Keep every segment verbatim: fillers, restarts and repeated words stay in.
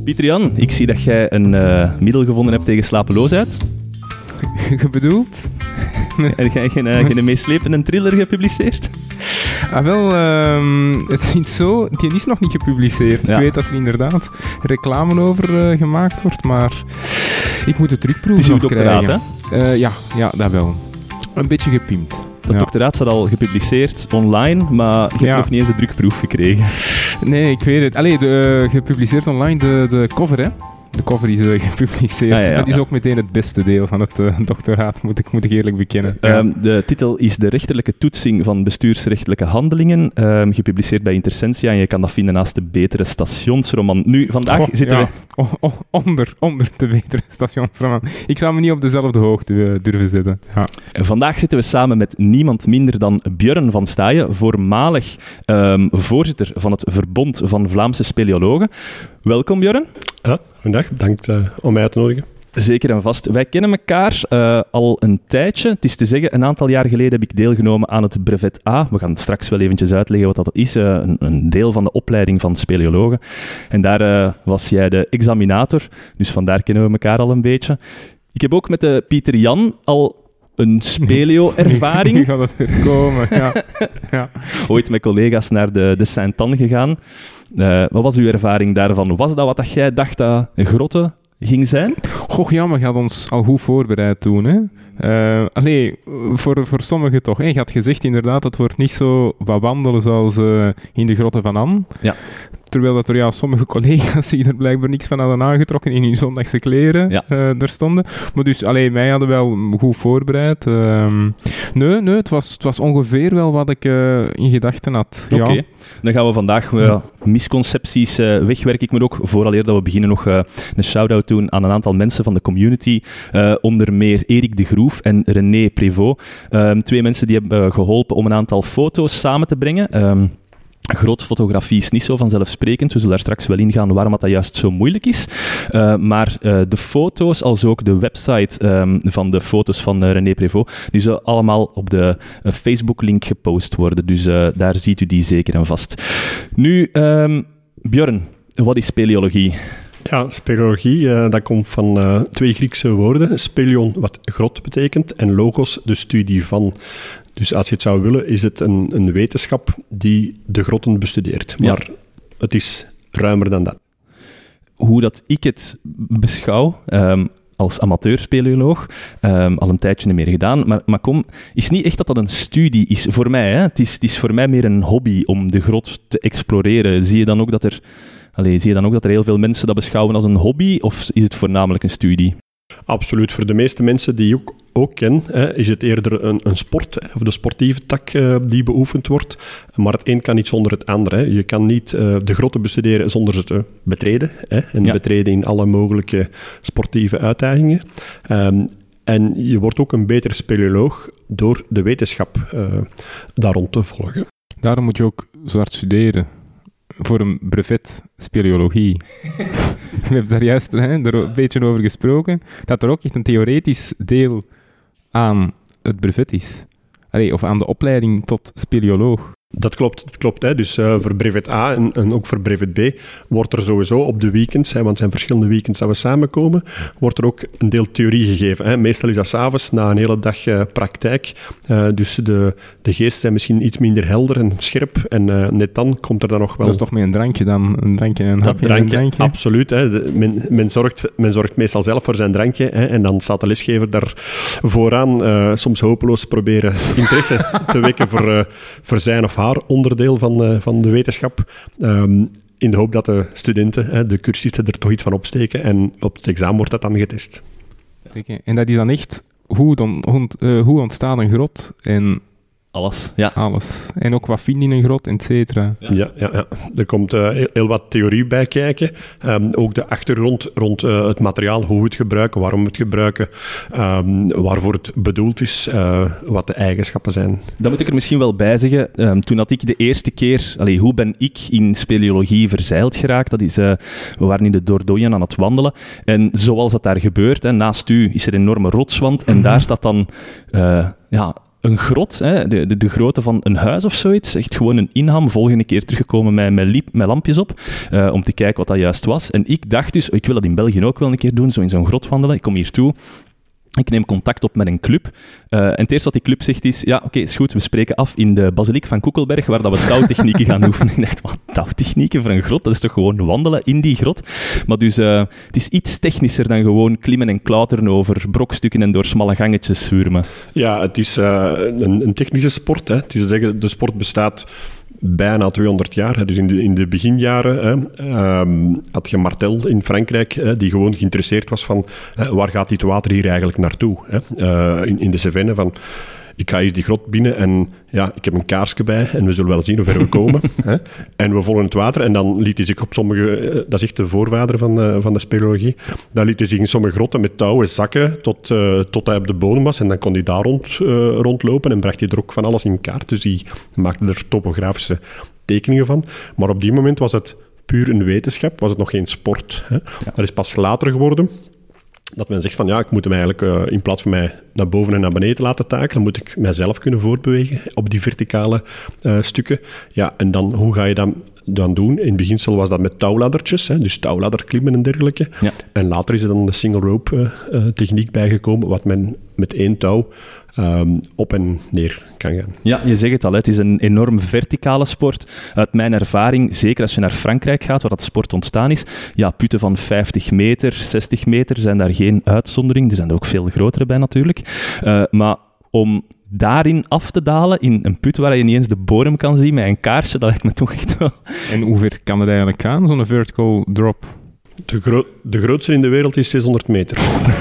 Pieter-Jan, ik zie dat jij een uh, middel gevonden hebt tegen slapeloosheid. Je bedoelt? Heb jij geen, uh, geen meeslepende thriller gepubliceerd? Ah, wel, um, het is zo, die is nog niet gepubliceerd. Ja. Ik weet dat er inderdaad reclame over uh, gemaakt wordt, maar ik moet de drukproef nog krijgen. Het is uw doctoraat, hè? Uh, ja, ja, dat wel. Een beetje gepimpt. Dat ja. doctoraat staat al gepubliceerd online, maar je hebt ja. nog niet eens de drukproef gekregen. Nee, ik weet het. Allee, de, uh, gepubliceerd online, de, de cover, hè. De cover is uh, gepubliceerd. Ah, ja, ja, dat is ja. ook meteen het beste deel van het uh, doctoraat, moet ik, moet ik eerlijk bekennen. Ja. Um, de titel is De rechterlijke toetsing van bestuursrechtelijke handelingen, um, gepubliceerd bij Intersentia, en je kan dat vinden naast de Betere Stationsroman. Nu, vandaag oh, zitten ja. we... Oh, oh, onder, onder de Betere Stationsroman. Ik zou me niet op dezelfde hoogte uh, durven zetten. Ja. Vandaag zitten we samen met niemand minder dan Björn van Staayen, voormalig um, voorzitter van het Verbond van Vlaamse Speleologen. Welkom, Björn. Ja, goedendag. Bedankt uh, om mij uit te nodigen. Zeker en vast. Wij kennen elkaar uh, al een tijdje. Het is te zeggen, een aantal jaar geleden heb ik deelgenomen aan het brevet A. We gaan het straks wel eventjes uitleggen wat dat is. Uh, een, een deel van de opleiding van speleologen. En daar uh, was jij de examinator. Dus vandaar kennen we elkaar al een beetje. Ik heb ook met de Pieter-Jan al een speleo-ervaring. Nu gaat het weer komen, ja. ja. Ooit met collega's naar de, de Saint-Anne gegaan. Uh, wat was uw ervaring daarvan? Was dat wat dat jij dacht dat een grotte ging zijn? Goh, ja, maar je had ons al goed voorbereid toen, hè. Uh, allee, voor, voor sommigen toch. Hè. Je had gezegd inderdaad, het wordt niet zo wat wandelen zoals uh, in de grotten van An. Ja. Terwijl dat er ja, sommige collega's die er blijkbaar niks van hadden aangetrokken in hun zondagse kleren ja. uh, er stonden. Maar dus, allee, mij hadden wel goed voorbereid. Uh, nee, nee, het was, het was ongeveer wel wat ik uh, in gedachten had. Oké, okay. Ja. Dan gaan we vandaag uh, misconcepties uh, wegwerken. Ik moet ook, vooraleer dat we beginnen, nog uh, een shout-out doen aan een aantal mensen van de community. Uh, onder meer Erik de Groef en René Prévost. Uh, twee mensen die hebben uh, geholpen om een aantal foto's samen te brengen. Um, Grootfotografie is niet zo vanzelfsprekend. We zullen daar straks wel ingaan waarom dat juist zo moeilijk is. Uh, maar uh, de foto's, als ook de website um, van de foto's van uh, René Prévost, die zullen allemaal op de uh, Facebook-link gepost worden. Dus uh, daar ziet u die zeker en vast. Nu, um, Björn, wat is speleologie? Ja, speleologie, uh, dat komt van uh, twee Griekse woorden. Spelion, wat grot betekent, en logos, de studie van. Dus als je het zou willen, is het een, een wetenschap die de grotten bestudeert. Maar ja. Het is ruimer dan dat. Hoe dat ik het beschouw, um, als amateur-speleoloog, um, al een tijdje niet meer gedaan, maar, maar kom, is niet echt dat dat een studie is voor mij. Hè? Het is, het is voor mij meer een hobby om de grot te exploreren. Zie je dan ook dat er... Allee, zie je dan ook dat er heel veel mensen dat beschouwen als een hobby, of is het voornamelijk een studie? Absoluut. Voor de meeste mensen die ik ook, ook ken, hè, is het eerder een, een sport, hè, of de sportieve tak uh, die beoefend wordt. Maar het een kan niet zonder het ander. Hè. Je kan niet uh, de grotten bestuderen zonder ze te betreden. Hè, en ja. betreden in alle mogelijke sportieve uitdagingen. Um, en je wordt ook een betere speleoloog door de wetenschap uh, daar rond te volgen. Daarom moet je ook zo hard studeren. Voor een brevet speleologie. We hebben daar juist hè, er een beetje over gesproken, dat er ook echt een theoretisch deel aan het brevet is. Allee, of aan de opleiding tot speleoloog. Dat klopt, dat klopt. Hè. Dus uh, voor brevet A en, en ook voor brevet B wordt er sowieso op de weekends, hè, want het zijn verschillende weekends dat we samenkomen, wordt er ook een deel theorie gegeven. Hè. Meestal is dat 's avonds na een hele dag uh, praktijk. Uh, dus de, de geesten zijn misschien iets minder helder en scherp. En uh, net dan komt er dan nog wel... Dat is toch met een drankje dan? Een drankje en een hapje drankje, en een drankje? Absoluut. Hè. De, men, men, zorgt, men zorgt meestal zelf voor zijn drankje. Hè, en dan staat de lesgever daar vooraan, uh, soms hopeloos proberen interesse te wekken voor, uh, voor zijn of haar onderdeel van, uh, van de wetenschap. Um, in de hoop dat de studenten, hè, de cursisten, er toch iets van opsteken. En op het examen wordt dat dan getest. En dat is dan echt hoe, dan, ont, uh, hoe ontstaat een grot en alles. Ja. alles. En ook wat vind je in een grot, et cetera. Ja. Ja, ja, ja. Er komt uh, heel, heel wat theorie bij kijken. Um, ook de achtergrond rond uh, het materiaal, hoe we het gebruiken, waarom we het gebruiken, um, waarvoor het bedoeld is, uh, wat de eigenschappen zijn. Dat moet ik er misschien wel bij zeggen. Um, toen had ik de eerste keer... Allee, hoe ben ik in speleologie verzeild geraakt? Dat is, uh, we waren in de Dordogne aan het wandelen. En zoals dat daar gebeurt, hè, naast u is er een enorme rotswand. En mm-hmm. daar staat dan... Uh, ja, een grot, hè, de, de, de grootte van een huis of zoiets. Echt gewoon een inham. Volgende keer teruggekomen met, met, liep, met lampjes op, uh, om te kijken wat dat juist was. En ik dacht dus, ik wil dat in België ook wel een keer doen, zo in zo'n grot wandelen. Ik kom hier toe. Ik neem contact op met een club. Uh, en het eerste wat die club zegt is, ja, oké, okay, is goed, we spreken af in de basiliek van Koekelberg, waar dat we touwtechnieken gaan oefenen. Ik dacht, wat, touwtechnieken voor een grot? Dat is toch gewoon wandelen in die grot? Maar dus, uh, het is iets technischer dan gewoon klimmen en klauteren over brokstukken en door smalle gangetjes zwurmen. Ja, het is uh, een, een technische sport. Hè. Het is te zeggen, de sport bestaat bijna tweehonderd jaar. Hè. Dus in de, in de beginjaren hè, um, had je Martel in Frankrijk, hè, die gewoon geïnteresseerd was van hè, waar gaat dit water hier eigenlijk naartoe? Hè? Uh, in, in de Cevennes van... Ik ga eens die grot binnen en ja, ik heb een kaarsje bij en we zullen wel zien hoe ver we komen. Hè? En we volgen het water en dan liet hij zich op sommige... Dat is echt de voorvader van, uh, van de speleologie. Dan liet hij zich in sommige grotten met touwen zakken tot, uh, tot hij op de bodem was. En dan kon hij daar rond, uh, rondlopen en bracht hij er ook van alles in kaart. Dus hij maakte er topografische tekeningen van. Maar op die moment was het puur een wetenschap, was het nog geen sport. Hè? Ja. Dat is pas later geworden... Dat men zegt van ja, ik moet hem eigenlijk uh, in plaats van mij naar boven en naar beneden laten takelen, moet ik mijzelf kunnen voortbewegen op die verticale uh, stukken. Ja, en dan, hoe ga je dat dan doen? In beginsel was dat met touwladdertjes, hè, dus touwladderklimmen en dergelijke. Ja. En later is er dan de single rope uh, uh, techniek bijgekomen, wat men met één touw um, op en neer kan gaan. Ja, je zegt het al, het is een enorm verticale sport. Uit mijn ervaring, zeker als je naar Frankrijk gaat, waar dat sport ontstaan is, ja, putten van vijftig meter, zestig meter zijn daar geen uitzondering. Er zijn er ook veel grotere bij natuurlijk. Uh, maar om daarin af te dalen, in een put waar je niet eens de bodem kan zien met een kaarsje, dat lijkt me toch echt wel... En hoe ver kan het eigenlijk gaan, zo'n vertical drop? De, gro- de grootste in de wereld is zeshonderd meter.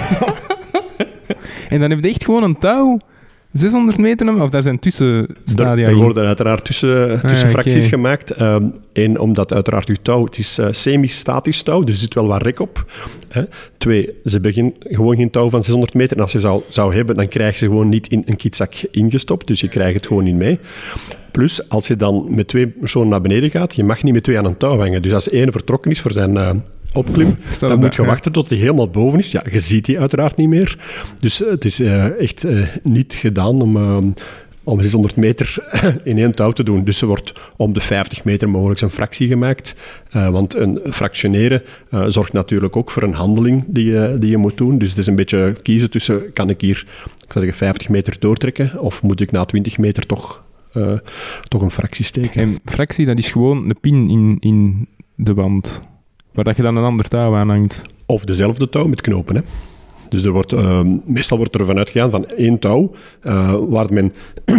En dan heb je echt gewoon een touw, zeshonderd meter, of daar zijn tussenstadia Er, er worden uiteraard tussen, tussenfracties ah, okay. gemaakt. Um, Eén, omdat uiteraard uw touw, het is uh, semi-statisch touw, dus er zit wel wat rek op. Hè. Twee, ze hebben geen, gewoon geen touw van zeshonderd meter. En als je zou, zou hebben, dan krijg je ze gewoon niet in een kitzak ingestopt. Dus je krijgt het gewoon niet mee. Plus, als je dan met twee personen naar beneden gaat, je mag niet met twee aan een touw hangen. Dus als de ene vertrokken is voor zijn... Uh, opklim, dan moet dat, je ja. wachten tot hij helemaal boven is. Ja, je ziet die uiteraard niet meer. Dus uh, het is uh, echt uh, niet gedaan om, uh, om zeshonderd meter in één touw te doen. Dus er wordt om de vijftig meter mogelijk een fractie gemaakt. Uh, want een fractioneren uh, zorgt natuurlijk ook voor een handeling die, uh, die je moet doen. Dus het is een beetje kiezen tussen, kan ik hier ik zou zeggen, vijftig meter doortrekken of moet ik na twintig meter toch, uh, toch een fractie steken? En fractie, dat is gewoon de pin in, in de wand... waar dat je dan een ander touw aan hangt. Of dezelfde touw met knopen. Hè. Dus er wordt, uh, meestal wordt er vanuit gegaan van één touw, uh, waar men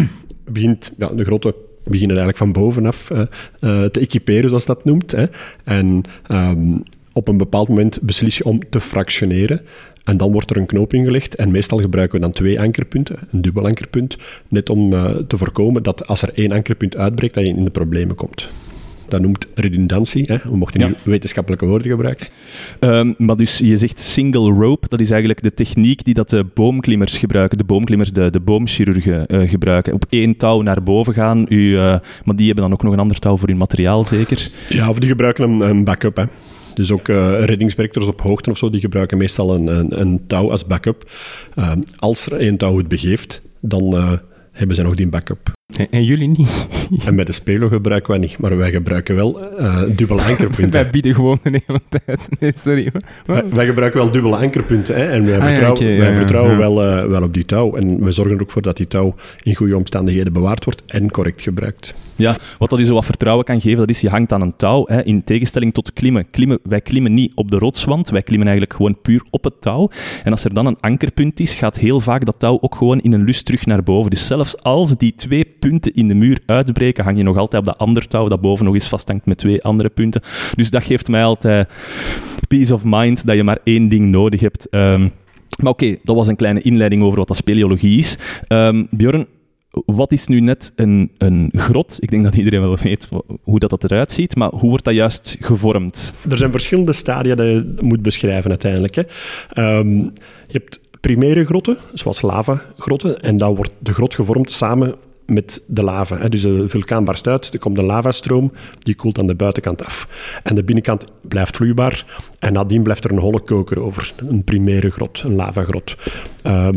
begint, ja, de grote beginnen eigenlijk van bovenaf uh, uh, te equiperen, zoals dat noemt. Hè. En um, op een bepaald moment beslis je om te fractioneren. En dan wordt er een knoop ingelegd. En meestal gebruiken we dan twee ankerpunten, een dubbel ankerpunt, net om uh, te voorkomen dat als er één ankerpunt uitbreekt, dat je in de problemen komt. Dat noemt redundantie. Hè? We mochten niet ja. wetenschappelijke woorden gebruiken. Um, maar dus je zegt single rope, dat is eigenlijk de techniek die dat de boomklimmers gebruiken. De boomklimmers, de, de boomchirurgen uh, gebruiken. Op één touw naar boven gaan. U, uh, maar die hebben dan ook nog een ander touw voor hun materiaal, zeker? Ja, of die gebruiken een, een backup. Hè. Dus ook uh, reddingswerkers op hoogte of zo, die gebruiken meestal een, een, een touw als backup. Uh, als er één touw het begeeft, dan uh, hebben ze nog die backup. En, en jullie niet? En bij de spelo gebruiken wij niet, maar wij gebruiken wel uh, dubbele ankerpunten. Wij bieden gewoon de hele tijd. Nee, sorry. Wij, wij gebruiken wel dubbele ankerpunten hè, en wij ah, vertrouwen, ja, okay, wij ja, vertrouwen ja. Wel, uh, wel op die touw. En we zorgen er ook voor dat die touw in goede omstandigheden bewaard wordt en correct gebruikt. Ja, wat dat je zo wat vertrouwen kan geven, dat is je hangt aan een touw. Hè, in tegenstelling tot klimmen. klimmen. Wij klimmen niet op de rotswand, wij klimmen eigenlijk gewoon puur op het touw. En als er dan een ankerpunt is, gaat heel vaak dat touw ook gewoon in een lus terug naar boven. Dus zelfs als die twee punten in de muur uitbreken, hang je nog altijd op dat ander touw dat boven nog eens vasthangt met twee andere punten. Dus dat geeft mij altijd peace of mind dat je maar één ding nodig hebt. Um, maar oké, okay, dat was een kleine inleiding over wat dat speleologie is. Um, Björn, wat is nu net een, een grot? Ik denk dat iedereen wel weet hoe dat, dat eruit ziet, maar hoe wordt dat juist gevormd? Er zijn verschillende stadia die je moet beschrijven uiteindelijk. Hè. Um, je hebt primaire grotten, zoals lavagrotten, en dan wordt de grot gevormd samen met de lava. Hè. Dus de vulkaan barst uit, er komt een lavastroom, die koelt aan de buitenkant af. En de binnenkant blijft vloeibaar en nadien blijft er een holle koker over. Een primaire grot, een lavagrot. Um,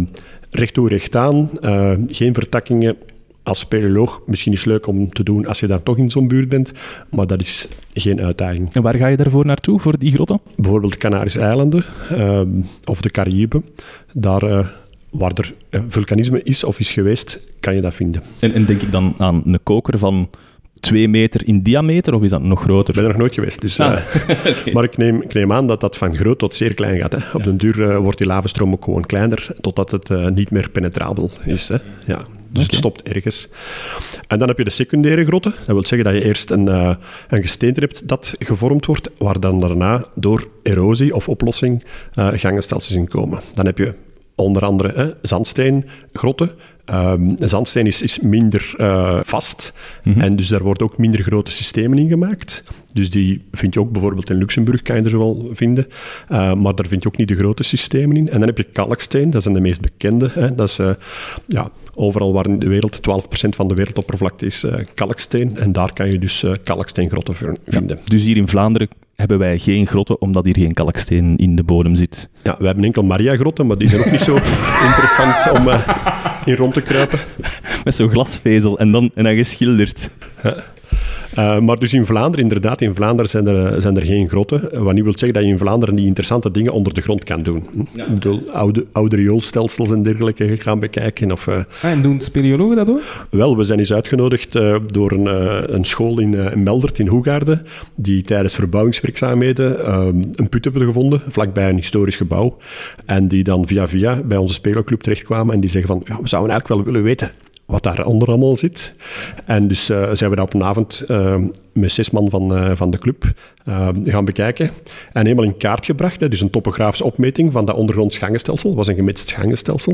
recht toe, recht aan, uh, geen vertakkingen. Als speleoloog misschien is leuk om te doen als je daar toch in zo'n buurt bent, maar dat is geen uitdaging. En waar ga je daarvoor naartoe, voor die grotten? Bijvoorbeeld de Canarische eilanden uh, of de Cariben. Daar uh, waar er uh, vulkanisme is of is geweest, kan je dat vinden. En, en denk ik dan aan een koker van twee meter in diameter, of is dat nog groter? Ik ben er nog nooit geweest, dus, ah, uh, okay. Maar ik neem, ik neem aan dat dat van groot tot zeer klein gaat. Hè. Op ja. den duur uh, wordt die lavastroom ook gewoon kleiner, totdat het uh, niet meer penetrabel is. Hè. Ja. Dus okay. Het stopt ergens. En dan heb je de secundaire grotten. Dat wil zeggen dat je eerst een, uh, een gesteente hebt dat gevormd wordt, waar dan daarna door erosie of oplossing uh, gangenstelsels in komen. Dan heb je onder andere hè, zandsteengrotten. Um, zandsteen is, is minder uh, vast mm-hmm. en dus daar worden ook minder grote systemen in gemaakt. Dus die vind je ook bijvoorbeeld in Luxemburg, kan je er zo wel vinden. Uh, maar daar vind je ook niet de grote systemen in. En dan heb je kalksteen, dat zijn de meest bekende. Hè. Dat is uh, ja, overal waar in de wereld, twaalf procent van de wereldoppervlakte is uh, kalksteen. En daar kan je dus uh, kalksteengrotten vinden. Ja, dus hier in Vlaanderen hebben wij geen grotten, omdat hier geen kalksteen in de bodem zit. Ja, we hebben enkel Maria-grotten, maar die zijn ook niet zo interessant om uh, in rond te kruipen. Met zo'n glasvezel en dan, en dan geschilderd. Ja. Uh, maar dus in Vlaanderen, inderdaad, in Vlaanderen zijn er, zijn er geen grotten. Wat niet wil zeggen dat je in Vlaanderen die interessante dingen onder de grond kan doen. Ja. Ik bedoel, oude, oude rioolstelsels en dergelijke gaan bekijken. Of, uh... ah, en doen speleologen dat ook? Wel, we zijn eens uitgenodigd uh, door een, uh, een school in, uh, in Meldert, in Hoegaarden, die tijdens verbouwingswerkzaamheden uh, een put hebben gevonden, vlakbij een historisch gebouw. En die dan via via bij onze spelenclub terechtkwamen en die zeggen van, ja, we zouden eigenlijk wel willen weten wat daaronder allemaal zit. En dus uh, zijn we daar op een avond uh, met zes man van, uh, van de club uh, gaan bekijken. En helemaal in kaart gebracht. Hè, dus een topografische opmeting van dat ondergronds gangenstelsel. Dat was een gemitst gangenstelsel.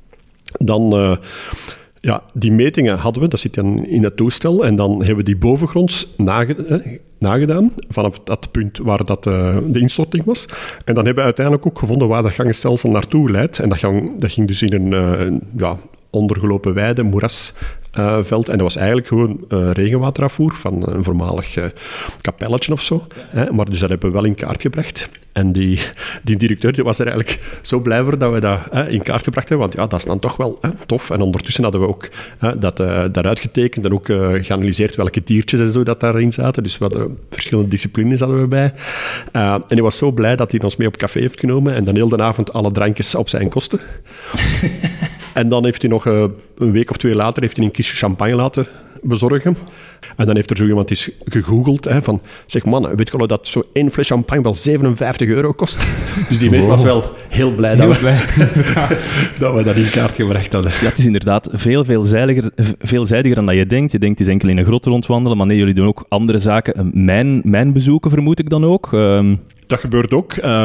Dan... Uh, Ja, die metingen hadden we, dat zit dan in het toestel. En dan hebben we die bovengronds nage, eh, nagedaan, vanaf dat punt waar dat, uh, de instorting was. En dan hebben we uiteindelijk ook gevonden waar dat gangenstelsel naartoe leidt. En dat ging, dat ging dus in een uh, ja, ondergelopen weide, moerasveld. Uh, en dat was eigenlijk gewoon uh, regenwaterafvoer van een voormalig uh, kapelletje of zo. Ja. Hè? Maar dus dat hebben we wel in kaart gebracht. En die, die directeur die was er eigenlijk zo blij voor dat we dat hè, in kaart gebracht hebben. Want ja, dat is dan toch wel hè, tof. En ondertussen hadden we ook hè, dat uh, daaruit getekend en ook uh, geanalyseerd welke diertjes en zo dat daarin zaten. Dus we hadden verschillende disciplines hadden we bij. Uh, en hij was zo blij dat hij ons mee op café heeft genomen. En dan heel de avond alle drankjes op zijn kosten. En dan heeft hij nog uh, een week of twee later heeft hij een kistje champagne laten bezorgen. En dan heeft er zo iemand eens gegoogeld hè, van, zeg man, weet je wel dat zo één fles champagne wel zevenenvijftig euro kost? Dus die mens was wel heel blij, heel dat, we, blij dat we dat in kaart gebracht hadden. Ja, het is inderdaad veel veelzijdiger, veelzijdiger dan dat je denkt. Je denkt, het is enkel in een grot rondwandelen, maar nee, jullie doen ook andere zaken. Mijn, mijn bezoeken vermoed ik dan ook. Um... Dat gebeurt ook. Uh,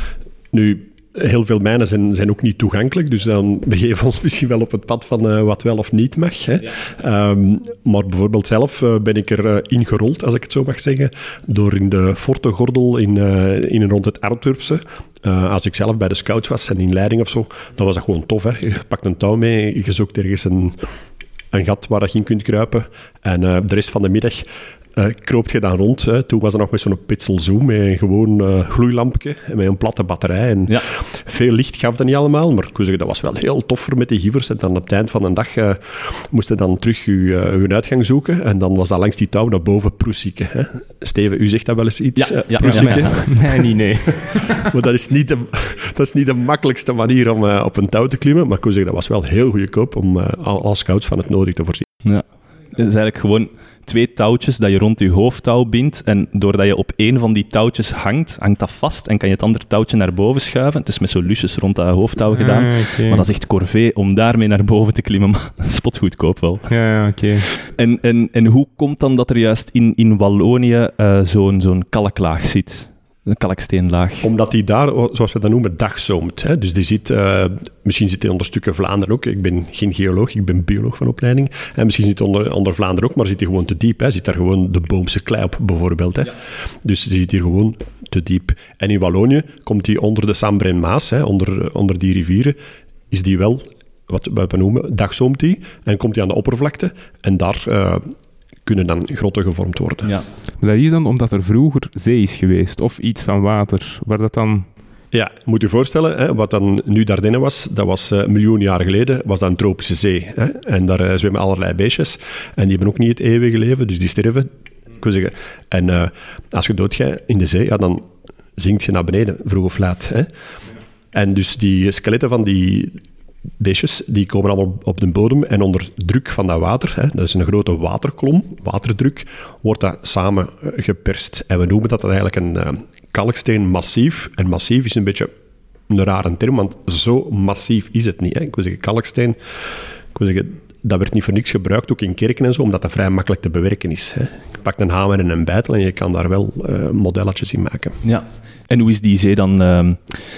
nu... Heel veel mijnen zijn, zijn ook niet toegankelijk, dus dan begeven we ons misschien wel op het pad van uh, wat wel of niet mag. Hè. Ja. Um, maar bijvoorbeeld zelf uh, ben ik er uh, ingerold, als ik het zo mag zeggen, door in de Fortegordel in, uh, in en rond het Antwerpse. Uh, als ik zelf bij de scouts was en in leiding of zo, dan was dat gewoon tof. Hè. Je pakt een touw mee, je zoekt ergens een, een gat waar je in kunt kruipen en uh, de rest van de middag... Uh, kroop je dan rond. Hè. Toen was er nog met zo'n Pitzel Zoom, met een gewoon uh, gloeilampje en met een platte batterij. En ja. Veel licht gaf dat niet allemaal, maar ik wil zeggen, dat was wel heel toffer met die givers. En dan op het eind van een dag uh, moest je dan terug je, uh, je uitgang zoeken. En dan was dat langs die touw naar boven proesieken. Hè. Steven, u zegt dat wel eens iets? Ja, uh, ja, ja, ja. Nee, niet, nee. Maar dat is niet de, dat is niet de makkelijkste manier om uh, op een touw te klimmen. Maar ik wil zeggen, dat was wel heel goedkoop om uh, alle scouts van het nodig te voorzien. Ja, het is eigenlijk gewoon... twee touwtjes dat je rond je hoofdtouw bindt en doordat je op één van die touwtjes hangt, hangt dat vast en kan je het andere touwtje naar boven schuiven. Het is met solutions rond dat hoofdtouw gedaan, ah, okay. Maar dat is echt corvée om daarmee naar boven te klimmen, maar spotgoedkoop wel. Ja, ja oké. Okay. En, en, en hoe komt dan dat er juist in, in Wallonië uh, zo'n, zo'n kalklaag zit? Een kalksteenlaag. Omdat die daar, zoals we dat noemen, dagzoomt. Hè? Dus die zit, uh, misschien zit hij onder stukken Vlaanderen ook. Ik ben geen geoloog, ik ben bioloog van opleiding. En misschien zit hij onder, onder Vlaanderen ook, maar zit hij gewoon te diep. Hè? Zit daar gewoon de Boomse klei op, bijvoorbeeld. Hè? Ja. Dus die zit hier gewoon te diep. En in Wallonië komt hij onder de Sambre en Maas, hè? Onder, onder die rivieren, is die wel, wat we noemen, dagzoomt die. En komt hij aan de oppervlakte en daar... Uh, kunnen dan grotten gevormd worden. Ja. Maar dat is dan omdat er vroeger zee is geweest, of iets van water, waar dat dan Ja, je moet je voorstellen, hè, wat dan nu Dardenne was, dat was uh, miljoen jaar geleden, was dat een tropische zee. Hè? En daar uh, zwemmen allerlei beestjes. En die hebben ook niet het eeuwige leven, dus die sterven. Ik wil zeggen. En uh, als je doodgaat in de zee, ja, dan zinkt je naar beneden, vroeg of laat. Hè? En dus die skeletten van die beestjes, die komen allemaal op de bodem en onder druk van dat water, hè, dat is een grote waterkolom, waterdruk, wordt dat samen geperst. En we noemen dat eigenlijk een uh, kalksteen massief. En massief is een beetje een rare term, want zo massief is het niet. Hè. Ik wil zeggen, kalksteen, ik wil zeggen, dat werd niet voor niks gebruikt, ook in kerken en zo, omdat dat vrij makkelijk te bewerken is. Hè. Je pakt een hamer en een bijtel en je kan daar wel uh, modelletjes in maken. Ja, en hoe is die zee dan... Uh...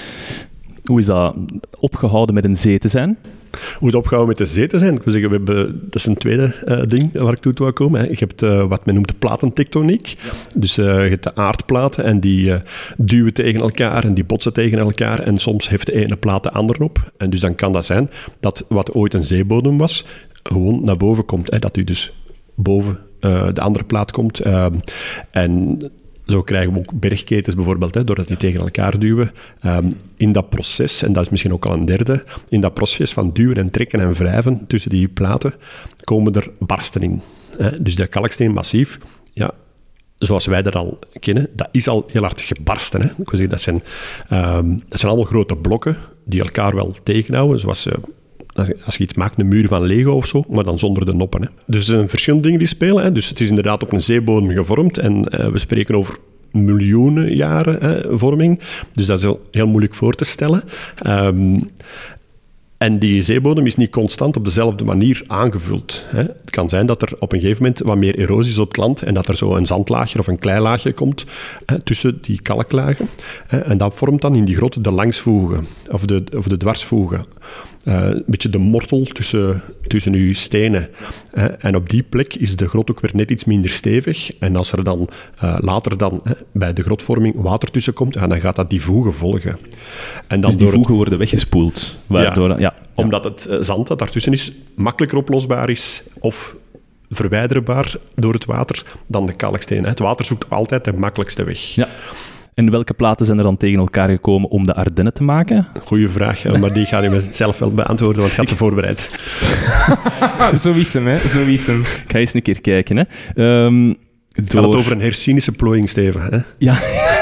Hoe is dat opgehouden met een zee te zijn? Hoe het opgehouden met de zee te zijn? Ik wil zeggen, we hebben, dat is een tweede uh, ding waar ik toe wil komen. Hè. Je hebt uh, wat men noemt de platentectoniek. Ja. Dus uh, je hebt de aardplaten en die uh, duwen tegen elkaar en die botsen tegen elkaar. En soms heeft de ene plaat de andere op. En dus dan kan dat zijn dat wat ooit een zeebodem was, gewoon naar boven komt. Hè. Dat u dus boven uh, de andere plaat komt. Uh, en... Zo krijgen we ook bergketens bijvoorbeeld, hè, doordat die tegen elkaar duwen. Um, in dat proces, en dat is misschien ook al een derde, in dat proces van duwen en trekken en wrijven tussen die platen, komen er barsten in. Hè. Dus dat kalksteenmassief, ja, zoals wij dat al kennen, dat is al heel hard gebarsten. Hè. Ik wil zeggen, dat zijn, um, dat zijn allemaal grote blokken die elkaar wel tegenhouden, zoals... Uh, als je iets maakt, een muur van Lego of zo, maar dan zonder de noppen. Hè. Dus er zijn verschillende dingen die spelen. Hè. Dus het is inderdaad op een zeebodem gevormd en uh, we spreken over miljoenen jaren hè, vorming. Dus dat is heel, heel moeilijk voor te stellen. Um, En die zeebodem is niet constant op dezelfde manier aangevuld. Hè. Het kan zijn dat er op een gegeven moment wat meer erosie is op het land en dat er zo een zandlaagje of een kleilaagje komt hè, tussen die kalklagen. Hè, en dat vormt dan in die grot de langsvoegen of de, of de dwarsvoegen. Uh, een beetje de mortel tussen, tussen uw stenen. Hè. En op die plek is de grot ook weer net iets minder stevig. En als er dan uh, later dan, hè, bij de grotvorming water tussen komt, ja, dan gaat dat die voegen volgen. En dan dus die door voegen het... worden weggespoeld? Waardoor, ja. Ja. Omdat het uh, zand dat daartussen is makkelijker oplosbaar is of verwijderbaar door het water dan de kalksteen. Het water zoekt altijd de makkelijkste weg. Ja. En welke platen zijn er dan tegen elkaar gekomen om de Ardennen te maken? Goeie vraag, maar die ga ik zelf wel beantwoorden, want ik had ze voorbereid. Zo is hem, hè. Zo is hem. Ik ga eens een keer kijken, hè. Um, Het door... gaat het over een hercynische plooiing, Steven. Hè? Ja,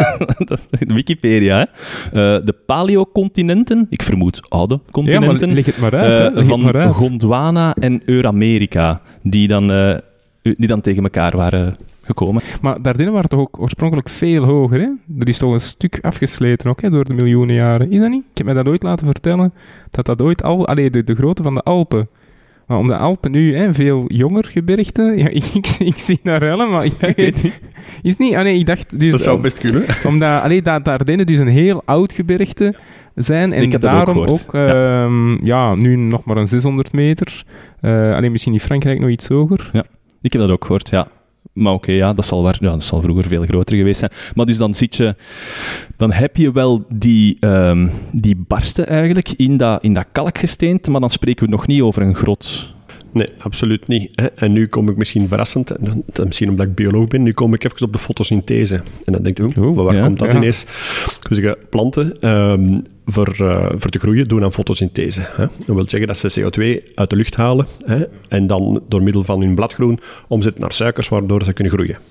dat is Wikipedia. Hè? Uh, de paleocontinenten, ik vermoed oude continenten, ja, leg het maar uit, uh, van maar uit. Gondwana en Euramerika, die dan, uh, die dan tegen elkaar waren gekomen. Maar daarin waren toch ook oorspronkelijk veel hoger, hè? Er is toch een stuk afgesleten ook, hè, door de miljoenen jaren. Is dat niet? Ik heb mij dat ooit laten vertellen, dat dat ooit al... Allee, de, de grootte van de Alpen... Maar om de Alpen nu, hè, veel jonger gebergte, ja, ik, ik, ik zie naar Ellen, maar ik weet niet. Is niet? Ah, nee, ik dacht... Dus, dat zou best kunnen. Omdat, allee, dat de Ardennen dus een heel oud gebergte zijn en daarom ook, ook uh, ja. ja, nu nog maar een zeshonderd meter. Uh, alleen misschien in Frankrijk nog iets hoger. Ja, ik heb dat ook gehoord, ja. Maar oké, okay, ja, dat zal, waar, ja, dat zal vroeger veel groter geweest zijn. Maar dus dan zit je... Dan heb je wel die, um, die barsten eigenlijk in dat, in dat kalkgesteente, maar dan spreken we nog niet over een grot. Nee, absoluut niet. Hè. En nu kom ik misschien verrassend, en misschien omdat ik bioloog ben, nu kom ik even op de fotosynthese. En dan denk je, oh, waar ja, komt dat ja. ineens? Ik wil zeggen, planten um, voor, uh, voor te groeien doen aan fotosynthese. Hè. Dat wil zeggen dat ze C O twee uit de lucht halen hè, en dan door middel van hun bladgroen omzetten naar suikers, waardoor ze kunnen groeien.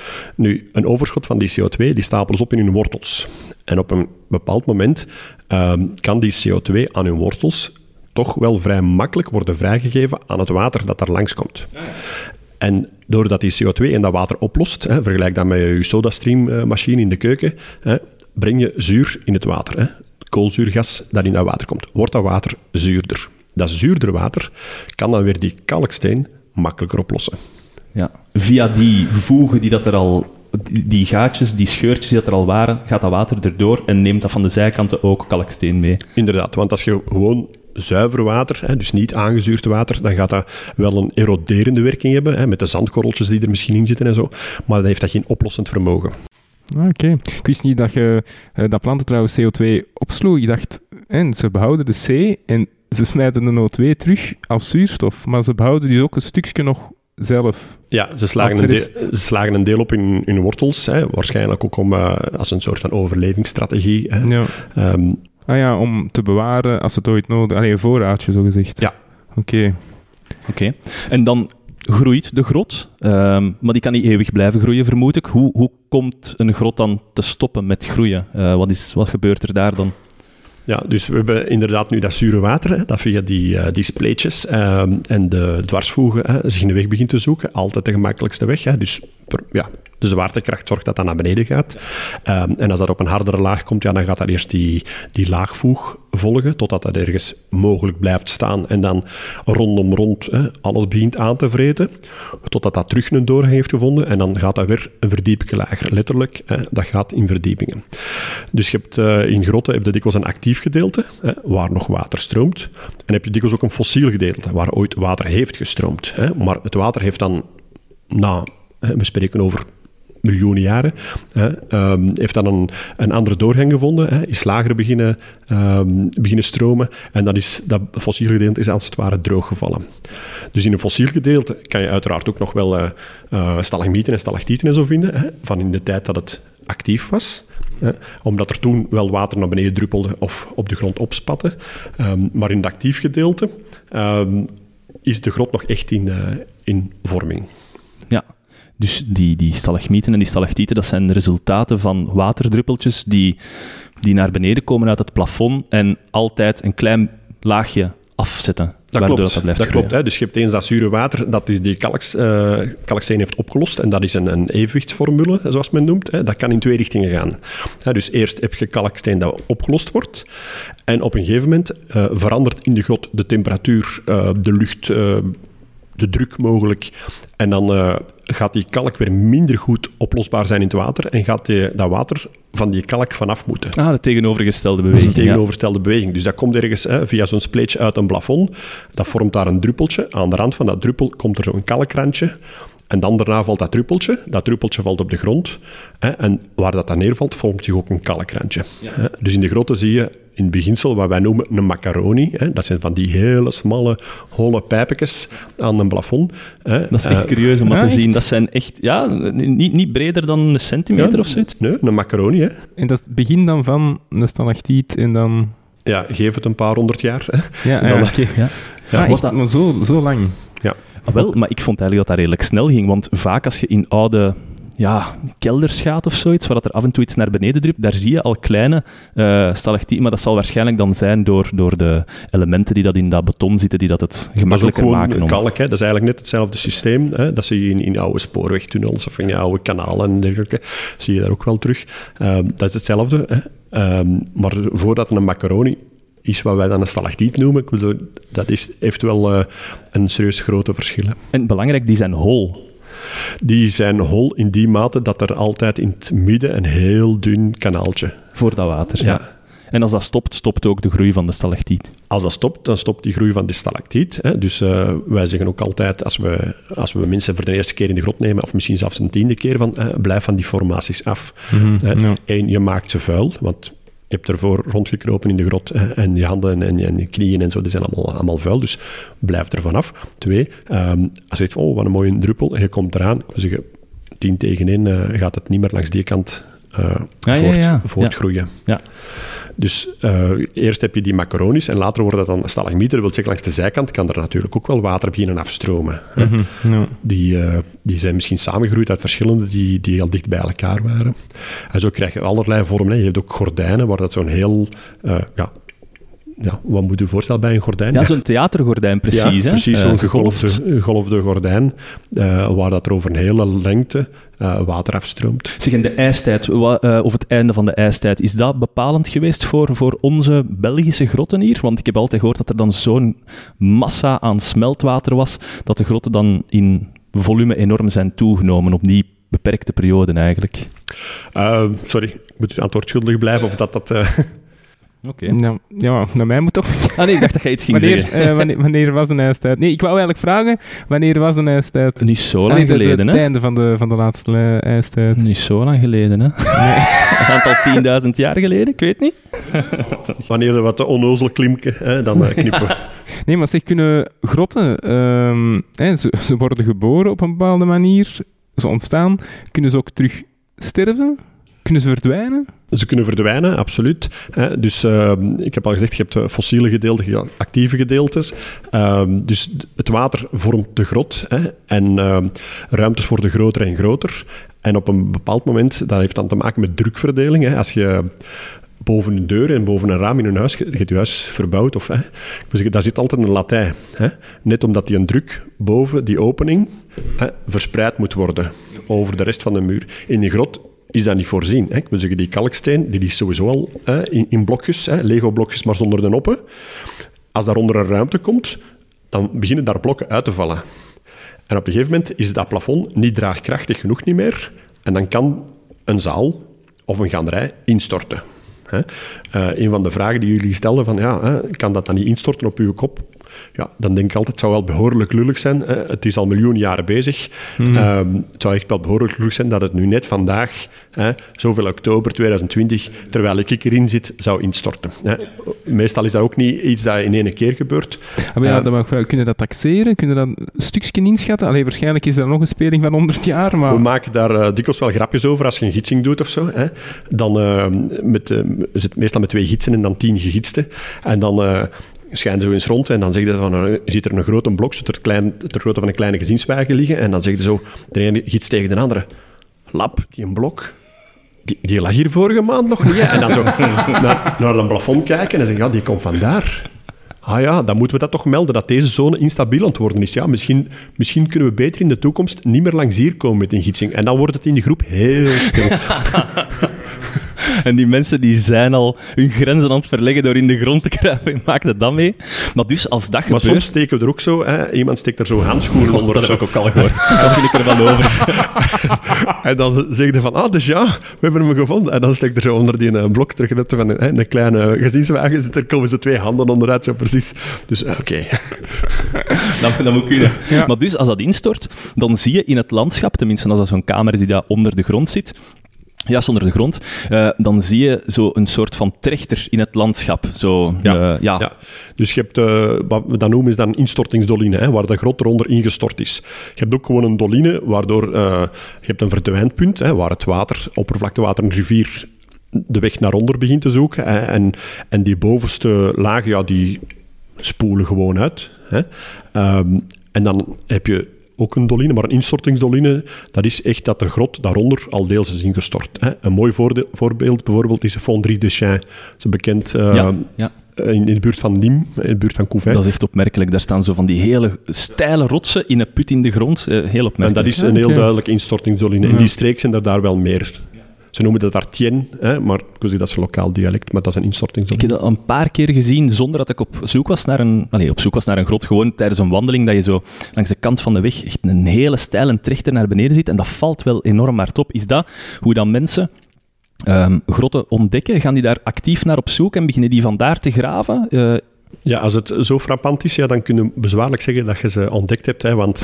Nu, een overschot van die C O twee, die stapelen ze op in hun wortels. En op een bepaald moment um, kan die C O twee aan hun wortels toch wel vrij makkelijk worden vrijgegeven aan het water dat daar langskomt. Ah, ja. En doordat die C O twee in dat water oplost, hè, vergelijk dat met je SodaStream-machine in de keuken, hè, breng je zuur in het water. Hè, koolzuurgas dat in dat water komt. Wordt dat water zuurder. Dat zuurder water kan dan weer die kalksteen makkelijker oplossen. Ja, via die voegen die dat er al... Die gaatjes, die scheurtjes die dat er al waren, gaat dat water erdoor en neemt dat van de zijkanten ook kalksteen mee. Inderdaad, want als je gewoon zuiver water, hè, dus niet aangezuurd water, dan gaat dat wel een eroderende werking hebben, hè, met de zandkorreltjes die er misschien in zitten en zo, maar dan heeft dat geen oplossend vermogen. Oké. Okay. Ik wist niet dat, je, uh, dat planten trouwens C O twee opsloeg. Ik dacht, hè, ze behouden de C en ze smijten de O twee terug als zuurstof, maar ze behouden dus ook een stukje nog zelf. Ja, ze slagen, Als een, er deel, is- ze slagen een deel op in, in wortels. Hè. Waarschijnlijk ook om, uh, als een soort van overlevingsstrategie. Hè. Ja. Um, Ah ja, om te bewaren als het ooit nodig... Allee, een voorraadje, zo gezegd. Ja. Oké. Okay. Oké. Okay. En dan groeit de grot, um, maar die kan niet eeuwig blijven groeien, vermoed ik. Hoe, hoe komt een grot dan te stoppen met groeien? Uh, wat, is, wat gebeurt er daar dan? Ja, dus we hebben inderdaad nu dat zure water, hè, dat via die, uh, die spleetjes uh, en de dwarsvoegen hè, zich een weg begint te zoeken. Altijd de gemakkelijkste weg. Hè. Dus per, ja, de zwaartekracht zorgt dat dat naar beneden gaat. Um, en als dat op een hardere laag komt, ja, dan gaat dat eerst die, die laagvoeg volgen, totdat dat ergens mogelijk blijft staan. En dan rondom rond hè, alles begint aan te vreten, totdat dat terug een doorgang heeft gevonden. En dan gaat dat weer een verdieping lager. Letterlijk, hè, dat gaat in verdiepingen. Dus je hebt uh, in grotten heb je dikwijls een actief gedeelte, hè, waar nog water stroomt. En heb je dikwijls ook een fossiel gedeelte, waar ooit water heeft gestroomd. Hè. Maar het water heeft dan, na, hè, we spreken over miljoenen jaren, hè, um, heeft dan een, een andere doorgang gevonden, hè, is lager beginnen, um, beginnen stromen en dat, is, dat fossiel gedeelte is als het ware drooggevallen. Dus in een fossiel gedeelte kan je uiteraard ook nog wel uh, uh, stalagmieten en stalactieten en zo vinden, hè, van in de tijd dat het actief was. Hè, omdat er toen wel water naar beneden druppelde of op de grond opspatte. Um, maar in het actief gedeelte um, is de grot nog echt in, uh, in vorming. Ja. Dus die, die stalagmieten en die stalactieten, dat zijn resultaten van waterdruppeltjes die, die naar beneden komen uit het plafond en altijd een klein laagje afzetten. Dat klopt, klopt, dat, dat, dat klopt hè. Dus je hebt eens dat zure water dat die kalks, uh, kalksteen heeft opgelost en dat is een, een evenwichtsformule, zoals men noemt. Hè. Dat kan in twee richtingen gaan. Ja, dus eerst heb je kalksteen dat opgelost wordt en op een gegeven moment uh, verandert in de grot de temperatuur, uh, de lucht, uh, de druk mogelijk en dan uh, gaat die kalk weer minder goed oplosbaar zijn in het water en gaat die, dat water van die kalk vanaf moeten. Ah, de tegenovergestelde beweging. De tegenovergestelde ja. beweging. Dus dat komt ergens hè, via zo'n spleetje uit een plafond. Dat vormt daar een druppeltje. Aan de rand van dat druppel komt er zo'n kalkrandje. En dan daarna valt dat druppeltje. Dat druppeltje valt op de grond. Hè, en waar dat dan neervalt, vormt zich ook een kalkrandje. Ja. Hè. Dus in de grotten zie je in het beginsel wat wij noemen een macaroni. Hè. Dat zijn van die hele smalle, holle pijpetjes aan een plafond. Hè. Dat is echt uh, curieus om ja, te zien. Echt? Dat zijn echt, ja, niet, niet breder dan een centimeter ja, of zoiets. Nee, een macaroni. Hè. En dat is het begin dan van een stalactiet en dan... Ja, geef het een paar honderd jaar. Hè. Ja, ja, dan, okay. ja. ja ah, echt, dat... maar zo, zo lang. Ja. Ah, wel, maar ik vond eigenlijk dat dat redelijk snel ging, want vaak als je in oude ja, kelders gaat of zoiets, waar dat er af en toe iets naar beneden drupt, daar zie je al kleine uh, stalactieten, maar dat zal waarschijnlijk dan zijn door, door de elementen die dat in dat beton zitten, die dat het gemakkelijker dat maken. Om... kalk, hè. Dat is eigenlijk net hetzelfde systeem. Hè. Dat zie je in, in oude spoorwegtunnels of in oude kanalen en dergelijke. Zie je daar ook wel terug. Uh, dat is hetzelfde. Hè. Uh, maar voordat een macaroni is wat wij dan een stalactiet noemen, dat is, heeft wel uh, een serieus grote verschillen. En belangrijk, die zijn hol. Die zijn hol in die mate dat er altijd in het midden een heel dun kanaaltje... Voor dat water, ja. ja. En als dat stopt, stopt ook de groei van de stalactiet. Als dat stopt, dan stopt die groei van de stalactiet. Hè. Dus uh, wij zeggen ook altijd, als we, als we mensen voor de eerste keer in de grot nemen, of misschien zelfs een tiende keer, van, uh, blijf van die formaties af. Mm-hmm, uh, ja. Eén, je maakt ze vuil, want... Je hebt ervoor rondgekropen in de grot hè, en je handen en, en je knieën en zo, die zijn allemaal, allemaal vuil, dus blijf er vanaf. Twee, um, als je zegt, oh, wat een mooie druppel, en je komt eraan, ik wil zeggen, tien tegen één uh, gaat het niet meer langs die kant uh, ah, voort, ja, ja. voortgroeien. Ja. Ja. Dus uh, eerst heb je die macaronis en later worden dat dan stalagmieten. Dat wil zeggen, langs de zijkant kan er natuurlijk ook wel water beginnen afstromen. Mm-hmm, ja. die, uh, die zijn misschien samengegroeid uit verschillende die, die al dicht bij elkaar waren. En zo krijg je allerlei vormen. Hè. Je hebt ook gordijnen, waar dat zo'n heel... Uh, ja, ja, wat moet je voorstellen bij een gordijn? Ja, zo'n theatergordijn, precies. Ja, hè? precies, uh, zo'n gegolfde, gegolfde gordijn, uh, waar dat er over een hele lengte uh, water afstroomt. Zeg, in de ijstijd, uh, of het einde van de ijstijd, is dat bepalend geweest voor, voor onze Belgische grotten hier? Want ik heb altijd gehoord dat er dan zo'n massa aan smeltwater was, dat de grotten dan in volume enorm zijn toegenomen op die beperkte periode eigenlijk. Uh, sorry, ik moet u antwoord schuldig blijven of dat dat... Uh, Oké. Okay. Nou, ja, naar mij moet toch... Ah nee, ik dacht dat jij iets ging wanneer, zeggen. Uh, wanneer, wanneer was een ijstijd? Nee, ik wou eigenlijk vragen, wanneer was een ijstijd? Niet zo lang ah, nee, de, geleden, de, hè? Het einde van de, van de laatste uh, ijstijd. Niet zo lang geleden, hè? Nee. Een aantal tienduizend jaar geleden, ik weet niet. Wanneer er wat te onnozel klimken, hè, dan uh, knippen we. Nee, maar zeg, kunnen grotten... Um, hè, ze, ze worden geboren op een bepaalde manier, ze ontstaan. Kunnen ze ook terug sterven? Kunnen ze verdwijnen? Ze kunnen verdwijnen, absoluut. Hè. Dus uh, ik heb al gezegd, je hebt fossiele gedeelten, actieve gedeeltes. Uh, dus het water vormt de grot. Hè. En uh, ruimtes worden groter en groter. En op een bepaald moment, dat heeft dan te maken met drukverdeling. Hè. Als je boven een deur en boven een raam in een huis, je hebt je huis verbouwd, of, hè, dus daar zit altijd een latij. Hè. Net omdat die een druk boven die opening hè, verspreid moet worden over de rest van de muur. In die grot is dat niet voorzien. Hè. Ik wil zeggen, die kalksteen, die ligt sowieso al hè, in, in blokjes, hè, Lego-blokjes, maar zonder de noppen. Als daaronder een ruimte komt, dan beginnen daar blokken uit te vallen. En op een gegeven moment is dat plafond niet draagkrachtig genoeg niet meer. En dan kan een zaal of een galerij instorten. Hè. Uh, een van de vragen die jullie stelden, van, ja, hè, kan dat dan niet instorten op uw kop? Ja, dan denk ik altijd, het zou wel behoorlijk lullig zijn. Hè. Het is al miljoenen jaren bezig. Mm. Um, het zou echt wel behoorlijk lullig zijn dat het nu net vandaag, hè, zoveel oktober tweeduizend twintig, terwijl ik erin zit, zou instorten. Hè. Meestal is dat ook niet iets dat in één keer gebeurt. Maar ja, uh, dan mag ik vragen, kunnen dat taxeren? Kunnen dat een stukje inschatten? Allee, waarschijnlijk is er nog een speling van honderd jaar, maar... We maken daar uh, dikwijls wel grapjes over als je een gidsing doet of zo. Hè. Dan uh, met, uh, zit meestal met twee gidsen en dan tien gegidsten. En dan... Uh, schijnen zo eens rond en dan zeg je van, uh, je ziet er een grote blok, zo ter, klein, ter grootte van een kleine gezinswagen liggen en dan zeg je zo, de ene gids tegen de andere, lap, die een blok, die, die lag hier vorige maand nog niet. Hè? En dan zo naar, naar een plafond kijken en zeggen, ja, die komt vandaar. Ah ja, dan moeten we dat toch melden, dat deze zone instabiel aan het worden is. Ja, misschien, misschien kunnen we beter in de toekomst niet meer langs hier komen met een gidsing. En dan wordt het in die groep heel stil. En die mensen die zijn al hun grenzen aan het verleggen door in de grond te kruipen. Maak dat dan mee. Maar dus, als dat maar gebeurt... soms steken we er ook zo... Hè, iemand steekt er zo handschoenen onder. Dat of heb zo. ik ook al gehoord. Dat vind ik er wel over. En dan zeg je van... Ah, dus ja, we hebben hem gevonden. En dan steekt er zo onder die een blok terug net van een, een kleine gezinswagen zit. Er komen ze twee handen onderuit, zo precies. Dus, oké. Okay. Dat, dat moet kunnen. Ja. Maar dus, als dat instort, dan zie je in het landschap, tenminste als dat zo'n kamer is die daar onder de grond zit... Juist onder de grond, uh, dan zie je zo een soort van trechter in het landschap. Zo, ja, uh, ja. ja. Dus je hebt, uh, wat we dat noemen, is dan een instortingsdoline, hè, waar de grot eronder ingestort is. Je hebt ook gewoon een doline, waardoor uh, je hebt een verdwijnpunt, hè, waar het water, oppervlaktewater, een rivier, de weg naar onder begint te zoeken. Hè, en, en die bovenste lagen, ja, die spoelen gewoon uit. Hè. Um, en dan heb je... ook een doline, maar een instortingsdoline, dat is echt dat de grot daaronder al deels is ingestort. Hè. Een mooi voorde- voorbeeld bijvoorbeeld is de Fonderie de Chien. Dat is bekend uh, ja, ja. In, in de buurt van Nîmes, in de buurt van Couvain. Dat is echt opmerkelijk. Daar staan zo van die hele steile rotsen in een put in de grond. Uh, heel opmerkelijk. En dat is een heel okay. duidelijke instortingsdoline. Ja. In die streek zijn er daar wel meer. Ze noemen dat Artien, hè, maar ik weet, dat is een lokaal dialect, maar dat is een instortingsdoline. Ik heb dat een paar keer gezien zonder dat ik op zoek was naar een, allez, op zoek was naar een grot. Gewoon tijdens een wandeling dat je zo langs de kant van de weg echt een hele steile trechter naar beneden ziet. En dat valt wel enorm hard op. Is dat hoe dan mensen um, grotten ontdekken? Gaan die daar actief naar op zoek en beginnen die vandaar te graven? Uh, Ja, als het zo frappant is, ja, dan kun je bezwaarlijk zeggen dat je ze ontdekt hebt, hè, want...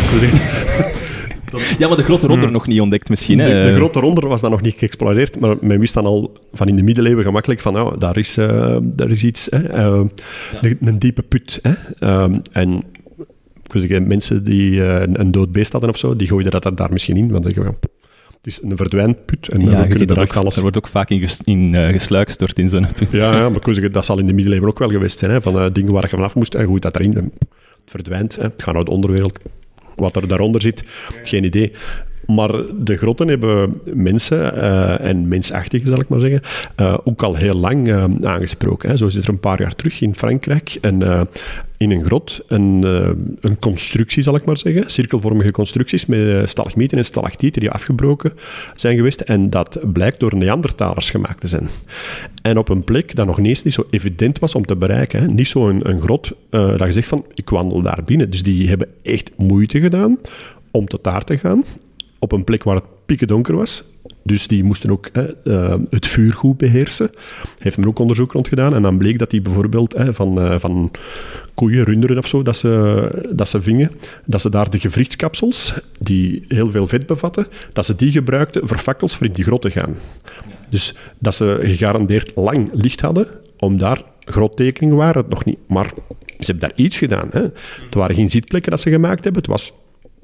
Ja, maar de grot eronder hmm. nog niet ontdekt misschien. Hè? De, de grot eronder was dan nog niet geëxploreerd, maar men wist dan al van in de middeleeuwen gemakkelijk van, nou, daar is, uh, daar is iets, hè, uh, ja. een, een diepe put. Hè, um, en ik wil zeggen, mensen die uh, een dood beest hadden of zo, die gooiden dat er daar misschien in, want dan denk je, het is een verdwijnput en ja, we kunnen er ook, alles... Er wordt ook vaak in, ges, in uh, gesluikstort in zo'n put. Ja, ja, maar ik wil zeggen, dat zal in de middeleeuwen ook wel geweest zijn, hè, van uh, dingen waar je vanaf moest, en goed, dat erin, het verdwijnt, hè, het gaat naar de onderwereld. Wat er daaronder zit, geen idee. Maar de grotten hebben mensen, uh, en mensachtigen zal ik maar zeggen, uh, ook al heel lang uh, aangesproken. Hè. Zo is er een paar jaar terug in Frankrijk en, uh, in een grot een, uh, een constructie, zal ik maar zeggen, cirkelvormige constructies met stalagmieten en stalactieten die afgebroken zijn geweest en dat blijkt door Neandertalers gemaakt te zijn. En op een plek dat nog eens niet zo evident was om te bereiken. Hè. Niet zo'n een grot uh, dat je zegt van, ik wandel daar binnen. Dus die hebben echt moeite gedaan om tot daar te gaan. Op een plek waar het piekendonker was. Dus die moesten ook hè, uh, het vuur goed beheersen. Heeft men ook onderzoek rond gedaan. En dan bleek dat die bijvoorbeeld hè, van, uh, van koeien, runderen of zo, dat ze, dat ze vingen, dat ze daar de gewrichtskapsels, die heel veel vet bevatten, dat ze die gebruikten voor fakkels voor in die grot te gaan. Dus dat ze gegarandeerd lang licht hadden om daar grottekeningen waren het nog niet, maar ze hebben daar iets gedaan. Hè. Het waren geen zitplekken dat ze gemaakt hebben, het was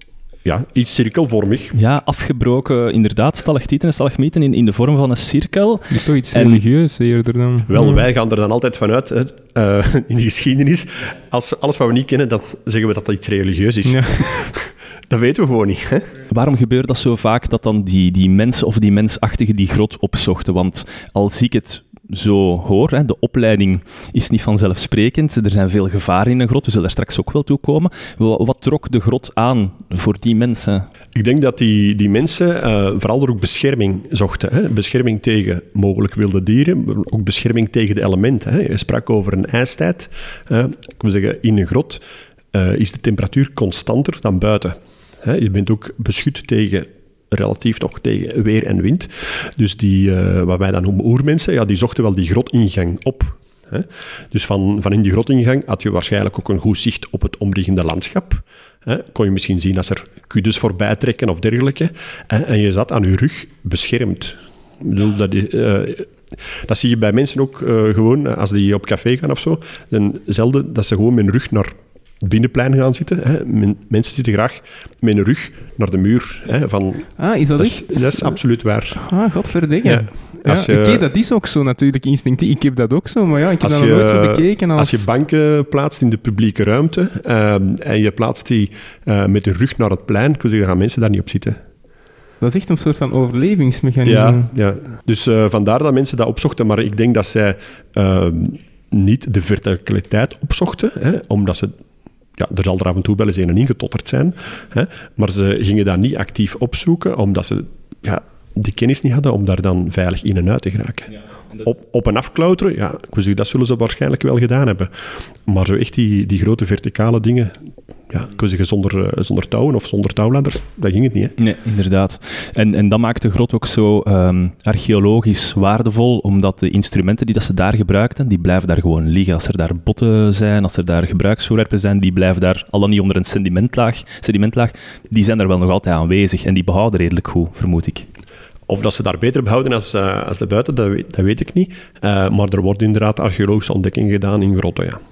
ja, iets cirkelvormig. Ja, afgebroken, inderdaad, stalactieten en stalagmieten in, in de vorm van een cirkel. Dus toch iets En- religieus eerder dan... Wel, Ja. wij gaan er dan altijd vanuit, hè, uh, in de geschiedenis, als alles wat we niet kennen, dan zeggen we dat dat iets religieus is. Ja. Dat weten we gewoon niet. Hè. Waarom gebeurt dat zo vaak dat dan die, die mensen of die mensachtigen die grot opzochten? Want als ik het zo hoor, hè, de opleiding is niet vanzelfsprekend. Er zijn veel gevaren in een grot, we zullen daar straks ook wel toe komen. Wat, wat trok de grot aan voor die mensen? Ik denk dat die, die mensen uh, vooral er ook bescherming zochten. Hè. Bescherming tegen mogelijk wilde dieren, maar ook bescherming tegen de elementen. Hè. Je sprak over een ijstijd. Uh, ik wil zeggen, in een grot uh, is de temperatuur constanter dan buiten. Hè. Je bent ook beschut tegen... relatief toch tegen weer en wind. Dus die, uh, wat wij dan noemen oermensen, ja, die zochten wel die grotingang op. Hè. Dus van, van in die grotingang had je waarschijnlijk ook een goed zicht op het omliggende landschap. Hè. Kon je misschien zien als er kuddes voorbij trekken of dergelijke. Hè. En je zat aan je rug beschermd. Ik bedoel, dat, uh, dat zie je bij mensen ook uh, gewoon, als die op café gaan of zo. Dan zelden dat ze gewoon met hun rug naar het binnenplein gaan zitten. Hè. Men, mensen zitten graag met hun rug naar de muur. Hè, van, Ah, is dat dat, is, echt? dat is absoluut waar. Ah, godverdikke. Ja. Ja, Als je- Oké, dat is ook zo natuurlijk instinctief. Ik heb dat ook zo, maar ja, ik heb Als dat nog nooit zo je, bekeken als... als je banken plaatst in de publieke ruimte ehm, en je plaatst die uh, met de rug naar het plein, ik wil zeggen, dan gaan mensen daar niet op zitten. Dat is echt een soort van overlevingsmechanisme. Ja, ja. Dus uh, vandaar dat mensen dat opzochten, maar ik denk dat zij uh, niet de verticaliteit opzochten, hè, omdat ze... Ja, er zal er af en toe wel eens een ingetotterd zijn, hè, maar ze gingen dat niet actief opzoeken, omdat ze ja, de kennis niet hadden om daar dan veilig in en uit te geraken. Ja, en dat... Op, op en afklauteren, ja, ik wil zeggen, dat zullen ze waarschijnlijk wel gedaan hebben. Maar zo echt die, die grote verticale dingen, ja, ik wil zeggen, zonder, uh, zonder touwen of zonder touwladders, dat ging het niet. Hè. Nee, inderdaad. En, en dat maakt de grot ook zo um, archeologisch waardevol, omdat de instrumenten die dat ze daar gebruikten, die blijven daar gewoon liggen. Als er daar botten zijn, als er daar gebruiksvoorwerpen zijn, die blijven daar, al dan niet onder een sedimentlaag, sedimentlaag, die zijn er wel nog altijd aanwezig en die behouden redelijk goed, vermoed ik. Of dat ze daar beter behouden als, uh, als de buiten, dat weet, dat weet ik niet. Uh, maar er worden inderdaad archeologische ontdekkingen gedaan in grotten, ja.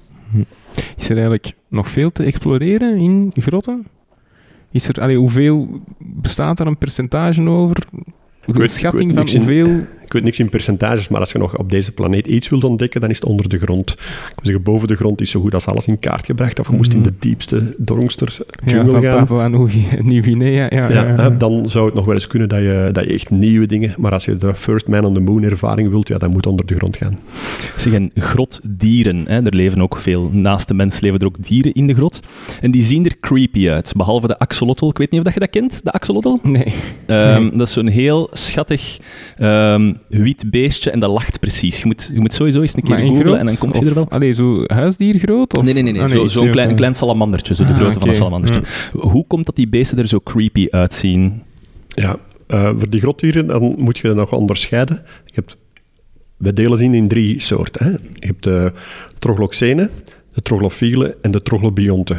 Is er eigenlijk nog veel te exploreren in grotten? Is er, allee, hoeveel bestaat er een percentage over? Een weet- schatting ik weet van niks in- hoeveel... Ik weet niks in percentages, maar als je nog op deze planeet iets wilt ontdekken, dan is het onder de grond. Ik wil zeggen, boven de grond is zo goed als alles in kaart gebracht. Of je moest in de diepste, dorngste Ja, jungle van gaan. Papua Nieuw-Guinea. Ja, ja, Ja, ja. hè, dan zou het nog wel eens kunnen dat je, dat je echt nieuwe dingen... Maar als je de First Man on the Moon ervaring wilt, ja, dan moet onder de grond gaan. Zeg, en grotdieren, hè, er leven ook veel, naast de mens leven er ook dieren in de grot. En die zien er creepy uit, behalve de axolotl. Ik weet niet of dat je dat kent, de axolotl? Nee. Um, Nee. Dat is zo'n heel schattig um, wit beestje en dat lacht precies. Je moet, je moet sowieso eens een keer Maar in googlen groot? en dan komt je Of- er wel. Allee, zo huisdiergroot? Of? Nee, nee, nee. nee. Ah, Zo, iets zo'n heel klein, klein. klein salamandertje, zo de Ah, grootte van oké. een salamandertje. Hoe komt dat die beesten er zo creepy uitzien? Ja, uh, voor die grotdieren dan moet je nog onderscheiden. Je hebt, wij delen ze in in drie soorten. Hè. Je hebt de trogloxenen, de troglofielen en de troglobionten.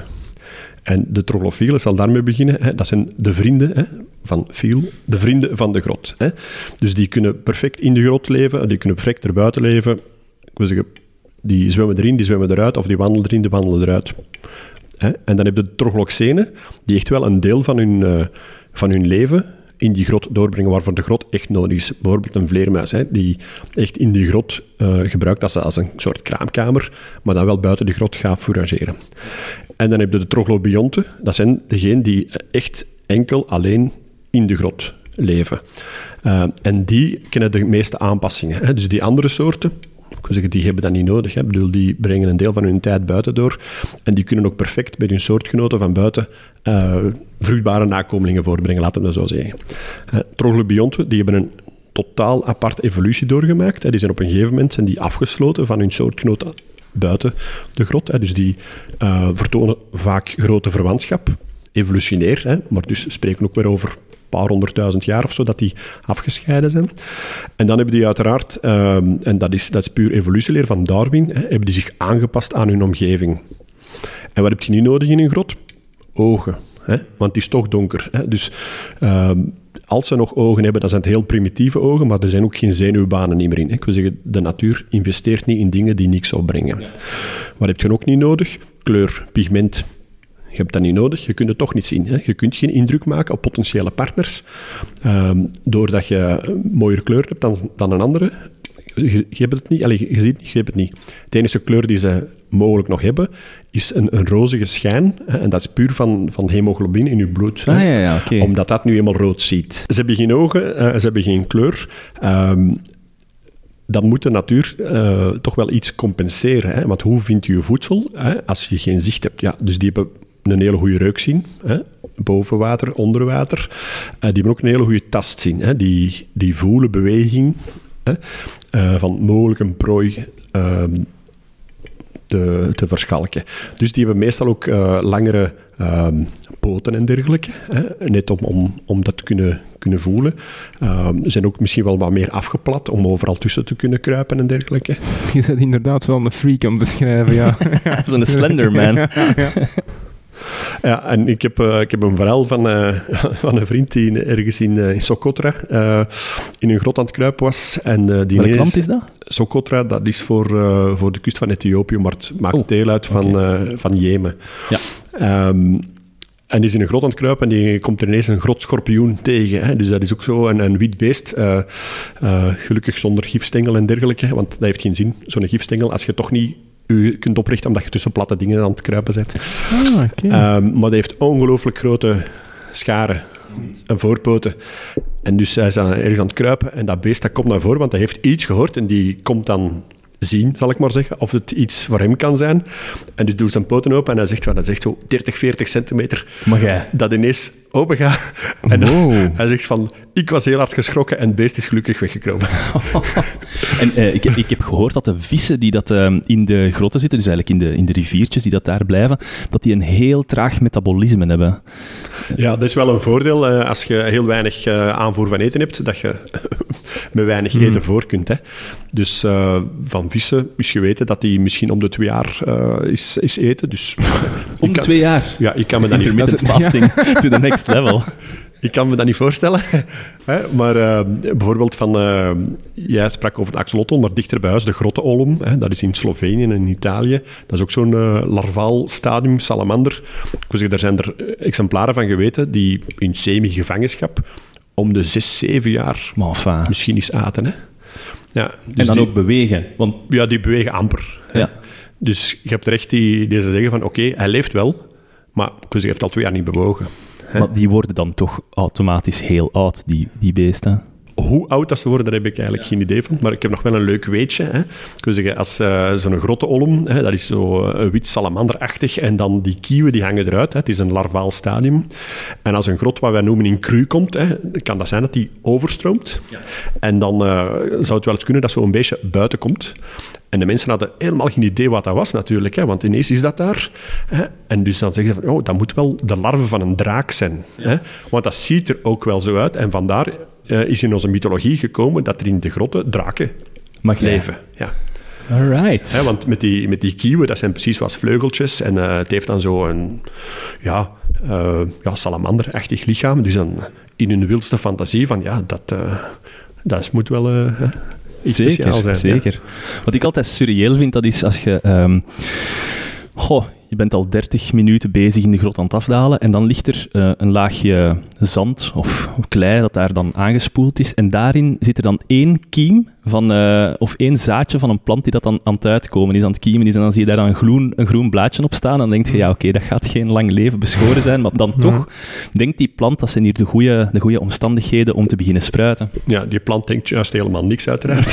En de troglofielen, zal daarmee beginnen, hè, dat zijn de vrienden hè, van Fiel, de vrienden van de grot. Hè. Dus die kunnen perfect in de grot leven, die kunnen perfect erbuiten leven. Ik wil zeggen, die zwemmen erin, die zwemmen eruit, of die wandelen erin, die wandelen eruit. Hè. En dan heb je de trogloxenen, die echt wel een deel van hun, uh, van hun leven in die grot doorbrengen, waarvoor de grot echt nodig is. Bijvoorbeeld een vleermuis, hè, die echt in die grot uh, gebruikt als, als een soort kraamkamer, maar dan wel buiten de grot gaat fourageren. En dan heb je de troglobionten, dat zijn degenen die echt enkel alleen in de grot leven. Uh, en die kennen de meeste aanpassingen. Hè. Dus die andere soorten, ik wil zeggen, die hebben dat niet nodig. Hè. Ik bedoel, die brengen een deel van hun tijd buiten door. En die kunnen ook perfect met hun soortgenoten van buiten uh, vruchtbare nakomelingen voortbrengen, laten we dat zo zeggen. Uh, troglobionten, die hebben een totaal aparte evolutie doorgemaakt. Hè. Die zijn op een gegeven moment zijn die afgesloten van hun soortgenoten buiten de grot. Hè. Dus die uh, vertonen vaak grote verwantschap, evolutionair. Hè. Maar dus spreken we ook weer over een paar honderdduizend jaar of zo, dat die afgescheiden zijn. En dan hebben die uiteraard, uh, en dat is, dat is puur evolutieleer van Darwin, hè, hebben die zich aangepast aan hun omgeving. En wat heb je nu nodig in een grot? Ogen. Hè? Want het is toch donker. Hè? Dus uh, als ze nog ogen hebben, dan zijn het heel primitieve ogen, maar er zijn ook geen zenuwbanen niet meer in. Ik wil zeggen, de natuur investeert niet in dingen die niks opbrengen. Ja. Wat heb je ook niet nodig? Kleur, pigment. Je hebt dat niet nodig, je kunt het toch niet zien. Hè? Je kunt geen indruk maken op potentiële partners um, doordat je mooier kleur hebt dan, dan een andere. Je, je hebt het niet, allez, je ziet het niet, je hebt het niet. De enige kleur die ze mogelijk nog hebben, is een, een rozige schijn. Hè? En dat is puur van, van hemoglobine in je bloed. Ah, ja, ja, okay. Omdat dat nu eenmaal rood ziet. Ze hebben geen ogen, uh, ze hebben geen kleur. Um, dan moet de natuur uh, toch wel iets compenseren. Hè? Want hoe vind je je voedsel hè? Als je geen zicht hebt? Ja, dus die hebben een hele goede reukzin, hè? Boven water, onder water. Uh, die hebben ook een hele goede tastzin. Hè? Die, die voelen beweging hè? Uh, van mogelijk een prooi uh, te, te verschalken. Dus die hebben meestal ook uh, langere uh, poten en dergelijke. Hè? Net om, om, om dat te kunnen, kunnen voelen. Uh, ze zijn ook misschien wel wat meer afgeplat om overal tussen te kunnen kruipen en dergelijke. Je bent inderdaad wel een freak aan het beschrijven, ja. Zo'n Slenderman. Ja, ja. Ja, en ik heb, uh, ik heb een verhaal van, uh, van een vriend die ergens in, uh, in Socotra uh, in een grot aan het kruipen was. En, uh, die Welk land is dat? Socotra, dat is voor, uh, voor de kust van Ethiopië, maar het maakt oh, deel uit van, okay. uh, van Jemen. Ja. Um, en die is in een grot aan het kruipen en die komt er ineens een grotschorpioen tegen. Hè? Dus dat is ook zo een, een wit beest. Uh, uh, gelukkig zonder gifstengel en dergelijke, want dat heeft geen zin, zo'n gifstengel, als je toch niet u kunt oprichten omdat je tussen platte dingen aan het kruipen bent. Ah, okay. um, maar dat heeft ongelooflijk grote scharen en voorpoten. En dus hij is aan, ergens aan het kruipen en dat beest dat komt naar voren, want hij heeft iets gehoord en die komt dan zien, zal ik maar zeggen, of het iets voor hem kan zijn. En dus doet zijn poten open en hij zegt, dat is echt zo dertig, veertig centimeter maar jij? Dat ineens open gaat. En wow. hij zegt van, ik was heel hard geschrokken en het beest is gelukkig weggekropen. En uh, ik, ik heb gehoord dat de vissen die dat, uh, in de grotten zitten, dus eigenlijk in de, in de riviertjes die dat daar blijven, dat die een heel traag metabolisme hebben. Ja, dat is wel een voordeel uh, als je heel weinig uh, aanvoer van eten hebt, dat je met weinig eten mm. voor kunt. Hè. Dus uh, van vissen is geweten dat die misschien om de twee jaar uh, is, is eten. Dus, om de kan, twee jaar? Ja, ik kan me dat niet Intermittent fasting to the next level. Ik kan me dat niet voorstellen. Hè? Maar uh, bijvoorbeeld van... Uh, jij sprak over de axolotl, maar dichter bij huis de grottenolm. Hè? Dat is in Slovenië en in Italië. Dat is ook zo'n uh, larvaal stadium, salamander. Ik wil zeggen, daar zijn er exemplaren van geweten die in semi-gevangenschap om de zes, zeven jaar enfin. misschien eens aten. Hè? Ja, dus en dan die, ook bewegen. Want... Ja, die bewegen amper. Hè? Ja. Dus je hebt recht die, die ze zeggen van oké, okay, hij leeft wel, maar ik wil zeggen, hij heeft al twee jaar niet bewogen. Maar die worden dan toch automatisch heel oud, die, die beesten? Hoe oud dat ze worden, daar heb ik eigenlijk ja. geen idee van. Maar ik heb nog wel een leuk weetje. Hè. Ik wil zeggen, als uh, zo'n grottenolm, hè, dat is zo uh, wit salamanderachtig, en dan die kieuwen die hangen eruit. Hè. Het is een larvaal stadium. En als een grot, wat wij noemen in cru, komt, hè, kan dat zijn dat die overstroomt. Ja. En dan uh, zou het wel eens kunnen dat zo'n beestje buiten komt. En de mensen hadden helemaal geen idee wat dat was natuurlijk, hè, want ineens is dat daar. Hè, en dus dan zeggen ze van, oh, dat moet wel de larve van een draak zijn. Ja. Hè, want dat ziet er ook wel zo uit. En vandaar uh, is in onze mythologie gekomen dat er in de grotten draken mag leven. Ja. Alright. Hè, want met die, met die kieuwen, dat zijn precies zoals vleugeltjes. En uh, het heeft dan zo een ja, uh, ja, salamanderachtig lichaam. Dus dan in hun wildste fantasie van, ja, dat, uh, dat moet wel... Uh, Zeker, zijn, zeker. Ja. Wat ik altijd surreëel vind, dat is als je... Um, goh, je bent al dertig minuten bezig in de grot aan het afdalen en dan ligt er uh, een laagje zand of klei dat daar dan aangespoeld is en daarin zit er dan één kiem van, uh, of één zaadje van een plant die dat dan aan het uitkomen is, aan het kiemen is, en dan zie je daar dan een groen, een groen blaadje op staan en dan denk je, ja oké, okay, dat gaat geen lang leven beschoren zijn, maar dan toch denkt die plant, dat zijn hier de goede de goede omstandigheden om te beginnen spruiten. Ja, die plant denkt juist helemaal niks uiteraard.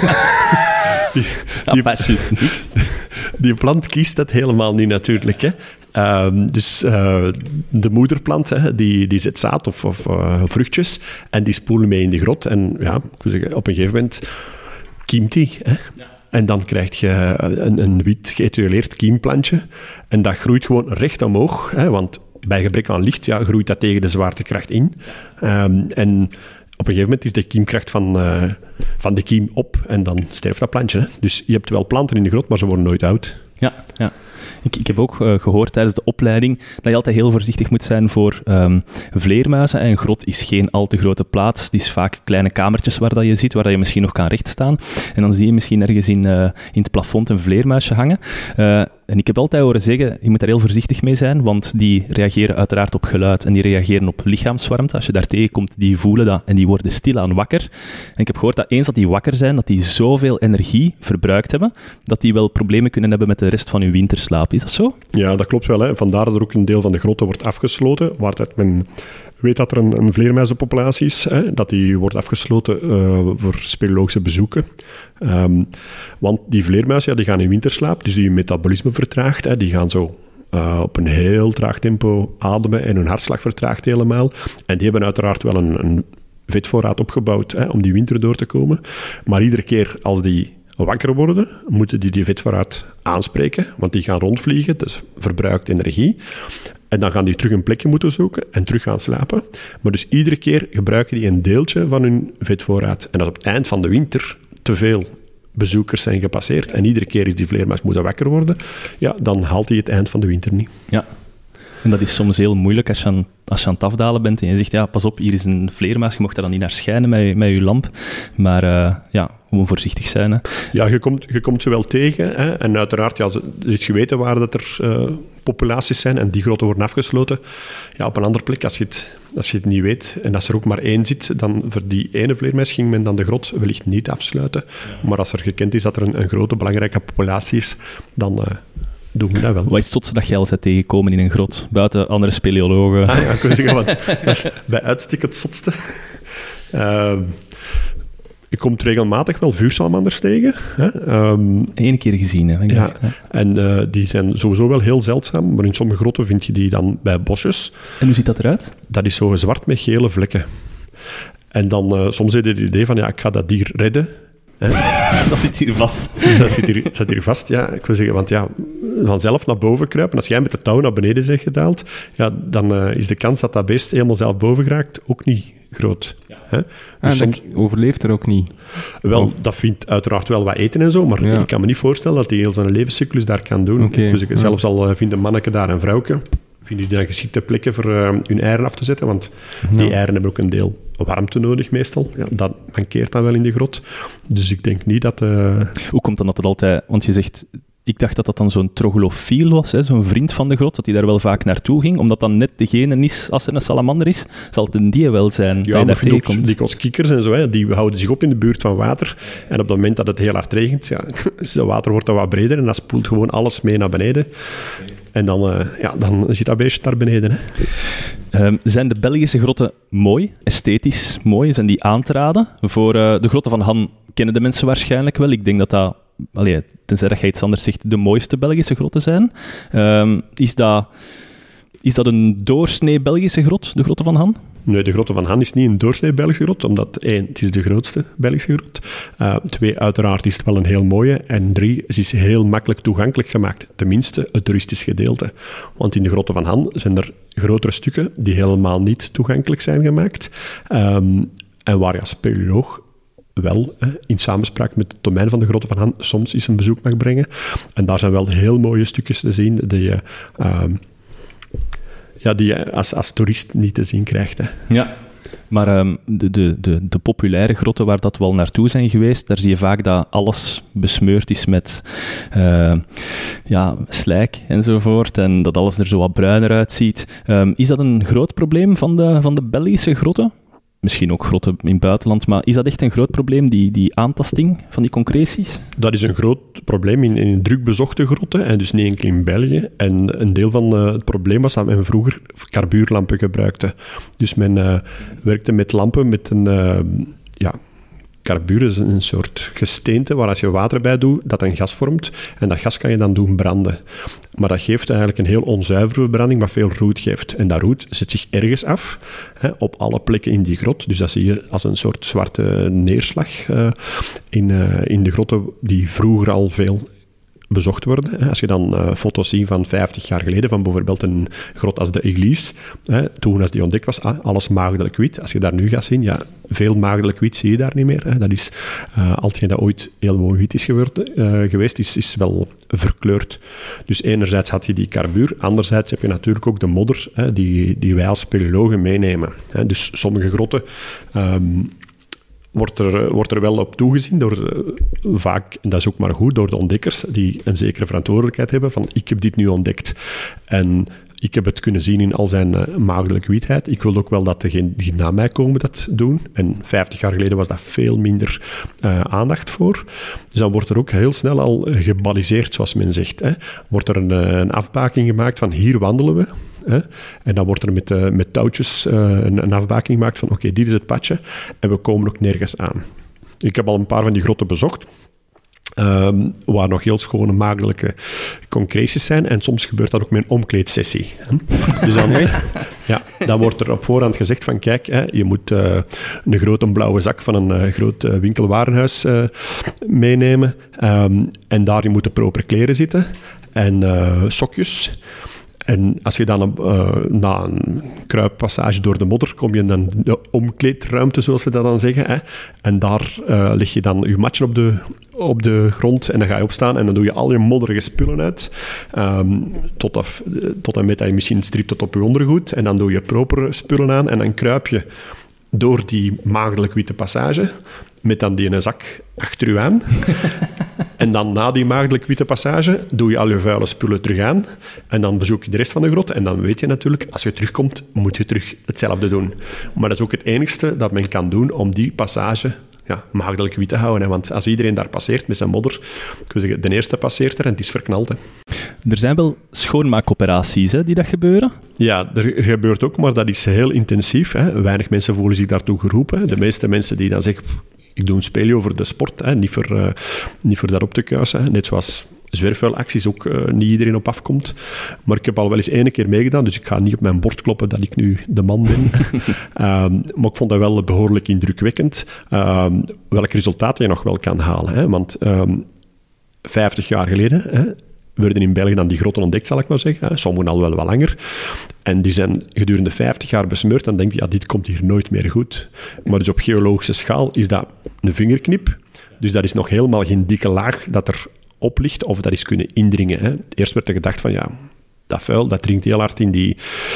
Die, die, ja, juist niks. Die plant kiest dat helemaal niet natuurlijk. Hè. Uh, dus uh, de moederplant, hè, die, die zet zaad of, of uh, vruchtjes en die spoelen mee in de grot. En ja, ik wil zeggen, op een gegeven moment kiemt die. Hè. Ja. En dan krijg je een, een wit geëtioleerd kiemplantje. En dat groeit gewoon recht omhoog. Hè, want bij gebrek aan licht ja, groeit dat tegen de zwaartekracht in. Um, en... Op een gegeven moment is de kiemkracht van, uh, van de kiem op en dan sterft dat plantje. Hè? Dus je hebt wel planten in de grot, maar ze worden nooit oud. Ja, ja. Ik, ik heb ook uh, gehoord tijdens de opleiding dat je altijd heel voorzichtig moet zijn voor um, vleermuizen. En een grot is geen al te grote plaats. Het is vaak kleine kamertjes waar dat je zit, waar dat je misschien nog kan rechtstaan. En dan zie je misschien ergens in, uh, in het plafond een vleermuisje hangen. Uh, en ik heb altijd horen zeggen, je moet daar heel voorzichtig mee zijn, want die reageren uiteraard op geluid en die reageren op lichaamswarmte. Als je daar tegenkomt, die voelen dat en die worden stilaan wakker. En ik heb gehoord dat eens dat die wakker zijn, dat die zoveel energie verbruikt hebben, dat die wel problemen kunnen hebben met de rest van hun winterslaap. Is dat zo? Ja, dat klopt wel. Hè. Vandaar dat er ook een deel van de grotten wordt afgesloten, waar het men weet dat er een, een vleermuizenpopulatie is, hè, dat die wordt afgesloten uh, voor speleologische bezoeken. Um, want die vleermuizen, ja, die gaan in winterslaap, dus die metabolisme vertraagt. Hè, die gaan zo uh, op een heel traag tempo ademen en hun hartslag vertraagt helemaal. En die hebben uiteraard wel een, een vetvoorraad opgebouwd, hè, om die winter door te komen. Maar iedere keer als die wakker worden, moeten die die vetvoorraad aanspreken, want die gaan rondvliegen, dus verbruikt energie. En dan gaan die terug een plekje moeten zoeken en terug gaan slapen. Maar dus iedere keer gebruiken die een deeltje van hun vetvoorraad. En als op het eind van de winter te veel bezoekers zijn gepasseerd en iedere keer is die vleermuis moeten wakker worden, ja, dan haalt hij het eind van de winter niet. Ja. En dat is soms heel moeilijk als je, aan, als je aan het afdalen bent en je zegt, ja, pas op, hier is een vleermuis, je mocht daar dan niet naar schijnen met, met je lamp. Maar uh, ja, gewoon voorzichtig zijn. Hè. Ja, je komt, je komt ze wel tegen. Hè? En uiteraard, ja, er is geweten waar dat er uh, populaties zijn en die grotten worden afgesloten. Ja, op een andere plek, als je, het, als je het niet weet en als er ook maar één zit, dan voor die ene vleermuis ging men dan de grot wellicht niet afsluiten. Ja. Maar als er gekend is dat er een, een grote, belangrijke populatie is, dan... Uh, doen we dat wel. Wat is het zotste dat je altijd tegenkomen in een grot? Buiten andere speleologen. Ah, ja, ik wil zeggen, want dat is bij uitstek het zotste. Uh, je komt regelmatig wel vuursalamanders tegen. Hè? Um, Eén keer gezien, hè? Ja, ja. En uh, die zijn sowieso wel heel zeldzaam, maar in sommige grotten vind je die dan bij bosjes. En hoe ziet dat eruit? Dat is zo zwart met gele vlekken. En dan uh, soms heb je het idee van, ja, ik ga dat dier redden. Dat zit hier vast. Dus dat zit hier, zit hier vast, ja. Ik wil zeggen, want ja, vanzelf naar boven kruipen. Als jij met de touw naar beneden bent gedaald, ja, dan uh, is de kans dat dat beest helemaal zelf boven geraakt ook niet groot. Ja. Hè? Dus en soms overleeft er ook niet? Wel, of... dat vindt uiteraard wel wat eten en zo, maar ja. Ik kan me niet voorstellen dat hij heel zijn levenscyclus daar kan doen. Okay. Dus ik, ja. Zelfs al uh, vindt een manneke daar een vrouwke, vinden die dan geschikte plekken voor uh, hun eieren af te zetten, want ja. Die eieren hebben ook een deel warmte nodig meestal. Ja, dat mankeert dan wel in de grot. Dus ik denk niet dat... Uh... Hoe komt dan dat het altijd... Want je zegt... Ik dacht dat dat dan zo'n troglofiel was, hè, zo'n vriend van de grot, dat hij daar wel vaak naartoe ging, omdat dan net degene is, als er een salamander is, zal het een die wel zijn, ja, daar tegenkomt. Die kikkers en zo, hè, die houden zich op in de buurt van water. En op het moment dat het heel hard regent, ja, het water wordt dan wat breder en dat spoelt gewoon alles mee naar beneden. En dan, uh, ja, dan zit dat beestje daar beneden. Hè. Um, zijn de Belgische grotten mooi, esthetisch mooi? Zijn die aan te raden? Voor uh, de grotten van Han kennen de mensen waarschijnlijk wel. Ik denk dat dat, allee, tenzij dat jij iets anders zegt, de mooiste Belgische grotten zijn. Um, is, dat, is dat een doorsnee Belgische grot, de grotten van Han? Nee, de grotten van Han is niet een doorsnee Belgische grot, omdat één, het is de grootste Belgische grot. Uh, twee, uiteraard is het wel een heel mooie. En drie, het is heel makkelijk toegankelijk gemaakt. Tenminste, het toeristisch gedeelte. Want in de grotten van Han zijn er grotere stukken die helemaal niet toegankelijk zijn gemaakt. Um, en waar je als speleoloog wel eh, in samenspraak met het domein van de grotten van Han soms eens een bezoek mag brengen. En daar zijn wel heel mooie stukjes te zien die je... Uh, Ja, die je als, als toerist niet te zien krijgt. Hè. Ja, maar um, de, de, de, de populaire grotten waar dat we al naartoe zijn geweest, daar zie je vaak dat alles besmeurd is met uh, ja, slijk enzovoort en dat alles er zo wat bruiner uitziet. Um, is dat een groot probleem van de, van de Belgische grotten? Misschien ook grotten in het buitenland, maar is dat echt een groot probleem, die, die aantasting van die concreties? Dat is een groot probleem in, in druk bezochte grotten, en dus niet enkel in België. En een deel van uh, het probleem was dat men vroeger karbuurlampen gebruikte. Dus men uh, werkte met lampen met een... Uh, ja, karbuur is een soort gesteente waar als je water bij doet, dat een gas vormt. En dat gas kan je dan doen branden. Maar dat geeft eigenlijk een heel onzuivere verbranding, wat veel roet geeft. En dat roet zet zich ergens af, hè, op alle plekken in die grot. Dus dat zie je als een soort zwarte neerslag uh, in, uh, in de grotten die vroeger al veel bezocht worden. Als je dan uh, foto's ziet van vijftig jaar geleden, van bijvoorbeeld een grot als de Église, hè, toen als die ontdekt was, ah, alles maagdelijk wit. Als je daar nu gaat zien, ja, veel maagdelijk wit zie je daar niet meer. Hè. Dat is, uh, al hetgeen dat ooit heel mooi wit is geworden, uh, geweest, is, is wel verkleurd. Dus enerzijds had je die carbuur, anderzijds heb je natuurlijk ook de modder, hè, die, die wij als speleologen meenemen. Hè. Dus sommige grotten... Um, Wordt er, wordt er wel op toegezien, door, uh, vaak, en dat is ook maar goed, door de ontdekkers die een zekere verantwoordelijkheid hebben van ik heb dit nu ontdekt en ik heb het kunnen zien in al zijn uh, maagdelijke witheid. Ik wil ook wel dat degenen die na mij komen dat doen. En vijftig jaar geleden was dat veel minder uh, aandacht voor. Dus dan wordt er ook heel snel al gebaliseerd, zoals men zegt. Hè. Wordt er een, een afbaking gemaakt van hier wandelen we. Hè? En dan wordt er met, uh, met touwtjes uh, een, een afbaking gemaakt van oké, okay, dit is het padje en we komen ook nergens aan. Ik heb al een paar van die grotten bezocht, um, waar nog heel schone, maagdelijke concreties zijn en soms gebeurt dat ook met een omkleedsessie. Hè? Dus dan, ja, dan wordt er op voorhand gezegd van kijk, hè, je moet uh, een grote blauwe zak van een uh, groot uh, winkelwarenhuis uh, meenemen um, en daarin moeten proper kleren zitten en uh, sokjes. En als je dan uh, na een kruippassage door de modder kom je dan de omkleedruimte, zoals ze dat dan zeggen. Hè? En daar uh, leg je dan je matje op de, op de grond en dan ga je opstaan en dan doe je al je modderige spullen uit. Um, tot, af, tot en met dat je misschien stript tot op je ondergoed. En dan doe je proper spullen aan en dan kruip je door die maagdelijk witte passage met dan die een zak achter je aan. En dan na die maagdelijk witte passage doe je al je vuile spullen terug aan en dan bezoek je de rest van de grot en dan weet je natuurlijk, als je terugkomt, moet je terug hetzelfde doen. Maar dat is ook het enigste dat men kan doen om die passage ja, maagdelijk wit te houden. Hè? Want als iedereen daar passeert met zijn modder, ik wil zeggen, de eerste passeert er en het is verknald. Hè. Er zijn wel schoonmaakoperaties hè, die dat gebeuren? Ja, er gebeurt ook, maar dat is heel intensief. Hè. Weinig mensen voelen zich daartoe geroepen. Hè. De meeste mensen die dan zeggen, ik doe een spelio voor de sport, hè, niet, voor, uh, niet voor daarop te kuisen. Hè. Net zoals zwerfvuilacties ook uh, niet iedereen op afkomt. Maar ik heb al wel eens ene keer meegedaan, dus ik ga niet op mijn borst kloppen dat ik nu de man ben. um, maar ik vond dat wel behoorlijk indrukwekkend. Um, welk resultaat je nog wel kan halen. Hè. Want um, vijftig jaar geleden... Hè, werden in België dan die grotten ontdekt, zal ik maar zeggen. Sommigen al wel wat langer. En die zijn gedurende vijftig jaar besmeurd. Dan denk je, ja, dit komt hier nooit meer goed. Maar dus op geologische schaal is dat een vingerknip. Dus dat is nog helemaal geen dikke laag dat er op ligt of dat is kunnen indringen. Hè. Eerst werd er gedacht van, ja, dat vuil, dat dringt heel hard in die,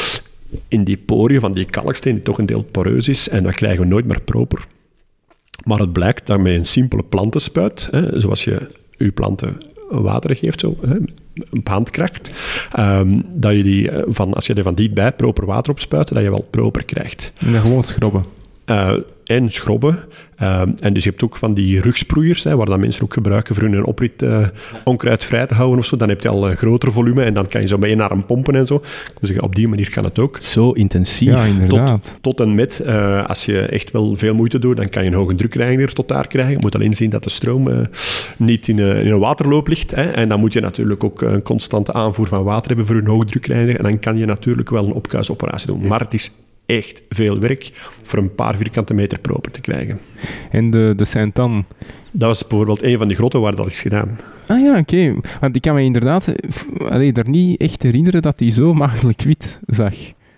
in die poriën van die kalksteen, die toch een deel poreus is. En dat krijgen we nooit meer proper. Maar het blijkt dat met een simpele plantenspuit, hè, zoals je je planten water geeft, zo, hè, op handkracht, um, dat je die, van, als je er van dichtbij proper water op spuit, dat je wel proper krijgt. En dan gewoon schrobben. Uh, en schrobben. Uh, en dus je hebt ook van die rugsproeiers, hè, waar dat mensen ook gebruiken voor hun oprit uh, onkruid vrij te houden of zo. Dan heb je al een groter volume en dan kan je zo met één arm pompen en zo. Ik moet zeggen, op die manier kan het ook. Zo intensief. Ja, inderdaad. Tot, tot en met, uh, als je echt wel veel moeite doet, dan kan je een hoge drukreiniger tot daar krijgen. Je moet alleen zien dat de stroom uh, niet in, uh, in een waterloop ligt. Hè. En dan moet je natuurlijk ook een constante aanvoer van water hebben voor een hoge drukreiniger. En dan kan je natuurlijk wel een opkuisoperatie doen. Maar het is echt veel werk voor een paar vierkante meter proper te krijgen. En de, de Saint-Anne? Dat was bijvoorbeeld een van die grotten waar dat is gedaan. Ah ja, oké. Okay. Want ik kan me inderdaad allee, er niet echt herinneren dat hij zo maagdelijk wit zag.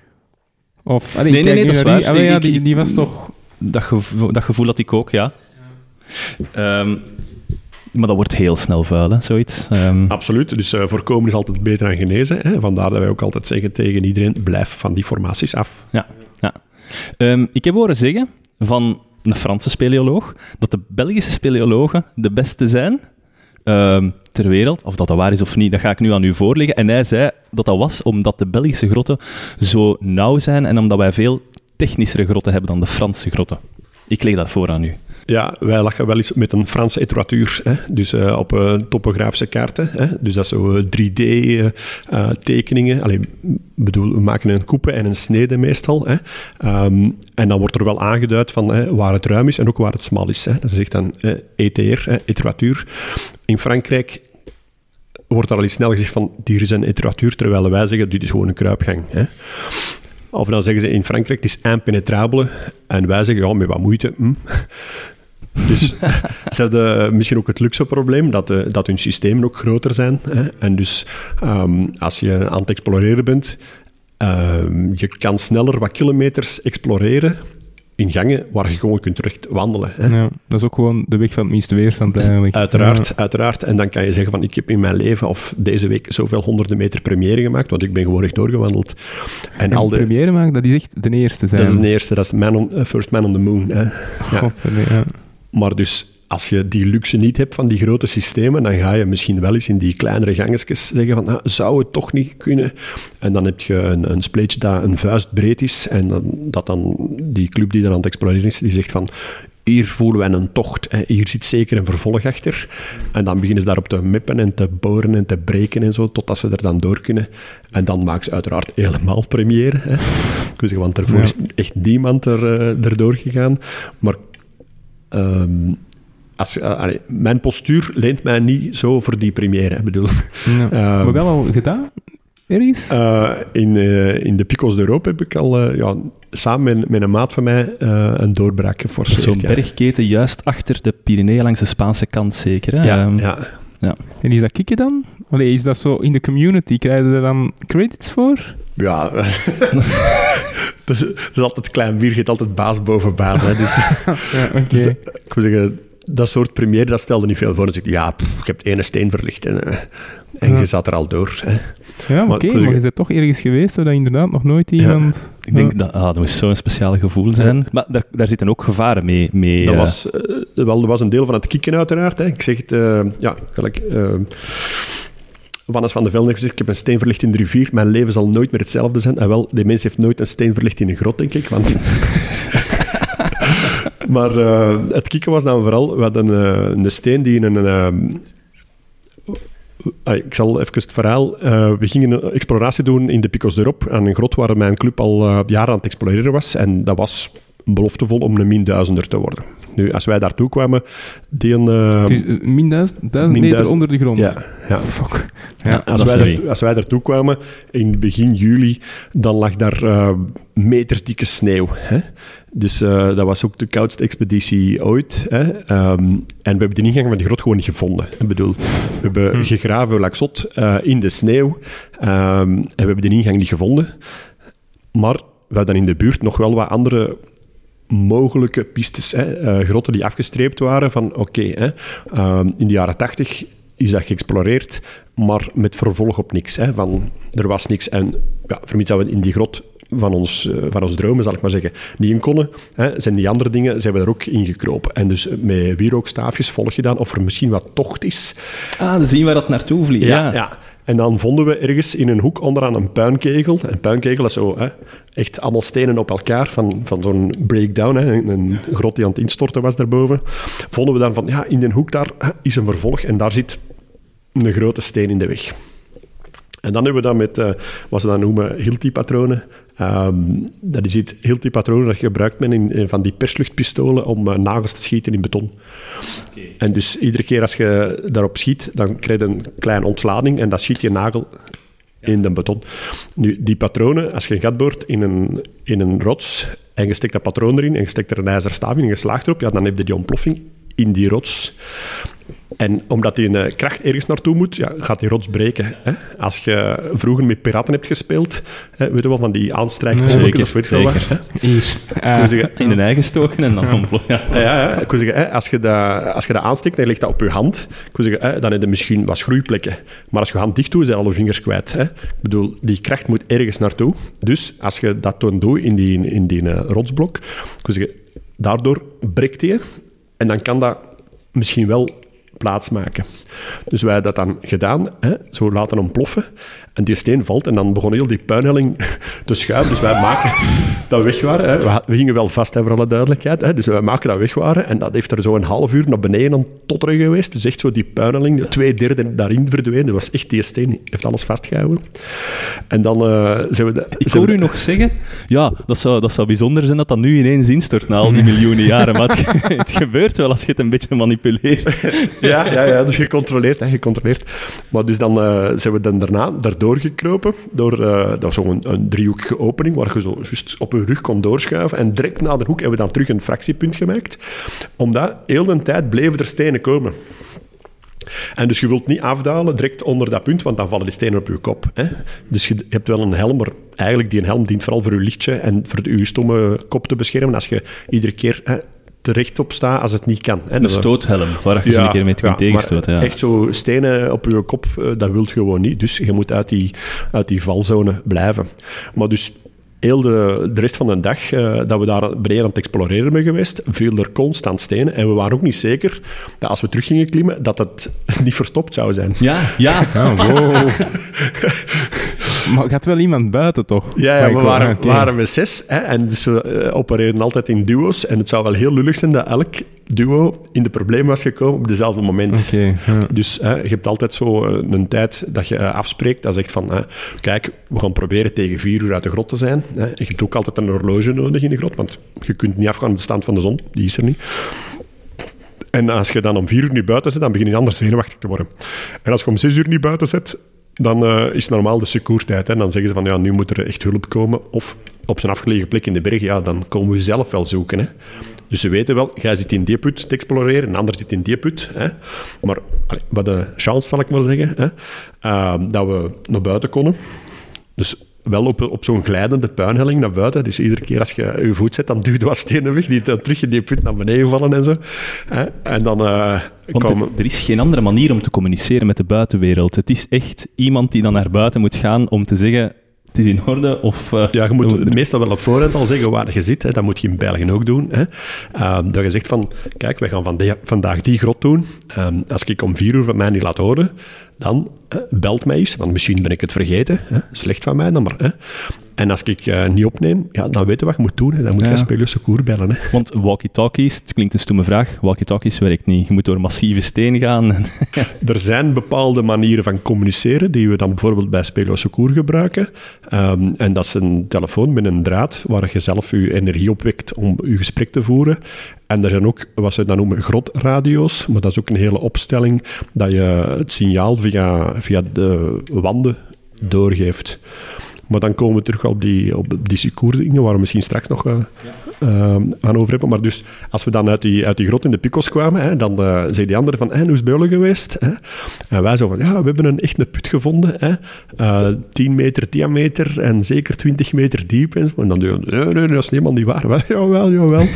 Of, allee, nee, nee, nee, dat is waar. Die, allee, ja, die, die was toch... Dat gevoel, dat gevoel had ik ook, ja. ja. Um, maar dat wordt heel snel vuil, hè, zoiets. Um... Absoluut. Dus uh, voorkomen is altijd beter dan genezen. Hè. Vandaar dat wij ook altijd zeggen tegen iedereen, blijf van die formaties af. Ja, ja. Um, ik heb horen zeggen van een Franse speleoloog dat de Belgische speleologen de beste zijn um, ter wereld. Of dat dat waar is of niet, dat ga ik nu aan u voorleggen. En hij zei dat dat was omdat de Belgische grotten zo nauw zijn en omdat wij veel technischere grotten hebben dan de Franse grotten. Ik leg dat voor aan u. Ja, wij lachen wel eens met een Franse etroituur, hè? Dus uh, op uh, topografische kaarten. Hè? Dus dat is zo uh, drie D-tekeningen. Uh, Allee, bedoel, we maken een coupe en een snede meestal. Hè? Um, en dan wordt er wel aangeduid van hè, waar het ruim is en ook waar het smal is. Hè? Dat is echt dan uh, E T R, hè? Etroituur. In Frankrijk wordt er al eens snel gezegd van, hier is een etroituur, terwijl wij zeggen, dit is gewoon een kruipgang. Hè? Of dan zeggen ze in Frankrijk, het is impenetrabele. En wij zeggen, ja, met wat moeite. Hm. Dus ze hebben misschien ook het luxe probleem dat, uh, dat hun systemen ook groter zijn. Hè? En dus um, als je aan het exploreren bent, uh, je kan sneller wat kilometers exploreren in gangen waar je gewoon kunt terug wandelen. Hè? Ja, dat is ook gewoon de weg van het minste weerstand eigenlijk. Uiteraard, ja. uiteraard. En dan kan je zeggen van, ik heb in mijn leven of deze week zoveel honderden meter première gemaakt, want ik ben gewoon echt doorgewandeld. En, en al de première maken, dat is echt de eerste zijn. Dat is de eerste, dat is man on, uh, First Man on the Moon. Hè? Ja. God, ja. Maar dus, als je die luxe niet hebt van die grote systemen, dan ga je misschien wel eens in die kleinere gangetjes zeggen van, nou, zou het toch niet kunnen? En dan heb je een, een spleetje dat een vuist breed is en dan, dat dan die club die er aan het exploreren is, die zegt van, hier voelen wij een tocht, hè. Hier zit zeker een vervolg achter. En dan beginnen ze daarop te mippen en te boren en te breken en zo, totdat ze er dan door kunnen. En dan maken ze uiteraard helemaal première. Hè. Ik wil zeggen, want daarvoor ja. is echt niemand er, uh, erdoor gegaan. Maar um, als, uh, allee, mijn postuur leent mij niet zo voor die première. Ik bedoel, ja. uh, maar wel al gedaan? Ergens? Uh, in, uh, in de Picos d'Europe heb ik al uh, ja, samen met, met een maat van mij uh, een doorbraak geforceerd. Zo'n ja. bergketen juist achter de Pyreneeën langs de Spaanse kant zeker, hè? Ja, um, ja. ja. En is dat kicken dan? Allee, is dat zo in de community? Krijg je er dan credits voor? Ja, dat, is, dat is altijd klein bier, je hebt altijd baas boven baas. Hè, dus, ja, okay. dus de, ik wil zeggen, dat soort première, dat stelde niet veel voor. Dus ik ja, pff, ik heb ene steen verlicht en, uh, en ja. je zat er al door. Hè. Ja, oké, okay, maar, maar je bent toch ergens geweest waar inderdaad nog nooit iemand... Ja. Ik denk, ja. dat, ah, dat moest zo'n speciaal gevoel zijn. Ja. Maar daar, daar zitten ook gevaren mee. mee dat, uh... was, uh, wel, dat was een deel van het kicken uiteraard. Hè. Ik zeg het, uh, ja, gelijk... Uh, Wannes van de Velde heeft gezegd, ik heb een steen verlicht in de rivier, mijn leven zal nooit meer hetzelfde zijn. En wel, die mens heeft nooit een steen verlicht in een grot, denk ik. Want maar uh, het kicken was dan vooral, we hadden uh, een steen die in een... Uh, uh, ik zal even het verhaal... Uh, we gingen een exploratie doen in de Picos d'Europe, aan een grot waar mijn club al uh, jaren aan het exploreren was. En dat was beloftevol om een min duizender te worden. Nu, als wij daartoe kwamen, die een... Uh, dus, uh, min duizend, duizend min meter duizend, onder de grond? Ja. ja. Fuck. Ja, ja, als, wij daar, als wij daartoe kwamen, in begin juli, dan lag daar uh, metersdikke sneeuw. Hè? Dus uh, dat was ook de koudste expeditie ooit. Hè? Um, en we hebben de ingang van die grot gewoon niet gevonden. Ik bedoel, we hebben hm. gegraven like zot uh, in de sneeuw. Um, en we hebben de ingang niet gevonden. Maar we hadden in de buurt nog wel wat andere... mogelijke pistes, hè, uh, grotten die afgestreept waren van oké, okay, uh, in de jaren tachtig is dat geëxploreerd, maar met vervolg op niks. Hè, van, er was niks en ja, vermits dat we in die grot van ons, uh, van ons dromen, zal ik maar zeggen, niet in konden, hè, zijn die andere dingen, zijn we er ook ingekropen. En dus met wierookstaafjes volg je dan of er misschien wat tocht is. Ah, dan zien we waar dat naartoe vliegt. Ja, ja. ja. En dan vonden we ergens in een hoek onderaan een puinkegel. Een puinkegel is zo, hè, echt allemaal stenen op elkaar, van, van zo'n breakdown, hè, een grot die aan het instorten was daarboven. Vonden we dan van, ja, in die hoek daar hè, is een vervolg en daar zit een grote steen in de weg. En dan hebben we dat met, uh, wat ze dan noemen, Hilti-patronen. Um, dat is het Hilti-patronen dat gebruikt men in, in van die persluchtpistolen om uh, nagels te schieten in beton. Okay. En dus iedere keer als je daarop schiet, dan krijg je een kleine ontlading en dan schiet je nagel in de beton. Nu, die patronen, als je een gat boort in een, in een rots en je steekt dat patroon erin en je steekt er een ijzeren staaf in en je slaagt erop, ja, dan heb je die ontploffing in die rots. En omdat die een kracht ergens naartoe moet, ja, gaat die rots breken. Hè? Als je vroeger met piraten hebt gespeeld, hè, weet je wel, van die aanstrijkkolletjes of weet je wel wat. Hier. Uh, zeggen, in de eigen stoken en dan ja. ontploffen. Ja, ja, ja. Ik wil zeggen, hè, als, je dat, als je dat aansteekt en je legt dat op je hand, ik wil zeggen, hè, dan heb je misschien wat schroeiplekken. Maar als je hand dicht doet, zijn alle vingers kwijt. Hè? Ik bedoel, die kracht moet ergens naartoe. Dus als je dat toen doet in die, in die uh, rotsblok, ik wil zeggen, daardoor breekt die en dan kan dat misschien wel plaatsmaken. Dus wij hebben dat dan gedaan, hè, zo laten ontploffen. En die steen valt en dan begon heel die puinhelling te schuiven. Dus wij maken dat weg waren. Hè. We, we gingen wel vast, hè, voor alle duidelijkheid. Hè. Dus wij maken dat weg waren. En dat heeft er zo een half uur naar beneden aan totteren geweest. Dus echt zo die puinhelling, twee derde daarin verdwenen. Dat was echt die steen, heeft alles vastgehouden. En dan uh, zijn we... De, Ik hoor u nog zeggen, ja, dat zou, dat zou bijzonder zijn dat dat nu ineens instort na al die miljoenen jaren. Maar het, het gebeurt wel als je het een beetje manipuleert. Ja, ja, ja, dus gecontroleerd, hè, gecontroleerd. Maar dus dan uh, zijn we dan daarna daardoor gekropen. Door, uh, dat was zo'n een driehoekige opening waar je zo juist op je rug kon doorschuiven. En direct na de hoek hebben we dan terug een fractiepunt gemaakt. Omdat heel de tijd bleven er stenen komen. En dus je wilt niet afdalen direct onder dat punt, want dan vallen die stenen op je kop. Hè? Dus je hebt wel een helm, maar eigenlijk die helm dient vooral voor je lichtje en voor je stomme kop te beschermen als je iedere keer hè, terechtop staat als het niet kan. Hè? Een stoothelm, waar je ja, zo een keer mee kunt ja, tegenstoten. Ja. Echt zo stenen op je kop, dat wilt je gewoon niet. Dus je moet uit die, uit die valzone blijven. Maar dus... Heel de, de rest van de dag uh, dat we daar beneden aan het exploreren zijn geweest, viel er constant stenen. En we waren ook niet zeker dat als we terug gingen klimmen, dat het niet verstopt zou zijn. Ja, ja. Oh, wow. Maar je had wel iemand buiten, toch? Ja, ja we waren, okay. waren met zes. Hè, en dus we uh, opereren altijd in duo's. En het zou wel heel lullig zijn dat elk duo in de problemen was gekomen op dezelfde moment. Okay, ja. Dus uh, je hebt altijd zo uh, een tijd dat je uh, afspreekt. Dat zegt van, uh, kijk, we gaan proberen tegen vier uur uit de grot te zijn. Hè. Je hebt ook altijd een horloge nodig in de grot, want je kunt niet afgaan op de stand van de zon. Die is er niet. En als je dan om vier uur niet buiten zit, dan begin je anders zenuwachtig te worden. En als je om zes uur niet buiten zit, dan uh, is het normaal de secourtijd. Hè. Dan zeggen ze van, ja, nu moet er echt hulp komen. Of op zijn afgelegen plek in de berg, ja, dan komen we zelf wel zoeken. Hè. Dus ze weten wel, jij zit in die put te exploreren, een ander zit in die put. Hè. Maar wat de chance, zal ik maar zeggen, hè, uh, dat we naar buiten konden. Dus wel op, op zo'n glijdende puinhelling naar buiten. Dus iedere keer als je je voet zet, dan duwt wat stenen weg, die dan terug in die put naar beneden vallen en zo. Hè. En dan... Uh, Want er, er is geen andere manier om te communiceren met de buitenwereld. Het is echt iemand die dan naar buiten moet gaan om te zeggen... Het is in orde, of... Uh, ja, je moet meestal wel op voorhand al zeggen waar je zit. Hè. Dat moet je in België ook doen. Hè. Uh, dat je zegt van, kijk, wij gaan van de, vandaag die grot doen. Um, als ik om vier uur van mij niet laat horen, dan uh, belt mij eens, want misschien ben ik het vergeten. Hè. Slecht van mij dan maar. Hè. En als ik uh, niet opneem, ja, dan weet je wat je moet doen. Hè. Dan moet je ja. Spelers secours bellen. Hè. Want walkie-talkies, het klinkt een stomme vraag, walkie-talkies werkt niet. Je moet door massieve steen gaan. Er zijn bepaalde manieren van communiceren, die we dan bijvoorbeeld bij Spelers secours gebruiken. Um, en dat is een telefoon met een draad, waar je zelf je energie opwekt om je gesprek te voeren. En er zijn ook, wat ze dan noemen, grotradio's, maar dat is ook een hele opstelling, dat je het signaal via, via de wanden doorgeeft. Maar dan komen we terug op die, op die secours-dingen, waar we misschien straks nog uh, uh, aan over hebben. Maar dus, als we dan uit die, uit die grot in de Picos kwamen, hè, dan uh, zei die andere van, hey, hoe is het bij jullie geweest? Hè? En wij zo van, ja, we hebben een echt een put gevonden. Hè? Uh, tien meter diameter en zeker twintig meter diep. En dan doen we, nee, nee, dat is helemaal niet waar. Jawel, jawel.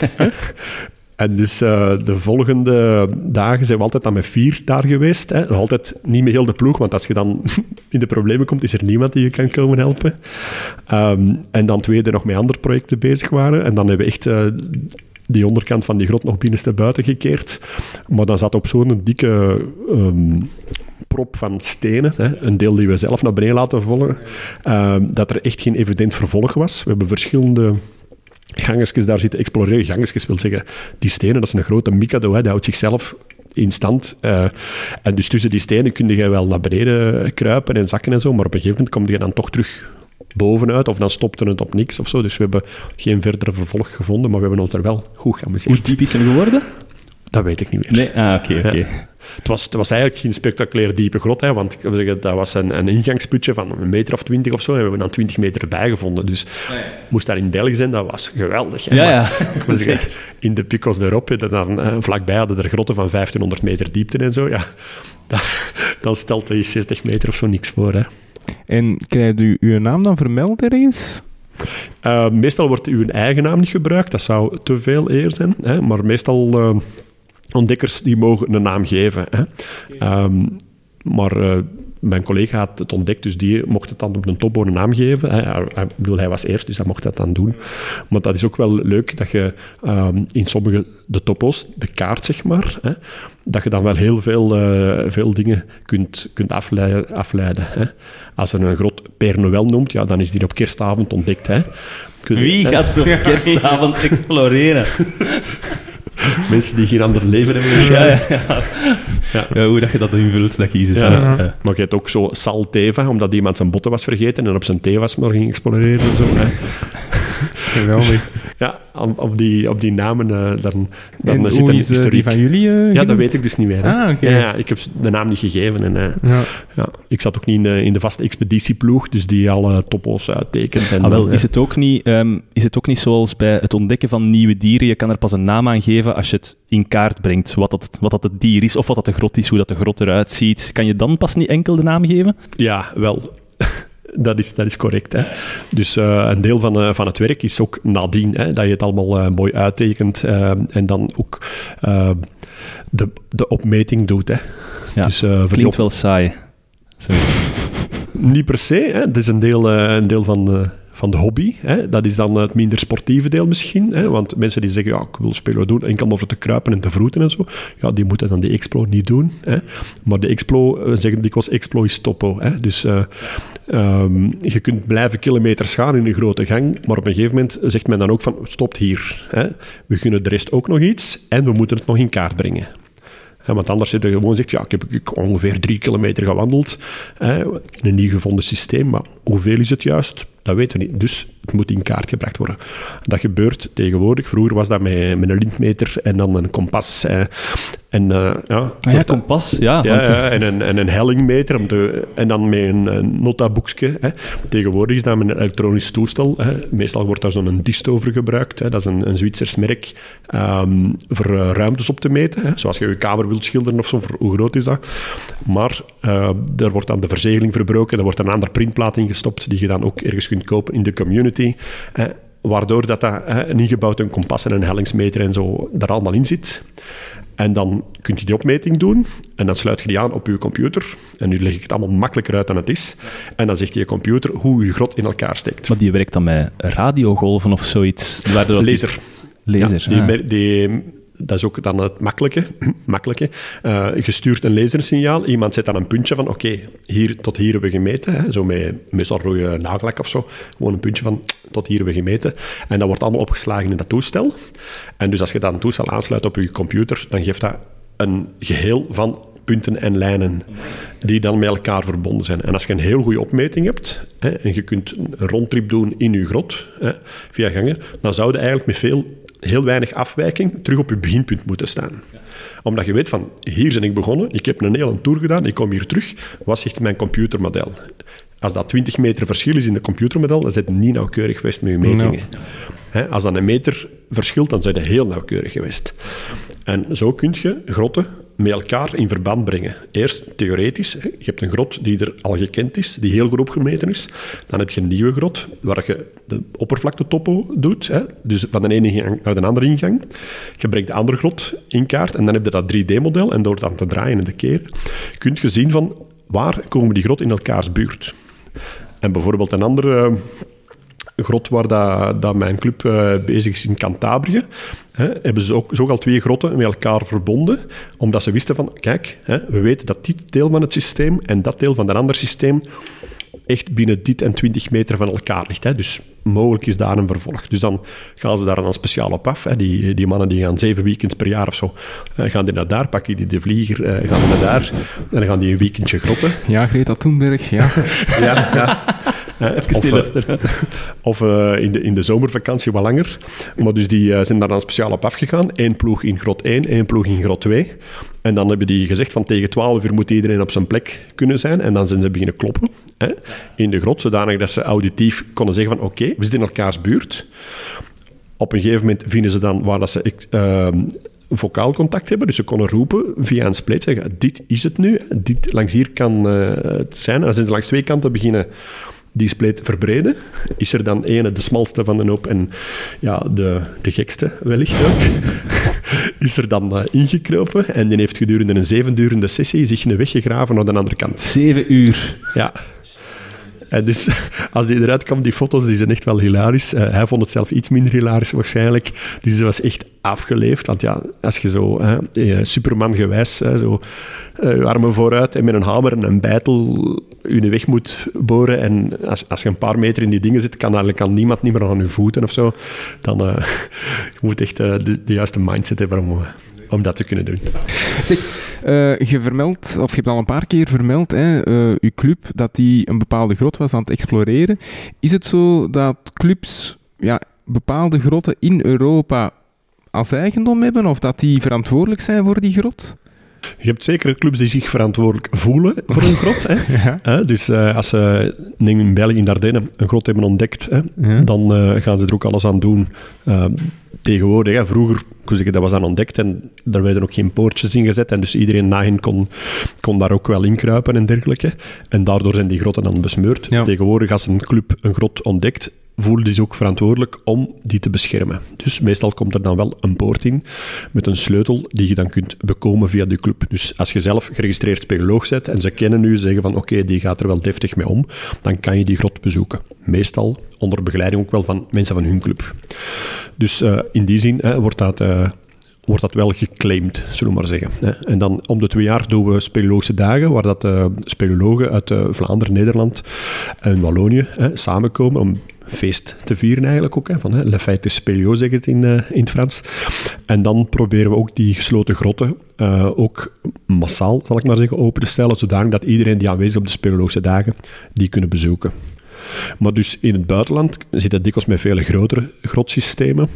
En dus uh, de volgende dagen zijn we altijd dan met vier daar geweest. Hè. Nog altijd niet met heel de ploeg, want als je dan in de problemen komt, is er niemand die je kan komen helpen. Um, en dan tweede nog met andere projecten bezig waren. En dan hebben we echt uh, die onderkant van die grot nog binnenste buiten gekeerd. Maar dan zat op zo'n dikke um, prop van stenen, hè, een deel die we zelf naar beneden laten vallen, uh, dat er echt geen evident vervolg was. We hebben verschillende... gangetjes daar zitten exploreren. Gangetjes wil zeggen, die stenen, dat is een grote mikado, hè, die houdt zichzelf in stand. Uh, en dus tussen die stenen kun je wel naar beneden kruipen en zakken en zo, maar op een gegeven moment kom je dan toch terug bovenuit, of dan stopte het op niks of zo. Dus we hebben geen verdere vervolg gevonden, maar we hebben ons er wel goed geamuseerd. Hoe diep is hem geworden? Dat weet ik niet meer. Nee, ah, oké, okay, oké. Okay. Ja. Het was, het was eigenlijk geen spectaculair diepe grot, hè, want ik zeggen, dat was een, een ingangsputje van een meter of twintig of zo, en we hebben dan twintig meter bijgevonden. Dus oh, ja. Moest daar in België zijn, dat was geweldig. Hè, ja, ja. Maar, zeggen, in de Picos erop, dan, uh, vlakbij hadden er grotten van vijftienhonderd meter diepte en zo. Ja, dat, dan stelt je zestig meter of zo niks voor. Hè. En krijgt u uw naam dan vermeld ergens? Uh, meestal wordt uw eigen naam niet gebruikt, dat zou te veel eer zijn, hè, maar meestal... Uh, ontdekkers die mogen een naam geven. Hè. Um, maar uh, mijn collega had het ontdekt, dus die mocht het dan op een topo een naam geven. Hè. Hij, hij, bedoel, hij was eerst, dus hij mocht dat dan doen. Maar dat is ook wel leuk dat je um, in sommige de topo's, de kaart zeg maar, hè, dat je dan wel heel veel, uh, veel dingen kunt, kunt afleiden. afleiden hè. Als er een grot Père Noël noemt, ja, dan is die op kerstavond ontdekt. Hè. Wie gaat er op kerstavond exploreren? Mensen die geen ander leven hebben. Ja, ja, ja. Ja. Ja, hoe dat je dat invult, dat kiezen. Ja. Ja. Ja. Maar je hebt ook zo Sal Teva, omdat iemand zijn botten was vergeten en op zijn thee was maar ging exploreren en zo. Hè. Geweldig. Ja, op die, op die namen, uh, dan, dan en zit hoe een is uh, historiek. die van jullie uh, Ja, genoemd? dat weet ik dus niet meer. Hè. Ah, oké. Okay. Ja, ja, ik heb de naam niet gegeven. En, uh, ja. Ja, ik zat ook niet in de, in de vaste expeditieploeg, dus die alle topo's uittekent. En ah, wel, dan, is, het ook niet, um, is het ook niet zoals bij het ontdekken van nieuwe dieren? Je kan er pas een naam aan geven als je het in kaart brengt, wat dat, wat dat het dier is, of wat dat de grot is, hoe dat de grot eruit ziet. Kan je dan pas niet enkel de naam geven? Ja, wel. Dat is, dat is correct. Hè. Dus uh, een deel van, uh, van het werk is ook nadien, hè, dat je het allemaal uh, mooi uittekent uh, en dan ook uh, de, de opmeting doet. Hè. Ja, dus, uh, klinkt op... wel saai. Sorry. Niet per se. Hè. Het is een deel, uh, een deel van, uh, van de hobby. Hè. Dat is dan het minder sportieve deel misschien. Hè. Want mensen die zeggen, ja, ik wil spelen doen, enkel maar voor te kruipen en te vroeten en zo. Ja, die moeten dan die explo niet doen. Hè. Maar de explo, we zeggen dikwijls, explo is topo. Hè. Dus uh, um, je kunt blijven kilometers gaan in een grote gang, maar op een gegeven moment zegt men dan ook van, stopt hier. Hè. We gunnen de rest ook nog iets en we moeten het nog in kaart brengen. He, want anders zit je gewoon zegt, ja, ik heb ik ongeveer drie kilometer gewandeld he, in een nieuw gevonden systeem, maar hoeveel is het juist? Dat weten we niet. Dus het moet in kaart gebracht worden. Dat gebeurt tegenwoordig. Vroeger was dat met, met een lintmeter en dan een kompas. Eh, en, uh, ja, ah ja, kompas. Ja, ja, want... ja, en, een, en een hellingmeter. Om te, en dan met een, een notaboekje. Hè. Tegenwoordig is dat met een elektronisch toestel. Hè. Meestal wordt daar zo'n dist over gebruikt. Hè. Dat is een, een Zwitsers merk um, voor uh, ruimtes op te meten. Hè. Zoals je je kamer wilt schilderen of zo. Voor, hoe groot is dat? Maar uh, er wordt dan de verzegeling verbroken. Er wordt een ander printplaat ingestopt die je dan ook ergens kunt kopen in de community. Eh, waardoor dat, dat eh, een ingebouwd een kompas en een hellingsmeter en zo daar allemaal in zit. En dan kun je die opmeting doen en dan sluit je die aan op je computer. En nu leg ik het allemaal makkelijker uit dan het is. En dan zegt je computer hoe je grot in elkaar steekt. Maar die werkt dan met radiogolven of zoiets? Laser. Die... Laser, ja, ah. die, die, dat is ook dan het makkelijke. makkelijke. Uh, je stuurt een lasersignaal. Iemand zet dan een puntje van, oké, okay, hier tot hier hebben we gemeten. Hè, zo met meestal rode nagellak of zo. Gewoon een puntje van, tot hier hebben we gemeten. En dat wordt allemaal opgeslagen in dat toestel. En dus als je dat een toestel aansluit op je computer, dan geeft dat een geheel van punten en lijnen die dan met elkaar verbonden zijn. En als je een heel goede opmeting hebt hè, en je kunt een rondtrip doen in je grot, hè, via gangen, dan zou je eigenlijk met veel... heel weinig afwijking terug op je beginpunt moeten staan. Omdat je weet van, hier ben ik begonnen, ik heb een hele tour gedaan, ik kom hier terug, wat zegt mijn computermodel? Als dat twintig meter verschil is in de computermodel, dan zit het niet nauwkeurig geweest met je metingen. No. He, als dat een meter verschilt, dan zijn het heel nauwkeurig geweest. En zo kun je grotten met elkaar in verband brengen. Eerst theoretisch, hè. Je hebt een grot die er al gekend is, die heel goed opgemeten is. Dan heb je een nieuwe grot, waar je de oppervlaktetopo doet, hè. Dus van de ene ingang naar de andere ingang. Je brengt de andere grot in kaart en dan heb je dat drie D-model en door dat te draaien en te keren, kun je zien van waar komen die grot in elkaars buurt. En bijvoorbeeld een andere... Uh, grot waar dat, dat mijn club uh, bezig is in Cantabrië, hè, hebben ze ook, ook al twee grotten met elkaar verbonden, omdat ze wisten van, kijk, hè, we weten dat dit deel van het systeem en dat deel van een ander systeem echt binnen dit en twintig meter van elkaar ligt. Hè. Dus mogelijk is daar een vervolg. Dus dan gaan ze daar dan speciaal op af. Hè. Die, die mannen die gaan zeven weekends per jaar of zo, uh, gaan die naar daar, pakken die de vlieger, uh, gaan die naar daar en dan gaan die een weekendje grotten. Ja, Greta Thunberg, ja. ja, ja. Uh, Even of uh, of uh, in, de, in de zomervakantie wat langer. Maar dus die uh, zijn daar dan speciaal op afgegaan. Eén ploeg in grot één, één ploeg in grot twee. En dan hebben die gezegd van tegen twaalf uur moet iedereen op zijn plek kunnen zijn. En dan zijn ze beginnen kloppen hè, in de grot, zodanig dat ze auditief konden zeggen van oké, okay, we zitten in elkaars buurt. Op een gegeven moment vinden ze dan waar dat ze... Uh, vocaal contact hebben, dus ze konden roepen via een spleet, zeggen, dit is het nu, dit langs hier kan uh, het zijn. En dan zijn ze langs twee kanten beginnen die spleet verbreden. Is er dan ene, de smalste van de hoop en ja, de, de gekste wellicht ook, is er dan uh, ingekropen en die heeft gedurende een zevendurende sessie zich een weg gegraven naar de andere kant. Zeven uur? Ja. En dus als die eruit kwam, die foto's, die zijn echt wel hilarisch. Uh, hij vond het zelf iets minder hilarisch waarschijnlijk. Dus hij was echt afgeleefd. Want ja, als je zo uh, Superman-gewijs, uh, zo uh, je armen vooruit en met een hamer en een bijtel je weg moet boren en als, als je een paar meter in die dingen zit, kan eigenlijk aan niemand niet meer aan je voeten of zo. Dan uh, je moet echt uh, de, de juiste mindset hebben om... Uh, om dat te kunnen doen. Zeg, uh, je vermeldt, of je hebt al een paar keer vermeld, hè, uh, je club, dat die een bepaalde grot was aan het exploreren. Is het zo dat clubs ja, bepaalde grotten in Europa als eigendom hebben, of dat die verantwoordelijk zijn voor die grot? Je hebt zeker clubs die zich verantwoordelijk voelen voor een grot. Hè? Ja. Uh, dus uh, als ze, neem in België, in Dardenne, een grot hebben ontdekt, hè, Ja. dan uh, gaan ze er ook alles aan doen. Uh, tegenwoordig, hè, vroeger, ik wil zeggen, dat was dan ontdekt en daar werden ook geen poortjes in gezet en dus iedereen na hen kon, kon daar ook wel inkruipen en dergelijke. En daardoor zijn die grotten dan besmeurd. Ja. Tegenwoordig, als een club een grot ontdekt, voelen die zich ook verantwoordelijk om die te beschermen. Dus meestal komt er dan wel een poort in met een sleutel die je dan kunt bekomen via de club. Dus als je zelf geregistreerd speleoloog bent en ze kennen u, zeggen van oké, okay, die gaat er wel deftig mee om, dan kan je die grot bezoeken. Meestal onder begeleiding ook wel van mensen van hun club. Dus uh, in die zin hè, wordt dat... Uh, wordt dat wel geclaimd, zullen we maar zeggen. En dan om de twee jaar doen we speleologische dagen, waar dat uh, speleologen uit uh, Vlaanderen, Nederland en Wallonië hè, samenkomen om feest te vieren eigenlijk ook. Hè, van, hè, Le Fête de Spéléo, zeg het in, uh, in het Frans. En dan proberen we ook die gesloten grotten uh, ook massaal, zal ik maar zeggen, open te stellen, zodanig dat iedereen die aanwezig is op de speleologische dagen, die kunnen bezoeken. Maar dus in het buitenland zit het dikwijls met vele grotere grotsystemen.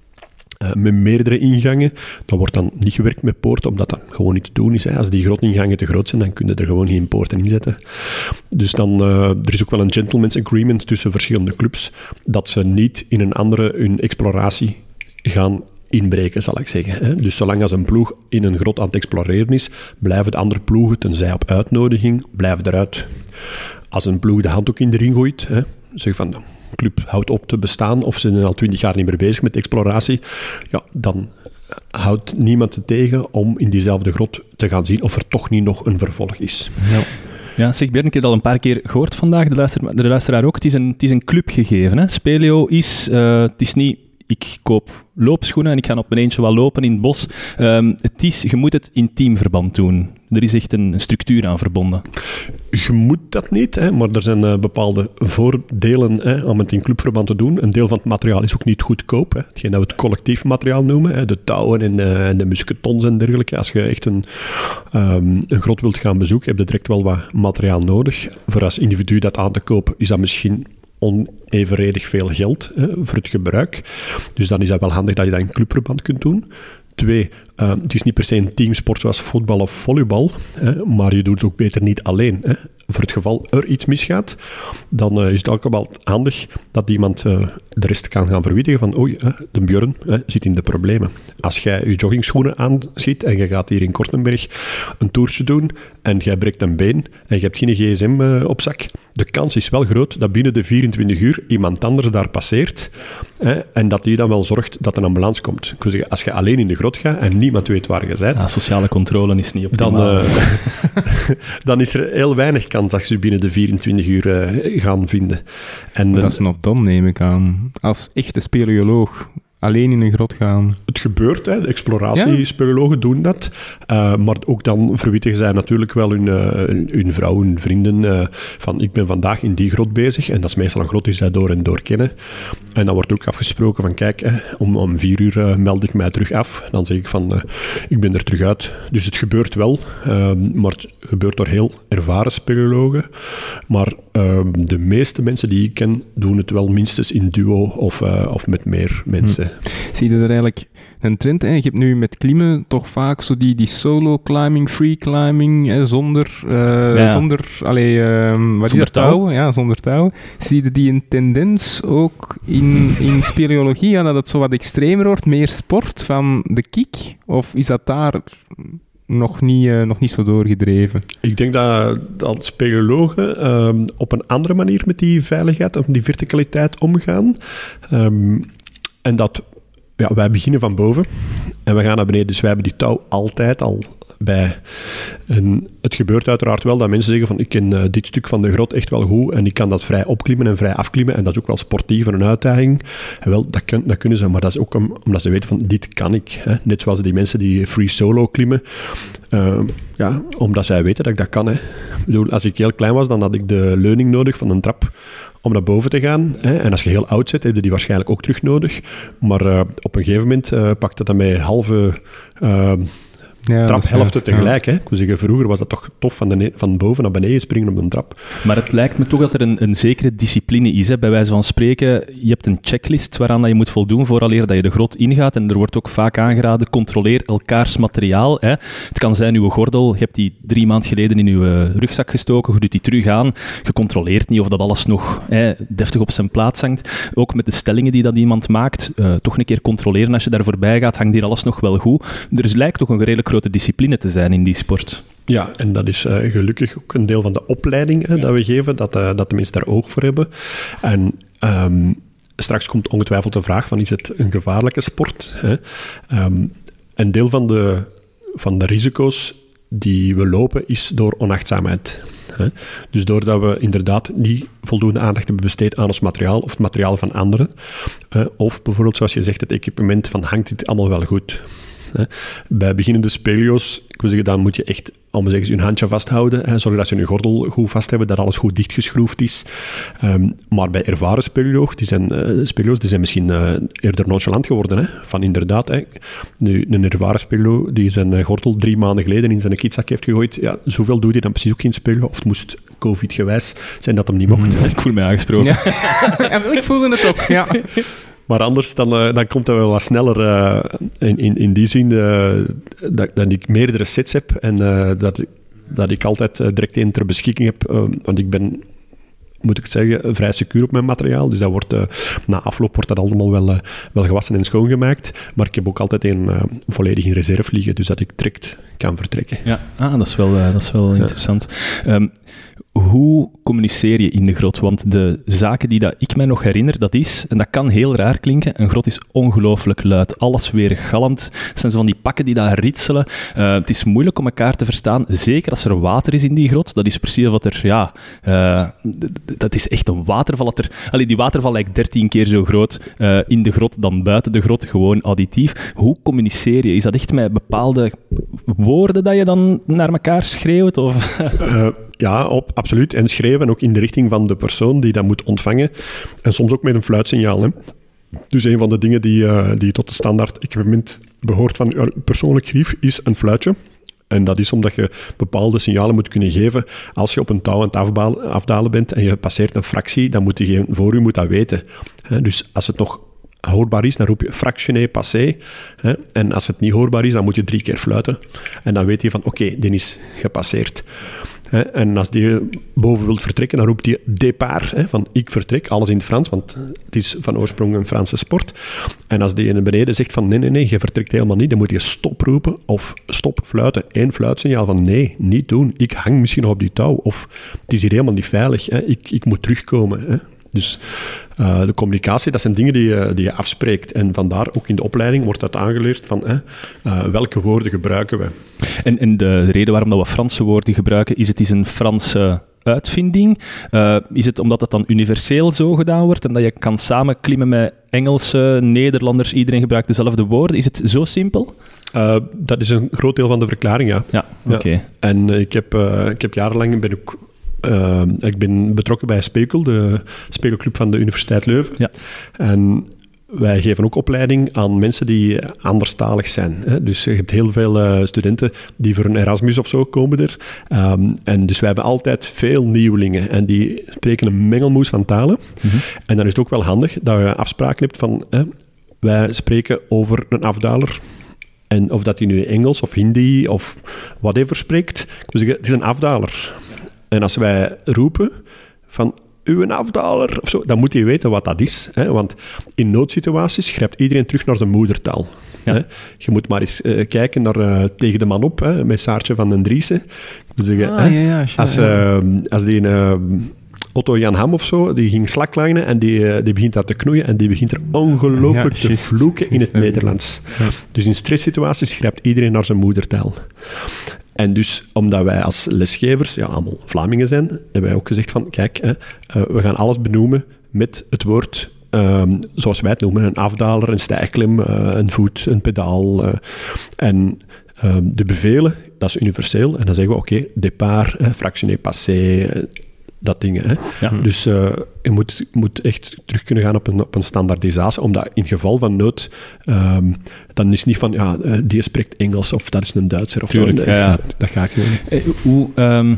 Uh, met meerdere ingangen. Dat wordt dan niet gewerkt met poorten, omdat dat gewoon niet te doen is. Hè. Als die grotingangen te groot zijn, dan kun je er gewoon geen poorten in zetten. Dus dan, uh, er is ook wel een gentleman's agreement tussen verschillende clubs, dat ze niet in een andere hun exploratie gaan inbreken, zal ik zeggen. Hè. Dus zolang als een ploeg in een grot aan het exploreren is, blijven de andere ploegen, tenzij op uitnodiging, blijven eruit. Als een ploeg de handdoek in de ring gooit, hè, zeg van... club houdt op te bestaan of ze zijn al twintig jaar niet meer bezig met exploratie, ja, dan houdt niemand het tegen om in diezelfde grot te gaan zien of er toch niet nog een vervolg is. Ja. Ja, zeg Bern, ik heb het al een paar keer gehoord vandaag, de, luister, de luisteraar ook. Het is een, het is een club gegeven. Hè? Speleo is, uh, het is niet... Ik koop loopschoenen en ik ga op mijn eentje wel lopen in het bos. Um, het is, je moet het in teamverband doen. Er is echt een, een structuur aan verbonden. Je moet dat niet, hè, maar er zijn uh, bepaalde voordelen hè, om het in clubverband te doen. Een deel van het materiaal is ook niet goedkoop. Hè. Hetgeen dat we het collectief materiaal noemen. Hè, de touwen en, uh, en de musketons en dergelijke. Als je echt een, um, een grot wilt gaan bezoeken, heb je direct wel wat materiaal nodig. Voor als individu dat aan te kopen, is dat misschien... onevenredig veel geld hè, voor het gebruik. Dus dan is dat wel handig dat je dat in clubverband kunt doen. Twee, uh, het is niet per se een teamsport zoals voetbal of volleybal, hè, maar je doet het ook beter niet alleen. Hè. Voor het geval er iets misgaat, dan uh, is het ook wel handig dat iemand uh, de rest kan gaan verwittigen van oei, uh, de Björn uh, zit in de problemen. Als jij je joggingschoenen aanschiet en je gaat hier in Kortenberg een toertje doen en jij breekt een been en je hebt geen gsm uh, op zak, de kans is wel groot dat binnen de vierentwintig uur iemand anders daar passeert hè, en dat die dan wel zorgt dat een ambulance komt. Ik wil zeggen, als je alleen in de grot gaat en niemand weet waar je bent... Ja, sociale controle is niet optimaal. Dan, uh, dan is er heel weinig kans dat ze binnen de vierentwintig uur uh, gaan vinden. En, dat is nog dan, neem ik aan. Als echte speleoloog alleen in een grot gaan. Het gebeurt, hè. De exploratiespeleologen doen dat. Uh, maar ook dan verwittigen zij natuurlijk wel hun, uh, hun vrouw, hun vrienden, uh, van ik ben vandaag in die grot bezig. En dat is meestal een grot die zij door en door kennen. En dan wordt ook afgesproken van kijk, hè, om, om vier uur uh, meld ik mij terug af. Dan zeg ik van, uh, ik ben er terug uit. Dus het gebeurt wel, uh, maar het gebeurt door heel ervaren speleologen. Maar uh, de meeste mensen die ik ken, doen het wel minstens in duo of, uh, of met meer mensen. Hm. Zie je er eigenlijk een trend? Hè? Je hebt nu met klimmen toch vaak zo die, die solo climbing, free climbing, hè, zonder, uh, ja. zonder, allee, uh, wat zonder is dat, touw? touw? Ja, zonder touw. Zie je die een tendens ook in, in speleologie, ja, dat het zo wat extremer wordt, meer sport van de kick? Of is dat daar nog niet, uh, nog niet zo doorgedreven? Ik denk dat, dat speleologen um, op een andere manier met die veiligheid, of die verticaliteit omgaan. Um, En dat, ja, wij beginnen van boven en we gaan naar beneden. Dus wij hebben die touw altijd al bij. En het gebeurt uiteraard wel dat mensen zeggen van ik ken uh, dit stuk van de grot echt wel goed en ik kan dat vrij opklimmen en vrij afklimmen. En dat is ook wel sportief en een uitdaging. En wel, dat, kun, dat kunnen ze, maar dat is ook om, omdat ze weten van dit kan ik. Hè. Net zoals die mensen die free solo klimmen. Uh, ja, omdat zij weten dat ik dat kan. Hè. Ik bedoel, als ik heel klein was, dan had ik de leuning nodig van een trap om naar boven te gaan. Hè. En als je heel oud bent, heb je die waarschijnlijk ook terug nodig. Maar uh, op een gegeven moment uh, pakte dat met halve... Uh, Ja, traphelften tegelijk. Ja. Hè? Ik wil zeggen, vroeger was dat toch tof van, de, van boven naar beneden springen op een trap. Maar het lijkt me toch dat er een, een zekere discipline is. Hè? Bij wijze van spreken, je hebt een checklist waaraan dat je moet voldoen vooraleer dat je de grot ingaat. En er wordt ook vaak aangeraden, controleer elkaars materiaal. Hè? Het kan zijn, uw gordel, je hebt die drie maanden geleden in uw uh, rugzak gestoken, je doet die terug aan. Je controleert niet of dat alles nog hè, deftig op zijn plaats hangt. Ook met de stellingen die dat iemand maakt, uh, toch een keer controleren als je daar voorbij gaat, hangt hier alles nog wel goed. Er is, lijkt toch een redelijk grote discipline te zijn in die sport. Ja, en dat is uh, gelukkig ook een deel van de opleiding hè, ja. dat we geven, dat, uh, dat de mensen daar oog voor hebben. En um, straks komt ongetwijfeld de vraag van, is het een gevaarlijke sport? Hè? Um, een deel van de, van de risico's die we lopen is door onachtzaamheid. Hè? Dus doordat we inderdaad niet voldoende aandacht hebben besteed aan ons materiaal of het materiaal van anderen. Hè? Of bijvoorbeeld, zoals je zegt, het equipement van hangt dit allemaal wel goed? Hè? Bij beginnende speleo's, ik wil zeggen, dan moet je echt, om te zeggen, je handje vasthouden. Hè? Zorg dat je je gordel goed vast hebben, dat alles goed dichtgeschroefd is. Um, maar bij ervaren speleo's, die zijn, uh, speleo's, die zijn misschien uh, eerder nonchalant geworden. Hè? Van inderdaad, hè? Nu, een ervaren speleo die zijn uh, gordel drie maanden geleden in zijn kitzak heeft gegooid, ja, zoveel doet hij dan precies ook in speleo. Of het moest covid-gewijs zijn dat hem niet mocht. Mm, ik voel mij aangesproken. Ja. Ja, ik voelde het ook, ja. Maar anders, dan, uh, dan komt dat wel wat sneller uh, in, in, in die zin uh, dat, dat ik meerdere sets heb en uh, dat, dat ik altijd uh, direct één ter beschikking heb. Uh, want ik ben, moet ik het zeggen, vrij secuur op mijn materiaal. Dus dat wordt, uh, na afloop wordt dat allemaal wel, uh, wel gewassen en schoongemaakt. Maar ik heb ook altijd een uh, volledig in reserve liggen, dus dat ik direct kan vertrekken. Ja, ah, dat is wel, uh, dat is wel ja. interessant. Um, Hoe communiceer je in de grot? Want de zaken die dat ik mij nog herinner, dat is, en dat kan heel raar klinken, een grot is ongelooflijk luid. Alles weer galmt. Het zijn zo van die pakken die daar ritselen. Uh, het is moeilijk om elkaar te verstaan, zeker als er water is in die grot. Dat is precies wat er, ja, uh, d- dat is echt een waterval. Dat er, allee, die waterval lijkt dertien keer zo groot uh, in de grot dan buiten de grot, gewoon auditief. Hoe communiceer je? Is dat echt met bepaalde woorden dat je dan naar elkaar schreeuwt? Of? Uh, ja, op, absoluut. En schreeuwen ook in de richting van de persoon die dat moet ontvangen. En soms ook met een fluitsignaal. Hè. Dus een van de dingen die, uh, die tot de standaard equipment behoort van uh, persoonlijk grief is een fluitje. En dat is omdat je bepaalde signalen moet kunnen geven. Als je op een touw aan het afbalen, afdalen bent en je passeert een fractie, dan moet diegene voor u moet dat weten. Hè. Dus als het nog hoorbaar is, dan roep je fractionné passé. Hè. En als het niet hoorbaar is, dan moet je drie keer fluiten. En dan weet je van, oké, okay, die is gepasseerd. Hè. En als die boven wilt vertrekken, dan roept hij départ, hè, van ik vertrek, alles in het Frans, want het is van oorsprong een Franse sport. En als die naar beneden zegt van nee, nee, nee, je vertrekt helemaal niet, dan moet je stop roepen of stop fluiten. Eén fluitsignaal van nee, niet doen. Ik hang misschien nog op die touw. Of het is hier helemaal niet veilig. Hè. Ik, ik moet terugkomen. Hè. Dus uh, de communicatie, dat zijn dingen die je, die je afspreekt. En vandaar, ook in de opleiding, wordt dat aangeleerd van hè, uh, welke woorden gebruiken we. En, en de reden waarom dat we Franse woorden gebruiken, is het is een Franse uitvinding? Uh, is het omdat dat dan universeel zo gedaan wordt en dat je kan samenklimmen met Engelsen, Nederlanders, iedereen gebruikt dezelfde woorden? Is het zo simpel? Uh, dat is een groot deel van de verklaring, ja. Ja, oké. Okay. Ja. En uh, ik, heb, uh, ik heb jarenlang ben ik Uh, ik ben betrokken bij Spekel, de spekelclub van de Universiteit Leuven. Ja. En wij geven ook opleiding aan mensen die anderstalig zijn. Hè. Dus je hebt heel veel uh, studenten die voor een Erasmus of zo komen er. Um, en dus wij hebben altijd veel nieuwelingen. En die spreken een mengelmoes van talen. Mm-hmm. En dan is het ook wel handig dat je afspraken hebt van... Hè, wij spreken over een afdaler. En of dat hij nu Engels of Hindi of whatever spreekt. Ik wil zeggen, het is een afdaler. En als wij roepen van uw afdaler of zo, dan moet je weten wat dat is. Hè? Want in noodsituaties grijpt iedereen terug naar zijn moedertaal. Ja. Hè? Je moet maar eens uh, kijken naar uh, Tegen de Man op, hè? Met Saartje van den Driessen. Ik wil zeggen, ah, hè? Ja, ja, sure, als, uh, ja. als die uh, Otto Jan Ham of zo, die ging slaklangen en die, uh, die begint daar te knoeien en die begint er ongelooflijk ja, te vloeken in het Nederlands. Ja. Dus in stresssituaties grijpt iedereen naar zijn moedertaal. En dus, omdat wij als lesgevers, ja, allemaal Vlamingen zijn, hebben wij ook gezegd van, kijk, hè, uh, we gaan alles benoemen met het woord, um, zoals wij het noemen, een afdaler, een stijgklim, uh, een voet, een pedaal. Uh, en uh, de bevelen, dat is universeel. En dan zeggen we, oké, okay, départ, uh, fractionné passé, uh, dat ding. Hè. Ja. Dus uh, je moet, moet echt terug kunnen gaan op een, op een standaardisatie, omdat in geval van nood, um, dan is het niet van, ja, uh, die spreekt Engels of dat is een Duitser. Of Tuurlijk, dat, ja, ja. Dat, dat ga ik niet. Eh, hoe... Um...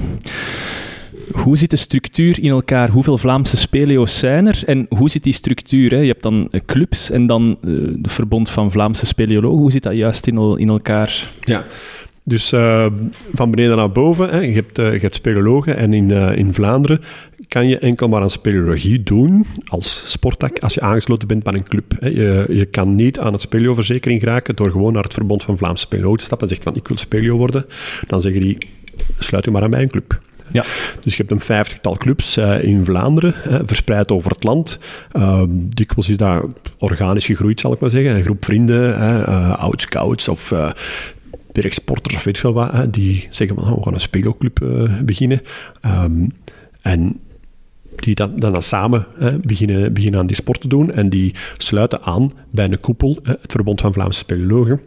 Hoe zit de structuur in elkaar? Hoeveel Vlaamse speleo's zijn er? En hoe zit die structuur? Hè? Je hebt dan uh, clubs en dan uh, de Verbond van Vlaamse Speleologen. Hoe zit dat juist in, el- in elkaar? Ja, dus uh, van beneden naar boven, hè, je, hebt, uh, je hebt speleologen en in, uh, in Vlaanderen kan je enkel maar aan speleologie doen als sporttak als je aangesloten bent bij een club. Hè. Je, je kan niet aan het speleoverzekering geraken door gewoon naar het Verbond van Vlaamse Speleologen te stappen en zegt van ik wil speleo worden. Dan zeggen die, sluit u maar aan bij een club. Ja. Dus je hebt een vijftigtal clubs uh, in Vlaanderen, uh, verspreid over het land. Uh, dikwijls is dat organisch gegroeid, zal ik maar zeggen. Een groep vrienden, uh, uh, oud-scouts of uh, bergsporters of weet ik veel wat, uh, die zeggen van, oh, we gaan een speloclub uh, beginnen. Um, en die dan, dan, dan samen uh, beginnen, beginnen aan die sport te doen. En die sluiten aan bij een koepel, uh, het Verbond van Vlaamse Speleologen.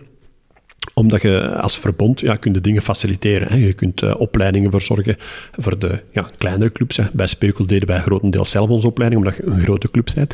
Omdat je als verbond ja, kunt de dingen faciliteren. Hè. Je kunt uh, opleidingen verzorgen voor de ja, kleinere clubs. Hè. Bij Speukel deden wij grotendeels zelf onze opleiding, omdat je een grote club bent.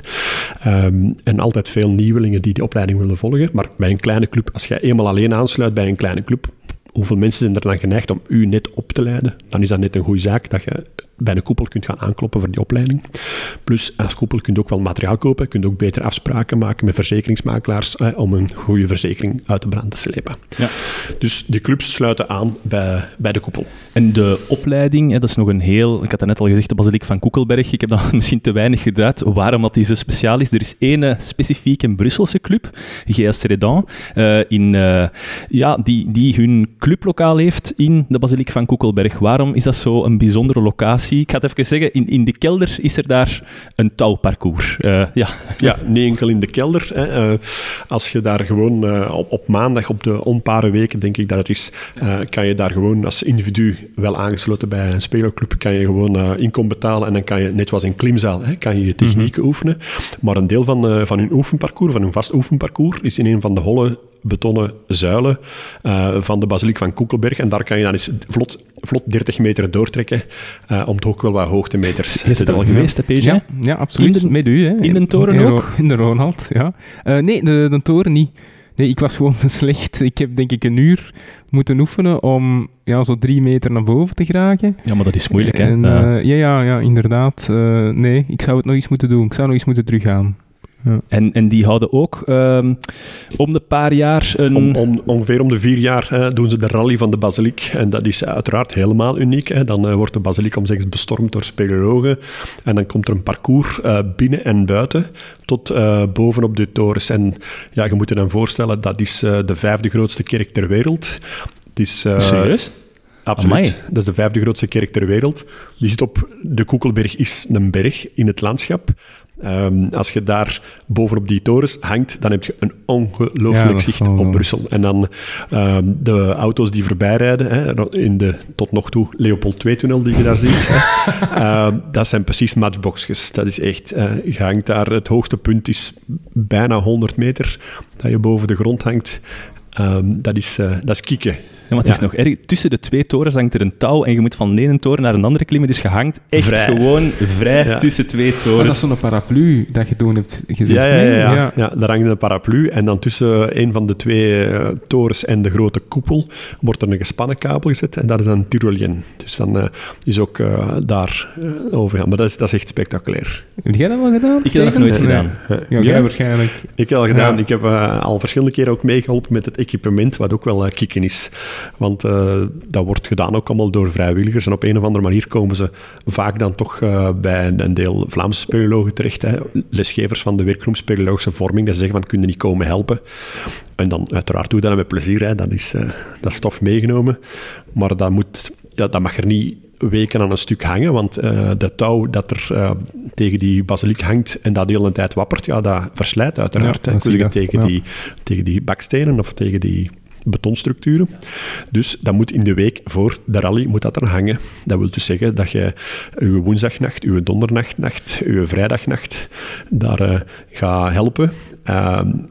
Um, en altijd veel nieuwelingen die die opleiding willen volgen. Maar bij een kleine club, als je eenmaal alleen aansluit bij een kleine club, hoeveel mensen zijn er dan geneigd om u net op te leiden? Dan is dat net een goede zaak dat je bij een koepel kunt gaan aankloppen voor die opleiding. Plus, als koepel kun je ook wel materiaal kopen. Je kunt ook beter afspraken maken met verzekeringsmakelaars eh, om een goede verzekering uit de brand te slepen. Ja. Dus de clubs sluiten aan bij, bij de koepel. En de opleiding, hè, dat is nog een heel... Ik had dat net al gezegd, de Basiliek van Koekelberg. Ik heb dat misschien te weinig geduid, waarom dat die zo speciaal is. Er is één uh, specifiek een Brusselse club, G S Redan, uh, in, uh, ja, die, die hun clublokaal heeft in de Basiliek van Koekelberg. Waarom is dat zo een bijzondere locatie? Ik ga het even zeggen, in, in de kelder is er daar een touwparcours. Uh, ja. ja, niet enkel in de kelder. Hè. Uh, als je daar gewoon uh, op, op maandag, op de onpare weken, denk ik dat het is, uh, kan je daar gewoon als individu wel aangesloten bij een spelerclub, kan je gewoon uh, inkom betalen en dan kan je, net zoals in klimzaal, hè, kan je je technieken mm-hmm. oefenen. Maar een deel van, uh, van hun oefenparcours, van hun vast oefenparcours, is in een van de holle betonnen zuilen uh, van de Basiliek van Koekelberg. En daar kan je dan eens vlot, vlot dertig meter doortrekken, uh, om toch ook wel wat hoogtemeters te doen. Is het al geweest, hè, P J? Ja, ja, absoluut. De, met u, hè. In de toren in, ook? In de Ronald, ja. Uh, nee, de, de toren niet. Nee, ik was gewoon te slecht. Ik heb denk ik een uur moeten oefenen om ja, zo drie meter naar boven te geraken. Ja, maar dat is moeilijk, hè? En, uh, ja, ja, ja, inderdaad. Uh, nee, ik zou het nog eens moeten doen. Ik zou nog eens moeten teruggaan. Ja. En, en die houden ook um, om de paar jaar een... Om, om, ongeveer om de vier jaar hè, doen ze de rally van de Basiliek. En dat is uiteraard helemaal uniek. Hè. Dan uh, wordt de Basiliek om zich bestormd door speleologen. En dan komt er een parcours uh, binnen en buiten tot uh, bovenop de torens. En ja, je moet je dan voorstellen, dat is uh, de vijfde grootste kerk ter wereld. Het is... Uh, Serieus? Absoluut. Amai. Dat is de vijfde grootste kerk ter wereld. Die zit op... De Koekelberg is een berg in het landschap. Um, als je daar bovenop die torens hangt, dan heb je een ongelooflijk ja, zicht op Brussel. En dan um, de auto's die voorbij rijden, hè, in de tot nog toe Leopold twee-tunnel die je daar ziet, uh, dat zijn precies matchboxjes. Dat is echt... Uh, je hangt daar... Het hoogste punt is bijna honderd meter dat je boven de grond hangt. Um, dat, is, uh, dat is kieken. Ja, maar het ja. is nog erg. Tussen de twee torens hangt er een touw en je moet van de ene toren naar een andere klimmen. Dus je hangt echt vrij. gewoon vrij ja. tussen twee torens. Maar dat is zo'n paraplu dat je toen hebt gezegd. Ja, ja, ja, nee? ja. ja. ja daar hangt een paraplu en dan tussen een van de twee uh, torens en de grote koepel wordt er een gespannen kabel gezet en dat is dan tyrolien. Dus dan uh, is ook uh, daar uh, overgaan. Maar dat is, dat is echt spectaculair. Heb jij dat wel gedaan? Ik heb dat nog nooit nee. gedaan. Ja, ja, jij waarschijnlijk. Ik heb al gedaan. Ja. Ik heb uh, al verschillende keren ook meegeholpen met het equipement, wat ook wel uh, kicken is. Want uh, dat wordt gedaan ook allemaal door vrijwilligers. En op een of andere manier komen ze vaak dan toch uh, bij een, een deel Vlaamse speleologen terecht. Hè. Lesgevers van de werkgroep Speleologische Vorming, die zeggen van, kunnen niet komen helpen. En dan uiteraard doe je dat met plezier. Hè. Dat is, uh, dat is stof meegenomen. Maar dat, moet, ja, dat mag er niet weken aan een stuk hangen, want uh, de touw dat er uh, tegen die basiliek hangt en dat de hele tijd wappert, ja, dat verslijt uiteraard. Ja, hè. Dus tegen, ja. die, tegen die bakstenen of tegen die betonstructuren. Dus dat moet in de week voor de rally moet dat er hangen. Dat wil dus zeggen dat je uw woensdagnacht, uw dondernachtnacht, uw vrijdagnacht daar uh, gaat helpen. Uh,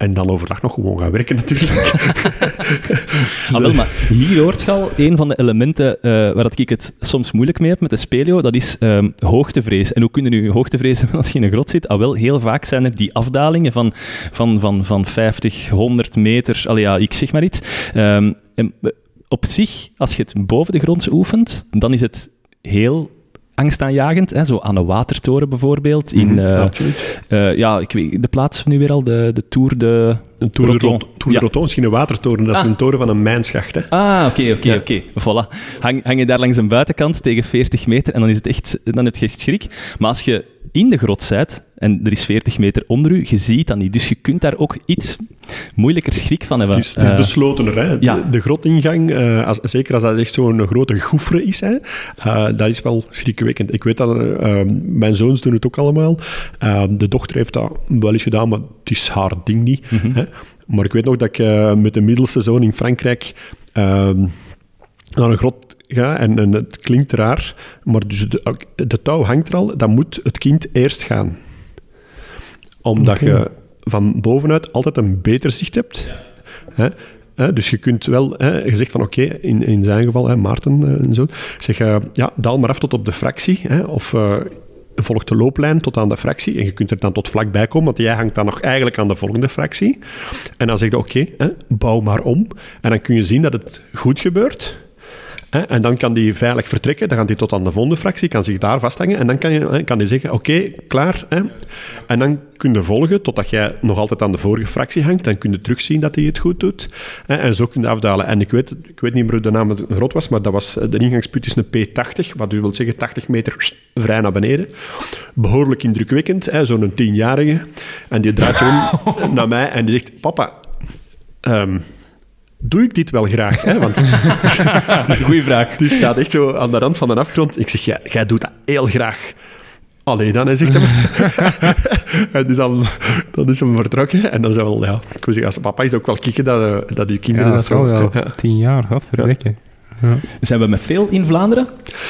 En dan overdag nog gewoon gaan werken natuurlijk. Ah, wel, maar hier hoort je al een van de elementen uh, waar dat ik het soms moeilijk mee heb met de speleo, dat is um, hoogtevrees. En hoe kun je nu hoogtevrees hebben als je in een grot zit? Ah, wel, heel vaak zijn er die afdalingen van, van, van, van vijftig, honderd meter, allee, ja, ik zeg maar iets. Um, en op zich, als je het boven de grond oefent, dan is het heel angstaanjagend, hè? Zo aan een watertoren bijvoorbeeld. In, uh, uh, ja, ik weet de plaats nu weer al, de, de Tour de... Een Tour de Roton, Tour de Roton is geen watertoren, dat is ah. een toren van een mijnschacht. Hè? Ah, oké, oké, okay, oké. Okay. Voilà. Hang, hang je daar langs een buitenkant tegen veertig meter en dan is het echt, dan heb je echt schrik. Maar als je in de grot bent en er is veertig meter onder u, je ziet dat niet. Dus je kunt daar ook iets moeilijker schrik van hebben. Het is, het is uh, beslotener. Hè? Ja. De, de grotingang, uh, als, zeker als dat echt zo'n grote gouffre is, hè, uh, dat is wel schrikwekkend. Ik weet dat, uh, mijn zoons doen het ook allemaal. Uh, de dochter heeft dat wel eens gedaan, maar het is haar ding niet. Mm-hmm. Hè? Maar ik weet nog dat ik uh, met de middelste zoon in Frankrijk uh, naar een grot ga en, en het klinkt raar, maar dus de, de touw hangt er al, dan moet het kind eerst gaan. Omdat okay. je van bovenuit altijd een beter zicht hebt. Ja. Hè? Hè? Dus je kunt wel, hè, je zegt van oké, okay, in, in zijn geval, hè, Maarten uh, en zo, zeg uh, ja, daal maar af tot op de fractie, hè, of uh, volg de looplijn tot aan de fractie en je kunt er dan tot vlakbij komen, want jij hangt dan nog eigenlijk aan de volgende fractie. En dan zeg je oké, okay, bouw maar om. En dan kun je zien dat het goed gebeurt. En dan kan die veilig vertrekken, dan gaat hij tot aan de volgende fractie, kan zich daar vasthangen en dan kan hij kan die zeggen, oké, okay, klaar. Hè? En dan kun je volgen totdat jij nog altijd aan de vorige fractie hangt, dan kun je terugzien dat hij het goed doet. Hè? En zo kun je afdalen. En ik weet, ik weet niet meer hoe de naam van de grot was, maar dat was, de ingangsput is een P tachtig, wat u wil zeggen tachtig meter vrij naar beneden. Behoorlijk indrukwekkend, hè? Zo'n tienjarige. En die draait zo om naar mij en die zegt, papa... Um, doe ik dit wel graag? Hè? Want goeie vraag. Die staat echt zo aan de rand van de afgrond. Ik zeg, ja, jij doet dat heel graag. Allee, dan, hij zegt hem. En dus dan, dan is hem vertrokken. En dan zei wel, ja, ik wil zeggen, als papa is ook wel kicken dat, dat uw kinderen ja, dat, dat zo... Ja, ja, tien jaar, had verwekken. Ja. Zijn we met veel in Vlaanderen?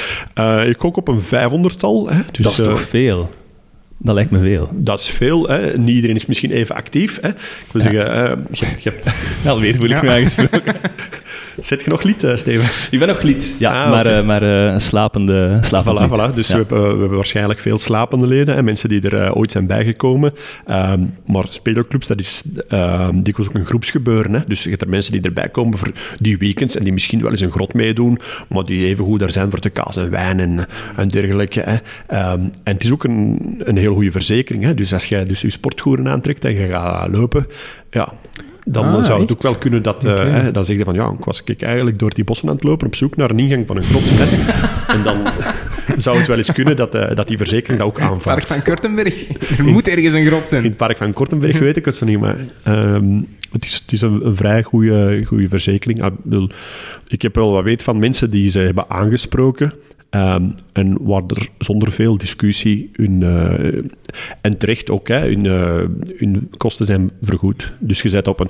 Uh, ik ook op een vijfhonderdtal. Hè? Dus, dat is toch uh, veel? Dat lijkt me veel. Dat is veel. Hè. Niet iedereen is misschien even actief. Hè. Ik wil ja. zeggen... Uh, je, je hebt... Alweer voel ik ja. me aangesproken. Zet je nog lid, uh, Steven? Ik ben nog lid, ja. Ah, maar okay. uh, maar uh, slapende, slapende voilà, voilà. Dus ja. we, hebben, we hebben waarschijnlijk veel slapende leden. Hè. Mensen die er uh, ooit zijn bijgekomen. Um, maar spelerclubs, dat is uh, dikwijls ook een groepsgebeuren. Hè. Dus je hebt er mensen die erbij komen voor die weekends en die misschien wel eens een grot meedoen, maar die even goed daar zijn voor de kaas en wijn en, en dergelijke. Hè. Um, en het is ook een, een heel goede verzekering. Hè. Dus als jij dus je sportschoenen aantrekt en je gaat lopen, ja... dan ah, zou het echt? ook wel kunnen dat... Uh, okay. hè, dan zeg je van, ja, ik was kijk, eigenlijk door die bossen aan het lopen op zoek naar een ingang van een grot. Hè. En dan zou het wel eens kunnen dat, uh, dat die verzekering dat ook aanvaardt. Park van Kortenberg. Er moet ergens een grot zijn. In het Park van Kortenberg weet ik het zo niet, maar um, het is, het is een, een vrij goede verzekering. Ik, bedoel, ik heb wel wat weet van mensen die ze hebben aangesproken. Um, en waar er zonder veel discussie hun, uh, en terecht ook, hè, hun, uh, hun kosten zijn vergoed. Dus je zet op een,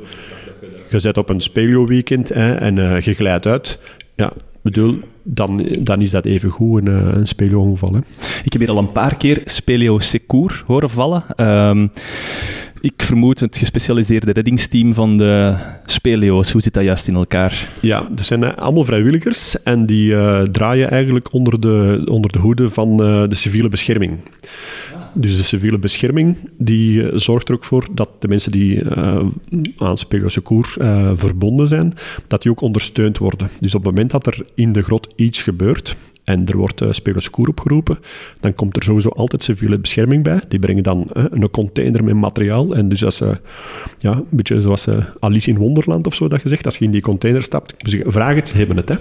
je zet op een speleo-weekend hè, en uh, je glijdt uit. Ja, bedoel, dan, dan is dat even goed een, een speleo-ongeval. Hè. Ik heb hier al een paar keer speleo secours horen vallen. Um, Ik vermoed het gespecialiseerde reddingsteam van de Speleo's. Hoe zit dat juist in elkaar? Ja, er zijn uh, allemaal vrijwilligers en die uh, draaien eigenlijk onder de, onder de hoede van uh, de civiele bescherming. Ja. Dus de civiele bescherming die uh, zorgt er ook voor dat de mensen die uh, aan Speleo Secours uh, verbonden zijn, dat die ook ondersteund worden. Dus op het moment dat er in de grot iets gebeurt, en er wordt uh, Speleo Secours opgeroepen, dan komt er sowieso altijd civiele bescherming bij. Die brengen dan uh, een container met materiaal. En dus als uh, ja, een beetje zoals uh, Alice in Wonderland of zo dat je zegt, als je in die container stapt, vraag het, ze hebben het. Hè.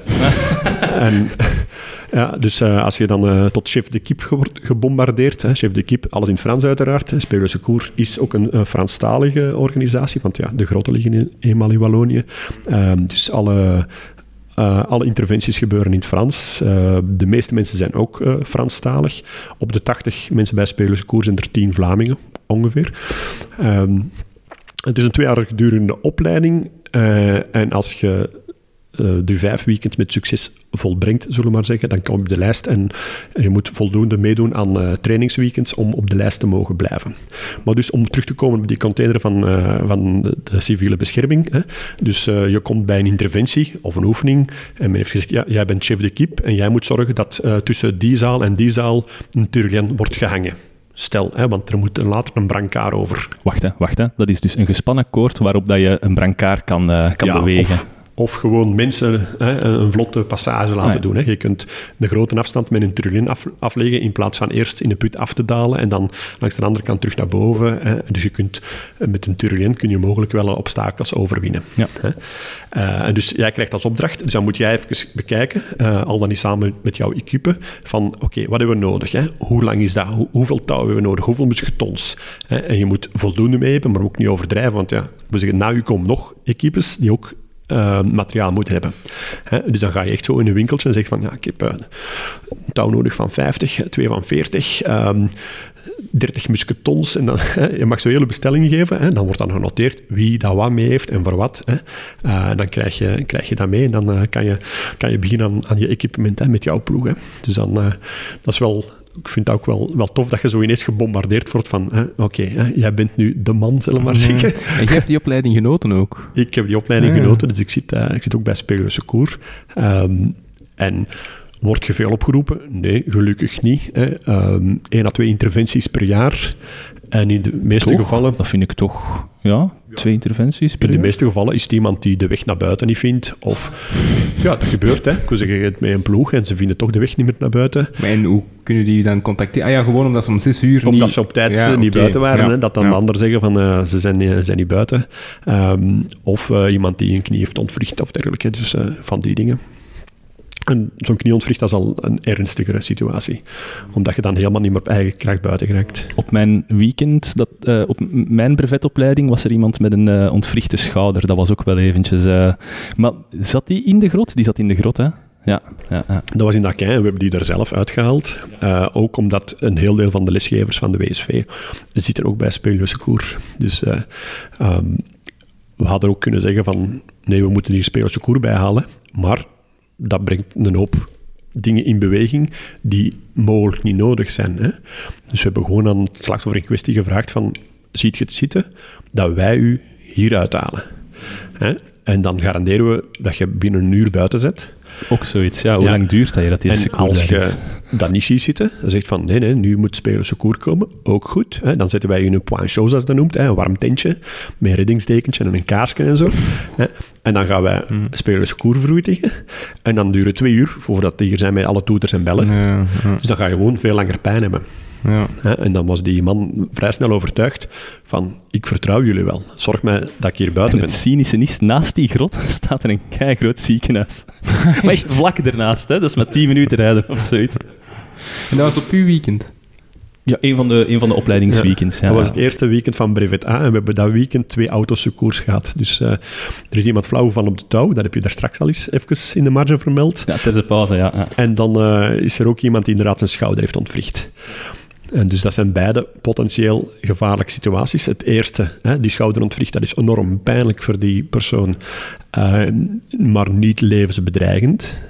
en, ja, dus uh, als je dan uh, tot chef d'équipe wordt gebombardeerd, hè, chef d'équipe, alles in het Frans uiteraard. Speleo Secours is ook een uh, Franstalige organisatie, want ja, de grotten liggen in, eenmaal in Wallonië. Uh, dus alle... Uh, alle interventies gebeuren in het Frans. Uh, de meeste mensen zijn ook uh, Franstalig. Op de tachtig mensen bij Speleo Secours zijn er tien Vlamingen, ongeveer. Um, het is een twee jaar durende opleiding. Uh, en als je uh, de vijf weekends met succes volbrengt, zullen we maar zeggen, dan kom je op de lijst en je moet voldoende meedoen aan uh, trainingsweekends om op de lijst te mogen blijven. Maar dus om terug te komen op die container van, uh, van de, de civiele bescherming, hè, dus uh, je komt bij een interventie of een oefening en men heeft gezegd, ja, jij bent chef d'équipe en jij moet zorgen dat uh, tussen die zaal en die zaal een Tyrrien wordt gehangen. Stel, hè, want er moet later een brancard over. Wacht, hè, wacht hè. Dat is dus een gespannen koord waarop dat je een brancard kan, uh, kan ja, bewegen. Of, of gewoon mensen hè, een vlotte passage laten ah, ja. doen. Hè. Je kunt de grote afstand met een Tyrrien af, afleggen in plaats van eerst in de put af te dalen en dan langs de andere kant terug naar boven. Hè. Dus je kunt, met een Tyrrien kun je mogelijk wel obstakels overwinnen. Ja. Hè. Uh, en dus jij krijgt als opdracht, dus dan moet jij even bekijken, uh, al dan niet samen met jouw equipe, van oké, okay, wat hebben we nodig? Hè? Hoe lang is dat? Hoe, hoeveel touw hebben we nodig? Hoeveel musketons? Hè? En je moet voldoende mee hebben, maar ook niet overdrijven, want ja, we zeggen, na u komen nog equipes die ook uh, materiaal moeten hebben. Hè? Dus dan ga je echt zo in een winkeltje en zeg van, ja, ik heb uh, een touw nodig van vijftig, twee van veertig, um, dertig musketons en dan, hè, je mag zo hele bestellingen geven, hè, dan wordt dan genoteerd wie dat wat mee heeft en voor wat. Hè. Uh, dan krijg je, krijg je dat mee en dan uh, kan, je, kan je beginnen aan, aan je equipment hè, met jouw ploeg. Hè. Dus dan, uh, dat is wel, ik vind het ook wel, wel tof dat je zo ineens gebombardeerd wordt van, oké, okay, jij bent nu de man, zullen we maar zeggen. En je hebt die opleiding genoten ook? Ik heb die opleiding ja. genoten, dus ik zit, uh, ik zit ook bij Spelen Secours. Um, en Word je veel opgeroepen? Nee, gelukkig niet. Hè. Um, één à twee interventies per jaar. En in de meeste toch? gevallen... Dat vind ik toch... Ja, twee interventies per In de jaar. meeste gevallen is het iemand die de weg naar buiten niet vindt. Of... Ja, dat gebeurt, hè. Ik wil zeggen, je hebt met een ploeg en ze vinden toch de weg niet meer naar buiten. Maar en hoe kunnen die dan contacteren? Ah ja, gewoon omdat ze om zes uur Omdat niet... ze op tijd ja, niet okay. buiten waren. Ja. Hè, dat dan ja. de anderen zeggen van, uh, ze zijn, uh, zijn niet buiten. Um, of uh, iemand die een knie heeft ontwricht of dergelijke. Dus uh, van die dingen. En zo'n knieontwricht, dat is al een ernstigere situatie. Omdat je dan helemaal niet meer op eigen kracht buiten geraakt. Op mijn weekend, dat, uh, op m- mijn brevetopleiding, was er iemand met een uh, ontwrichte schouder. Dat was ook wel eventjes... Uh, maar zat die in de grot? Die zat in de grot, hè? Ja, ja, ja. Dat was in Daquin en we hebben die er zelf uitgehaald. Uh, ook omdat een heel deel van de lesgevers van de W S V zitten ook bij Spelen Secours. Dus uh, um, we hadden ook kunnen zeggen van... Nee, we moeten hier Spelen Secours bijhalen. Maar... dat brengt een hoop dingen in beweging die mogelijk niet nodig zijn. Hè? Dus we hebben gewoon aan het slachtoffer in kwestie gevraagd van, ziet je het zitten, dat wij u hier uithalen. Hè? En dan garanderen we dat je binnen een uur buiten zet. Ook zoiets, ja. Hoe ja. lang duurt dat je dat die En secours als je is? dat niet ziet zitten, dan zegt van, nee, nee, nu moet Spelen Secours komen. Ook goed. Hè? Dan zetten wij je in een point chaud, zoals dat noemt, hè? Een warm tentje, met een reddingsdekentje en een kaarsje en zo. Hè? En dan gaan wij hmm. Spelen Secours verroetigen. En dan duurt het twee uur, voordat die hier zijn met alle toeters en bellen. Ja, ja. Dus dan ga je gewoon veel langer pijn hebben. Ja. Hè? En dan was die man vrij snel overtuigd van, ik vertrouw jullie wel. Zorg mij dat ik hier buiten en ben. Het cynische is, naast die grot staat er een keigroot ziekenhuis. Maar echt vlak ernaast, hè. Dat is maar tien minuten rijden of zoiets. En dat was op uw weekend? Ja, een van de, een van de opleidingsweekends. Ja. Ja, dat was het eerste weekend van brevet A en we hebben dat weekend twee autosecours gehad. Dus uh, er is iemand flauw van op de touw, dat heb je daar straks al eens even in de marge vermeld. Ja, ter de pauze, ja. ja. En dan uh, is er ook iemand die inderdaad zijn schouder heeft ontwricht. En dus dat zijn beide potentieel gevaarlijke situaties. Het eerste, hè, die schouderontwricht, dat is enorm pijnlijk voor die persoon, uh, maar niet levensbedreigend.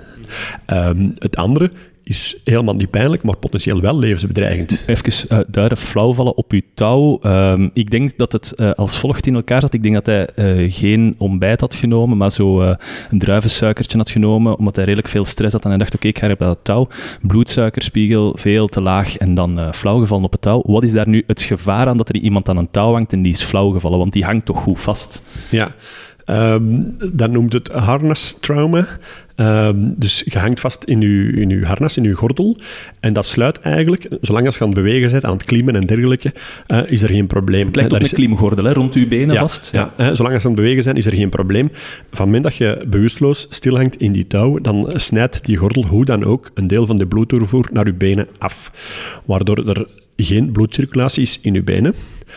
Um, het andere is helemaal niet pijnlijk, maar potentieel wel levensbedreigend. Even uh, duiden, flauwvallen op uw touw. Um, ik denk dat het uh, als volgt in elkaar zat. Ik denk dat hij uh, geen ontbijt had genomen, maar zo uh, een druivensuikertje had genomen, omdat hij redelijk veel stress had. En hij dacht, oké, okay, ik ga op dat touw. Bloedsuikerspiegel, veel te laag en dan uh, flauwgevallen op het touw. Wat is daar nu het gevaar aan dat er iemand aan een touw hangt en die is flauwgevallen? Want die hangt toch goed vast? Ja, um, dat noemt het harnastrauma. Um, dus je hangt vast in je, in je harnas, in je gordel. En dat sluit eigenlijk, zolang als je aan het bewegen bent, aan het klimmen en dergelijke, uh, is er geen probleem. Het lijkt uh, op is... een klimgordel, hè, rond je benen ja, vast. Ja, ja uh, zolang als je aan het bewegen bent, is er geen probleem. Van het moment dat je bewusteloos stilhangt in die touw, dan snijdt die gordel hoe dan ook een deel van de bloedtoevoer naar je benen af. Waardoor er geen bloedcirculatie is in je benen.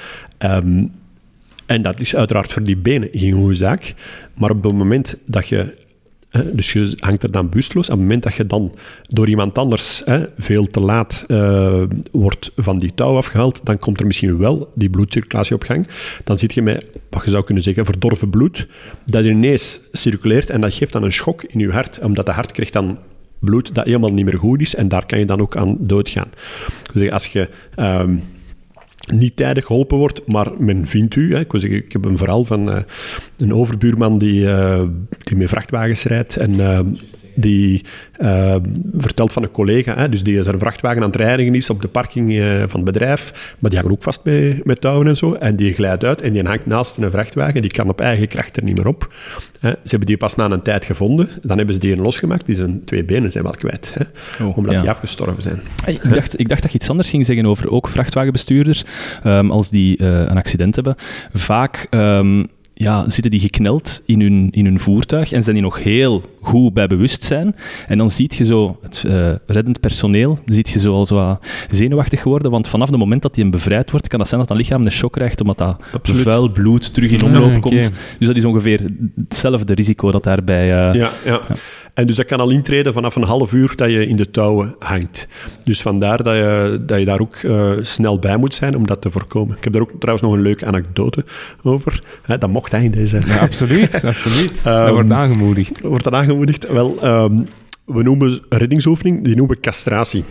Um, en dat is uiteraard voor die benen geen goede zaak. Maar op het moment dat je Hè? Dus je hangt er dan bewusteloos. Op het moment dat je dan door iemand anders hè, veel te laat uh, wordt van die touw afgehaald, dan komt er misschien wel die bloedcirculatie op gang. Dan zit je met, wat je zou kunnen zeggen, verdorven bloed, dat ineens circuleert en dat geeft dan een schok in je hart, omdat het hart krijgt dan bloed dat helemaal niet meer goed is en daar kan je dan ook aan doodgaan. Dus als je um, niet tijdig geholpen wordt, maar men vindt u. Hè. Ik, zeggen, ik heb een verhaal van uh, een overbuurman die, uh, die met vrachtwagens rijdt en uh, die uh, vertelt van een collega, hè, dus die zijn vrachtwagen aan het rijden is op de parking uh, van het bedrijf, maar die hangen ook vast met, met touwen en zo, en die glijdt uit en die hangt naast een vrachtwagen, die kan op eigen kracht er niet meer op. Hè. Ze hebben die pas na een tijd gevonden, dan hebben ze die losgemaakt, die zijn twee benen zijn wel kwijt, hè, oh, omdat ja. die afgestorven zijn. Hey, ik, dacht, ik dacht dat je iets anders ging zeggen over ook vrachtwagenbestuurders, um, als die uh, een accident hebben. Vaak... Um, Ja, zitten die gekneld in hun, in hun voertuig en zijn die nog heel goed bij bewustzijn. En dan zie je zo het uh, reddend personeel, ziet je zo al zo wat zenuwachtig geworden, want vanaf het moment dat die hem bevrijd wordt, kan dat zijn dat dat lichaam een shock krijgt, omdat dat Absoluut. vuil bloed terug in omloop ja, komt. Okay. Dus dat is ongeveer hetzelfde risico dat daarbij... Uh, ja, ja. ja. En dus dat kan al intreden vanaf een half uur dat je in de touwen hangt. Dus vandaar dat je, dat je daar ook uh, snel bij moet zijn om dat te voorkomen. Ik heb daar ook trouwens nog een leuke anekdote over. Hè, dat mocht hij in deze... Ja, absoluut, absoluut. um, dat wordt aangemoedigd. Wordt dat aangemoedigd? Wel, um, we noemen reddingsoefening, die noemen we castratie.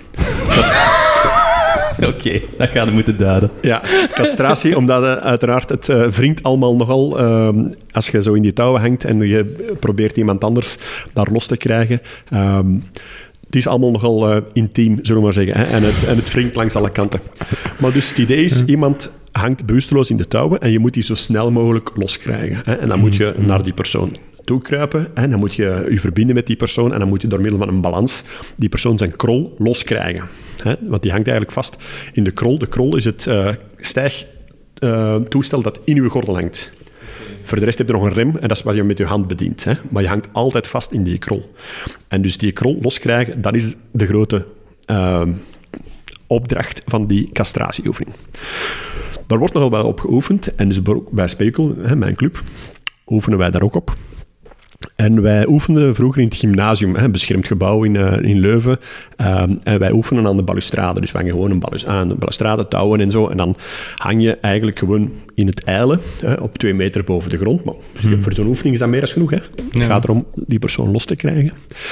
Oké, okay, dat gaan we moeten duiden. Ja, castratie, omdat uh, uiteraard het uh, wringt allemaal nogal uh, als je zo in die touwen hangt en je probeert iemand anders daar los te krijgen. Um, het is allemaal nogal uh, intiem, zullen we maar zeggen. Hè? En, het, en het wringt langs alle kanten. Maar dus het idee is, iemand hangt bewusteloos in de touwen en je moet die zo snel mogelijk loskrijgen. Hè? En dan moet je naar die persoon toekruipen en dan moet je je verbinden met die persoon en dan moet je door middel van een balans die persoon zijn krol loskrijgen. Hè? Want die hangt eigenlijk vast in de krol. De krol is het uh, stijgtoestel uh, dat in je gordel hangt. Voor de rest heb je nog een rem en dat is wat je met je hand bedient. Hè? Maar je hangt altijd vast in die krol. En dus die krol loskrijgen, dat is de grote uh, opdracht van die castratieoefening. Daar wordt nogal wel op geoefend en dus bij Spekel, hè, mijn club, oefenen wij daar ook op. En wij oefenden vroeger in het gymnasium, een beschermd gebouw in, uh, in Leuven. Um, en wij oefenen aan de balustrade. Dus we hangen gewoon een balus- aan de balustrade, touwen en zo. En dan hang je eigenlijk gewoon in het ijlen, hè, op twee meter boven de grond. Maar hmm. voor zo'n oefening is dat meer dan genoeg. Hè. Ja. Het gaat erom die persoon los te krijgen.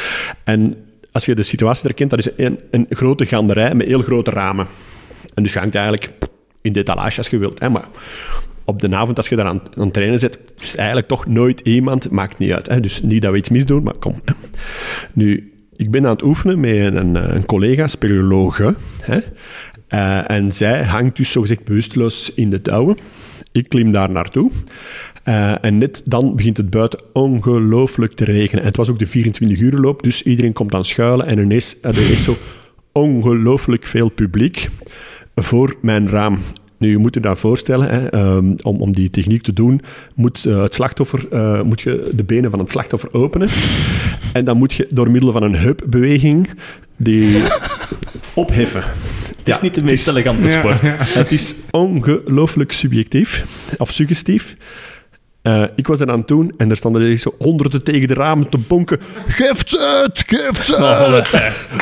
En als je de situatie herkent, dat is een, een grote gaanderij met heel grote ramen. En dus je hangt eigenlijk in de etalage als je wilt. Hè, maar op de avond, als je daar aan, aan het trainen zit, is eigenlijk toch nooit iemand, maakt niet uit. Hè. Dus niet dat we iets misdoen, maar kom. Hè. Nu, ik ben aan het oefenen met een, een collega, speleologe. Hè. Uh, en zij hangt dus zogezegd bewusteloos in de touwen. Ik klim daar naartoe. Uh, en net dan begint het buiten ongelooflijk te regenen. En het was ook de vierentwintig uur loop, dus iedereen komt aan schuilen. En ineens had er echt zo ongelooflijk veel publiek voor mijn raam. Nu, je moet je dat voorstellen, hè, um, om, om die techniek te doen, moet, uh, het slachtoffer, uh, moet je de benen van het slachtoffer openen. En dan moet je door middel van een heupbeweging die opheffen. Het is ja, niet de meest is, elegante sport. Ja, ja. Het is ongelooflijk subjectief, of suggestief. Uh, ik was er aan het doen en er stonden er zo honderden tegen de ramen te bonken. Geef het, geef het! Oh,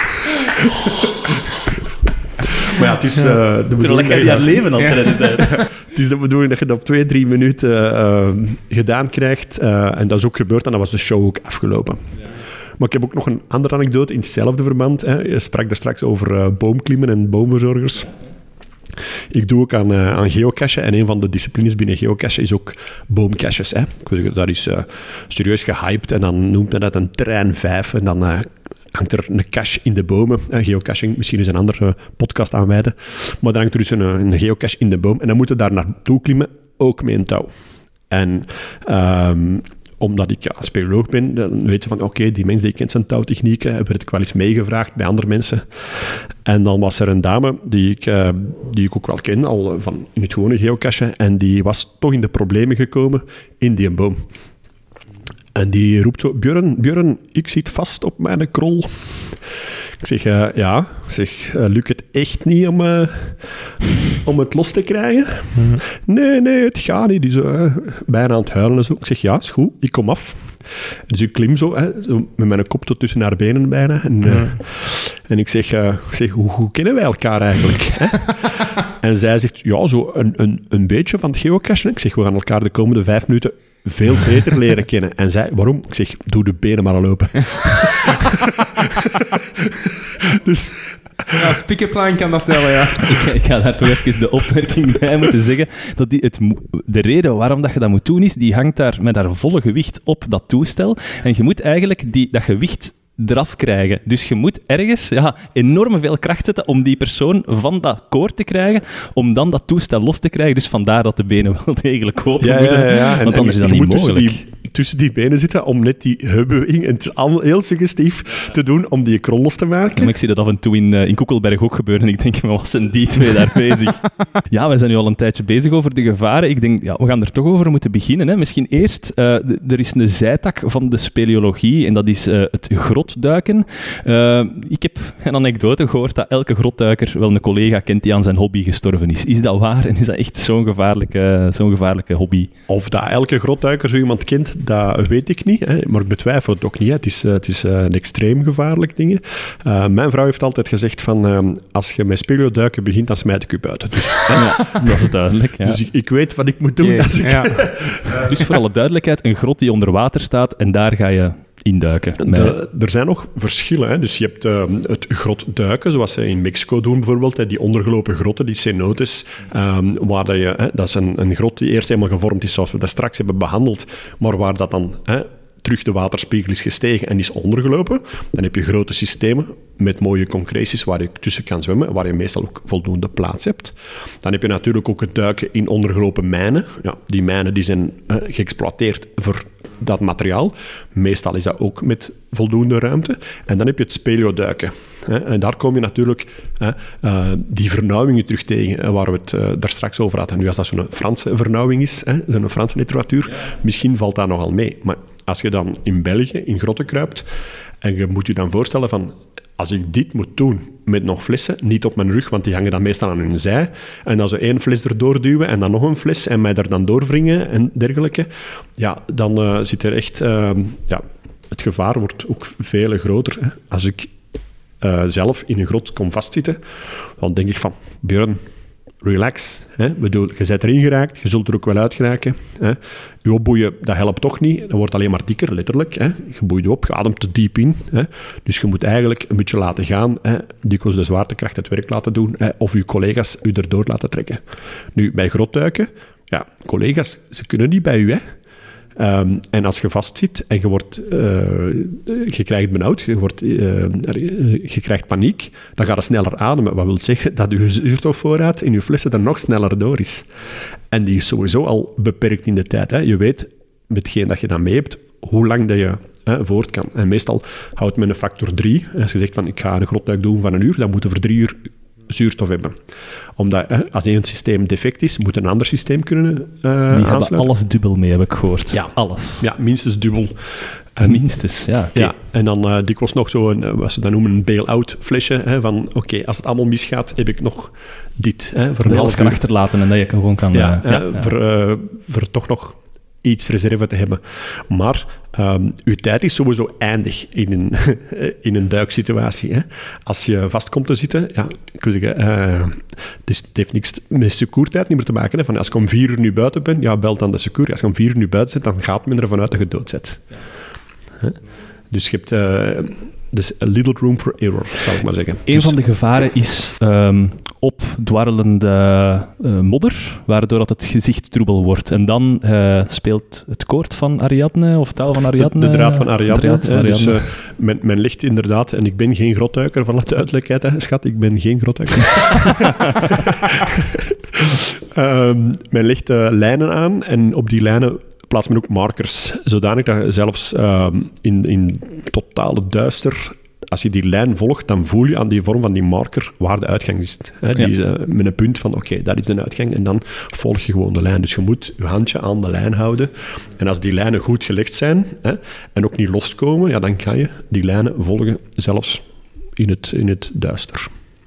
maar ja, het is uh, de bedoeling dat je daar leven aan het redden. Het is de bedoeling dat je dat op twee, drie minuten uh, gedaan krijgt. Uh, en dat is ook gebeurd en dan was de show ook afgelopen. Ja. Maar ik heb ook nog een andere anekdote in hetzelfde verband. Hè. Je sprak daar straks over uh, boomklimmen en boomverzorgers. Ik doe ook aan, uh, aan geocachen en een van de disciplines binnen geocachen is ook boomcaches. Hè. Dat is uh, serieus gehyped en dan noemt men dat een terrein vijf en dan uh, hangt er een cache in de bomen. Uh, geocaching, misschien is een andere uh, podcast aanwijden. Maar dan hangt er dus een, een geocache in de boom en dan moeten we daar naartoe klimmen, ook met een touw. En um, omdat ik ja, speleoloog ben, dan weet je van, oké, okay, die mens die kent zijn touwtechnieken, werd ik wel eens meegevraagd bij andere mensen. En dan was er een dame die ik, uh, die ik ook wel ken, al van in het gewone geocachen, en die was toch in de problemen gekomen in die boom. En die roept zo, Björn, Björn, ik zit vast op mijn krol. Ik zeg, uh, ja, ik zeg, uh, lukt het echt niet om, uh, om het los te krijgen? Mm-hmm. Nee, nee, het gaat niet. Die zo, uh, bijna aan het huilen en zo. Ik zeg, ja, is goed, ik kom af. Dus ik klim zo, hè, zo met mijn kop tot tussen haar benen bijna. En, uh, mm. en ik zeg, uh, ik zeg hoe, hoe kennen wij elkaar eigenlijk? Hè? En zij zegt, ja, zo een, een, een beetje van het geocachen. Ik zeg, we gaan elkaar de komende vijf minuten veel beter leren kennen. En zij, waarom? Ik zeg, doe de benen maar al open. Dus... Ja, Spikkeplan kan dat tellen, ja. ik, ik ga daar toch even de opmerking bij moeten zeggen. Dat die, het, de reden waarom dat je dat moet doen is, die hangt daar met haar volle gewicht op dat toestel. En je moet eigenlijk die, dat gewicht eraf krijgen. Dus je moet ergens ja, enorm veel kracht zetten om die persoon van dat koord te krijgen, om dan dat toestel los te krijgen. Dus vandaar dat de benen wel degelijk open ja, moeten. Ja, ja, ja. Want en, anders en, is dat niet mogelijk. Tussen die, tussen die benen zitten om net die hebbeweging, en het is allemaal heel suggestief te doen om die krol los te maken. Ja, maar ik zie dat af en toe in, uh, in Koekelberg ook gebeuren en ik denk, maar wat zijn die twee daar bezig? Ja, we zijn nu al een tijdje bezig over de gevaren. Ik denk, ja, we gaan er toch over moeten beginnen. Hè. Misschien eerst, uh, d- er is een zijtak van de speleologie en dat is uh, het grotduiken. Uh, ik heb een anekdote gehoord dat elke grotduiker wel een collega kent die aan zijn hobby gestorven is. Is dat waar en is dat echt zo'n gevaarlijke, zo'n gevaarlijke hobby? Of dat elke grotduiker zo iemand kent, dat weet ik niet. Hè. Maar ik betwijfel het ook niet. Hè. Het is, uh, het is uh, een extreem gevaarlijk ding. Uh, mijn vrouw heeft altijd gezegd van, uh, als je met speleoduiken begint, dan smijt ik u buiten. Dus, ja, dat is duidelijk. Ja. Dus ik, ik weet wat ik moet doen. Yeah, als ik... ja. Dus voor alle duidelijkheid, een grot die onder water staat en daar ga je induiken. Met... Er, er zijn nog verschillen. Hè. Dus je hebt uh, het grotduiken, zoals ze in Mexico doen bijvoorbeeld. Hè, die ondergelopen grotten, die cenotes. Um, waar dat, je, hè, dat is een, een grot die eerst helemaal gevormd is, zoals we dat straks hebben behandeld. Maar waar dat dan... Hè, terug de waterspiegel is gestegen en is ondergelopen. Dan heb je grote systemen met mooie concreties waar je tussen kan zwemmen, waar je meestal ook voldoende plaats hebt. Dan heb je natuurlijk ook het duiken in ondergelopen mijnen. Ja, die mijnen die zijn uh, geëxploiteerd voor dat materiaal. Meestal is dat ook met voldoende ruimte. En dan heb je het speleoduiken. Hè, en daar kom je natuurlijk hè, uh, die vernauwingen terug tegen, hè, waar we het uh, daar straks over hadden. Nu, als dat zo'n Franse vernauwing is, hè, zo'n Franse literatuur, ja. Misschien valt dat nogal mee. Maar als je dan in België in grotten kruipt en je moet je dan voorstellen van, als ik dit moet doen met nog flessen, niet op mijn rug, want die hangen dan meestal aan hun zij, en dan zo één fles erdoor duwen en dan nog een fles en mij er dan doorwringen en dergelijke, ja, dan uh, zit er echt... Uh, ja, het gevaar wordt ook veel groter. Hè. Als ik uh, zelf in een grot kom vastzitten, dan denk ik van, Björn, relax. Hè. Ik bedoel, je bent erin geraakt, je zult er ook wel uit geraken. Hè. Je opboeien, dat helpt toch niet. Dat wordt alleen maar dikker, letterlijk. Hè. Je boeit op, je ademt te diep in. Hè. Dus je moet eigenlijk een beetje laten gaan. Hè. Dikwijls de zwaartekracht het werk laten doen. Hè. Of je collega's u erdoor laten trekken. Nu, bij grotduiken, ja, collega's, ze kunnen niet bij u, hè. Um, en als je vastzit en je, wordt, uh, je krijgt benauwd, je, wordt, uh, je krijgt paniek, dan ga je sneller ademen. Wat wil zeggen? Dat je zuurstofvoorraad in je flessen er nog sneller door is. En die is sowieso al beperkt in de tijd. Hè. Je weet, met hetgeen dat je dan mee hebt, hoe lang dat je hè, voort kan. En meestal houdt men een factor drie. Als je zegt van, ik ga een grotduik doen van een uur, dan moeten we voor drie uur zuurstof hebben. Omdat hè, als één systeem defect is, moet een ander systeem kunnen uh, Die aansluiten. hebben alles dubbel mee, heb ik gehoord. Ja. Alles. Ja, minstens dubbel. En, minstens, ja. Okay. Ja, en dan uh, dikwijls nog zo'n, wat ze dan noemen, een bail-out flesje. Hè, van, oké, okay, als het allemaal misgaat, heb ik nog dit. Hè, voor dat je alles kan achterlaten en dat je gewoon kan... Ja, uh, ja, ja, ja. Voor, uh, voor toch nog iets reserve te hebben. Maar um, uw tijd is sowieso eindig in een, in een duiksituatie. Hè. Als je vast komt te zitten, ja, ik wil zeggen, uh, het, is, het heeft niks met secuurtijd niet meer te maken. Hè. Van, als ik om vier uur nu buiten ben, ja, bel dan de secuur. Als je om vier uur nu buiten zit, dan gaat men ervan uit dat je dood zit. Ja. Huh? Dus je hebt... Uh, Dus a little room for error, zal ik maar zeggen. Een dus... van de gevaren is um, opdwarrelende uh, modder, waardoor dat het gezicht troebel wordt. En dan uh, speelt het koord van Ariadne, of touw van Ariadne... De, de draad van Ariadne. Draad van Ariadne. Dus uh, men, men legt inderdaad... En ik ben geen grotduiker, van de duidelijkheid, hè, schat. Ik ben geen grotduiker. um, men legt uh, lijnen aan en op die lijnen plaatst men ook markers, zodanig dat je zelfs um, in, in totale duister, als je die lijn volgt, dan voel je aan die vorm van die marker waar de uitgang is. Hè? Die ja. is uh, met een punt van, oké, okay, dat is de uitgang, en dan volg je gewoon de lijn. Dus je moet je handje aan de lijn houden. En als die lijnen goed gelegd zijn, hè, en ook niet loskomen, ja, dan kan je die lijnen volgen, zelfs in het, in het duister.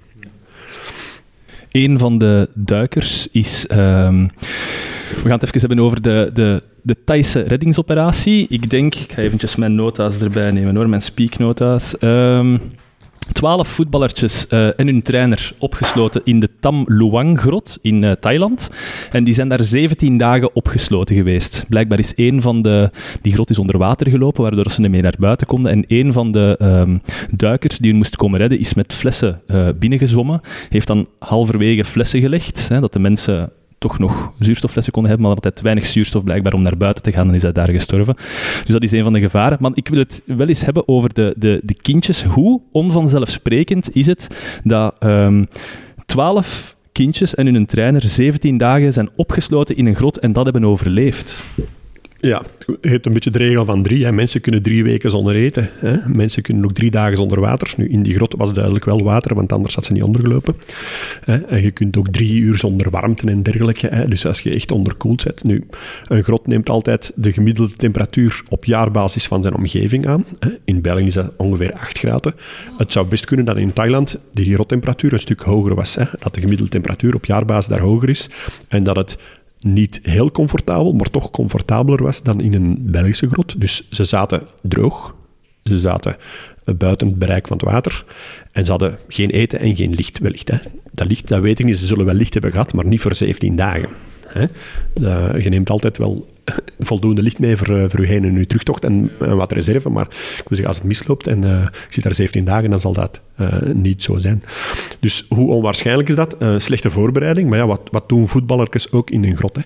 Een van de duikers is... Um, we gaan het even hebben over de, de, de Thaise reddingsoperatie. Ik denk... Ik ga eventjes mijn nota's erbij nemen hoor, mijn speaknota's. Um, Twaalf voetballertjes uh, en hun trainer opgesloten in de Tam Luang-grot in uh, Thailand. En die zijn daar zeventien dagen opgesloten geweest. Blijkbaar is één van de... Die grot is onder water gelopen, waardoor ze niet meer naar buiten konden. En één van de um, duikers die hun moest komen redden, is met flessen uh, binnengezwommen. Heeft dan halverwege flessen gelegd, hè, dat de mensen... toch nog zuurstofflessen konden hebben, maar altijd weinig zuurstof blijkbaar om naar buiten te gaan, dan is hij daar gestorven. Dus dat is een van de gevaren. Maar ik wil het wel eens hebben over de, de, de kindjes. Hoe onvanzelfsprekend is het dat um, twaalf kindjes en hun trainer zeventien dagen zijn opgesloten in een grot en dat hebben overleefd? Ja, je hebt een beetje de regel van drie. Hè. Mensen kunnen drie weken zonder eten. Hè. Mensen kunnen ook drie dagen zonder water. Nu, in die grot was duidelijk wel water, want anders had ze niet ondergelopen. Hè. En je kunt ook drie uur zonder warmte en dergelijke. Hè. Dus als je echt onderkoeld zit. Nu, een grot neemt altijd de gemiddelde temperatuur op jaarbasis van zijn omgeving aan. Hè. In België is dat ongeveer acht graden. Het zou best kunnen dat in Thailand de grottemperatuur een stuk hoger was. Hè. Dat de gemiddelde temperatuur op jaarbasis daar hoger is. En dat het niet heel comfortabel, maar toch comfortabeler was dan in een Belgische grot. Dus ze zaten droog, ze zaten buiten het bereik van het water en ze hadden geen eten en geen licht, wellicht. Hè. Dat licht, dat weet ik niet, ze zullen wel licht hebben gehad, maar niet voor zeventien dagen. Hè. Uh, je neemt altijd wel voldoende licht mee voor, uh, voor je heen- en je terugtocht en, en wat reserve, maar ik wil zeggen, als het misloopt en uh, ik zit daar zeventien dagen, dan zal dat uh, niet zo zijn. Dus hoe onwaarschijnlijk is dat? Uh, slechte voorbereiding, maar ja, wat, wat doen voetballertjes ook in een grot?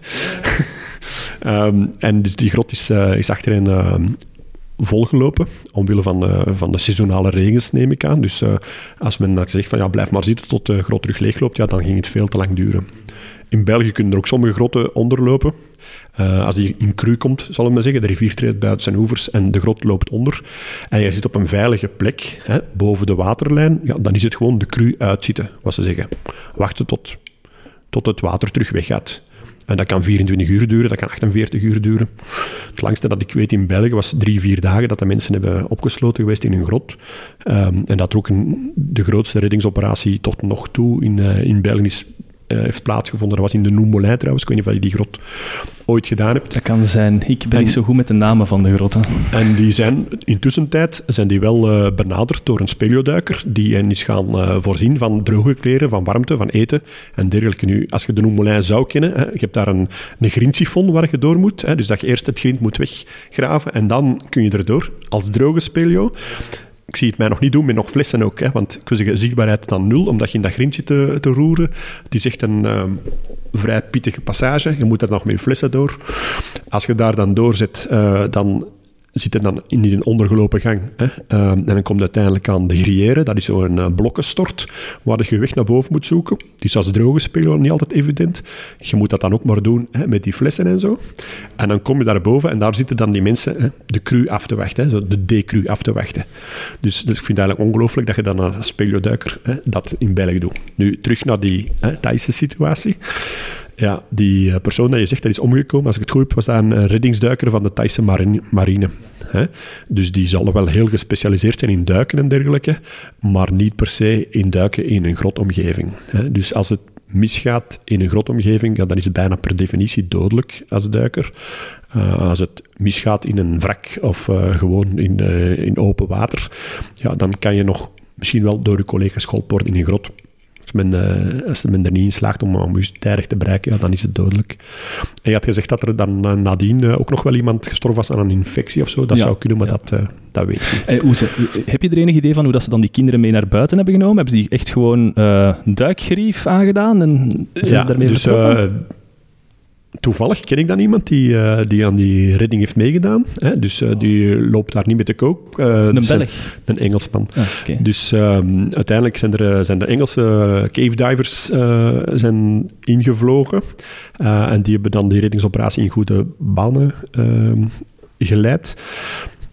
Hè? um, en dus die grot is, uh, is achterin uh, volgelopen, omwille van, uh, van de seizoenale regens, neem ik aan. Dus uh, als men dan zegt van ja, blijf maar zitten tot de grot terug leegloopt, ja, dan ging het veel te lang duren. In België kunnen er ook sommige grotten onderlopen. Uh, als die in cru komt, zal ik maar zeggen, de rivier treedt buiten zijn oevers en de grot loopt onder. En je zit op een veilige plek, hè, boven de waterlijn, ja, dan is het gewoon de cru uitzitten, wat ze zeggen. Wachten tot, tot het water terug weggaat. En dat kan vierentwintig uur duren, dat kan achtenveertig uur duren. Het langste dat ik weet in België was drie, vier dagen dat de mensen hebben opgesloten geweest in een grot. Um, en dat er ook een, de grootste reddingsoperatie tot nog toe in, uh, in België is Uh, heeft plaatsgevonden. Dat was in de Noemolijn trouwens. Ik weet niet of je die grot ooit gedaan hebt. Dat kan zijn. Ik ben en, niet zo goed met de namen van de grotten. En die zijn, intussen tijd zijn die wel uh, benaderd door een speleoduiker die hen is gaan uh, voorzien van droge kleren, van warmte, van eten en dergelijke. Nu, als je de Noemolijn zou kennen, hè, je hebt daar een, een grindsifon waar je door moet. Hè, dus dat je eerst het grind moet weggraven en dan kun je erdoor als droge speleo. Ik zie het mij nog niet doen met nog flessen ook, hè, want ik wil zeggen, zichtbaarheid dan nul, omdat je in dat grindje te, te roeren. Het is echt een uh, vrij pittige passage. Je moet er nog met flessen door. Als je daar dan doorzet, uh, dan zit er dan in een ondergelopen gang. Hè. Uh, en dan komt je uiteindelijk aan de grillère. Dat is zo'n uh, blokkenstort waar je weg naar boven moet zoeken. Dus als droge speler niet altijd evident. Je moet dat dan ook maar doen, hè, met die flessen en zo. En dan kom je daar boven en daar zitten dan die mensen, hè, de cru af te wachten. Hè, zo de D-cru af te wachten. Dus, dus ik vind het eigenlijk ongelooflijk dat je dan als speleoduiker hè, dat in België doet. Nu, terug naar die hè, Thaise situatie. Ja, die persoon dat je zegt, dat is omgekomen. Als ik het goed heb, was dat een reddingsduiker van de Thaise marine. Hè? Dus die zal wel heel gespecialiseerd zijn in duiken en dergelijke, maar niet per se in duiken in een grotomgeving. Hè? Dus als het misgaat in een grotomgeving, ja, dan is het bijna per definitie dodelijk als duiker. Uh, als het misgaat in een wrak of uh, gewoon in, uh, in open water, ja, dan kan je nog misschien wel door je collega's geholpen worden in een grot. Als men, uh, als men er niet in slaagt om, om je tijdig te bereiken, ja, dan is het dodelijk. En je had gezegd dat er dan uh, nadien uh, ook nog wel iemand gestorven was aan een infectie of zo. Dat ja, zou kunnen, maar ja. dat, uh, dat weet ik niet. Uh, hoe ze, heb je er enig idee van hoe dat ze dan die kinderen mee naar buiten hebben genomen? Hebben ze die echt gewoon uh, duikgerief aangedaan en zijn ja, ze daarmee dus, vertrokken? Uh, Toevallig ken ik dan iemand die, uh, die aan die redding heeft meegedaan. Hè? Dus uh, die loopt daar niet met de kook. Uh, een dus Belg? Een Engelsman. Ah, okay. Dus um, uiteindelijk zijn, er, zijn de Engelse cave divers uh, zijn ingevlogen. Uh, en die hebben dan die reddingsoperatie in goede banen uh, geleid.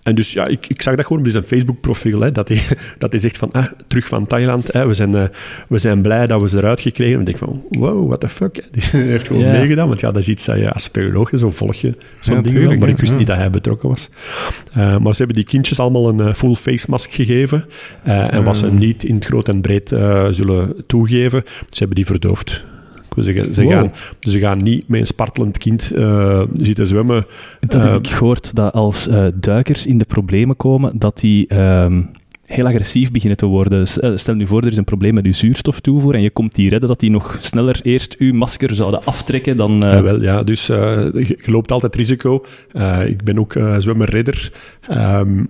en dus ja, ik, ik zag dat gewoon op zijn Facebook-profiel, hè, dat, hij, dat hij zegt van, ah, terug van Thailand, hè, we, zijn, uh, we zijn blij dat we ze eruit gekregen. En ik denk van, wow, what the fuck, hè. Die heeft gewoon yeah. meegedaan, want ja, dat is iets dat je als speleoloog, zo volg je zo'n ja, ding wel, maar ik wist ja. niet dat hij betrokken was. Uh, maar ze hebben die kindjes allemaal een uh, full face mask gegeven, uh, en wat ze niet in het groot en breed uh, zullen toegeven, ze hebben die verdoofd. Ze, ze, wow. gaan, ze gaan niet met een spartelend kind uh, zitten zwemmen. Dat heb uh, ik gehoord, dat als uh, duikers in de problemen komen, dat die um, heel agressief beginnen te worden. Stel nu voor, er is een probleem met uw zuurstoftoevoer en je komt die redden, dat die nog sneller eerst uw masker zouden aftrekken dan... Uh... Ja, wel, ja, dus uh, je, je loopt altijd risico. Uh, ik ben ook uh, zwemmer-redder. Um,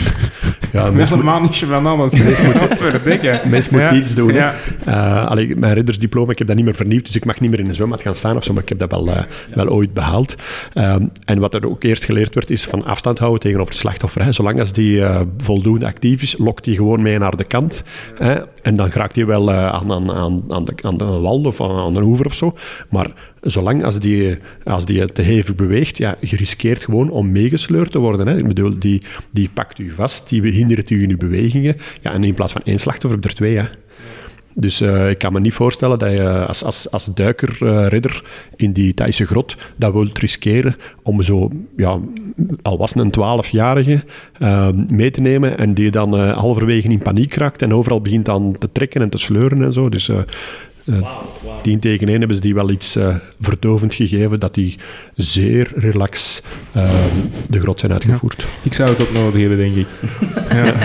Ja, dat is een mannetje van alles. Mens moet, mens moet ja. iets doen. Ja. Uh, allee, mijn riddersdiploma, ik heb dat niet meer vernieuwd, dus ik mag niet meer in een zwembad gaan staan of zo, maar ik heb dat wel, uh, wel ooit behaald. Um, en wat er ook eerst geleerd werd, is van afstand houden tegenover de slachtoffer. Hè. Zolang als die uh, voldoende actief is, lokt hij gewoon mee naar de kant. Hè. En dan raakt hij wel uh, aan, aan, aan, aan, de, aan de wal of aan de oever of zo. Maar zolang als die, als die te hevig beweegt, ja, je riskeert gewoon om meegesleurd te worden. Hè. Ik bedoel, die, die pakt u vast, die hindert u in uw bewegingen. Ja, en in plaats van één slachtoffer heb je er twee. Hè. Dus uh, ik kan me niet voorstellen dat je als, als, als duiker, uh, ridder in die Thaise grot dat wilt riskeren om zo, ja, al was het een twaalfjarige, uh, mee te nemen en die dan uh, halverwege in paniek raakt en overal begint aan te trekken en te sleuren en zo. Dus... Uh, Uh, wow, wow. Die tegen één hebben ze die wel iets uh, verdovend gegeven, dat die zeer relax uh, de grot zijn uitgevoerd. Ja, ik zou het ook nodig hebben, denk ik. Ja.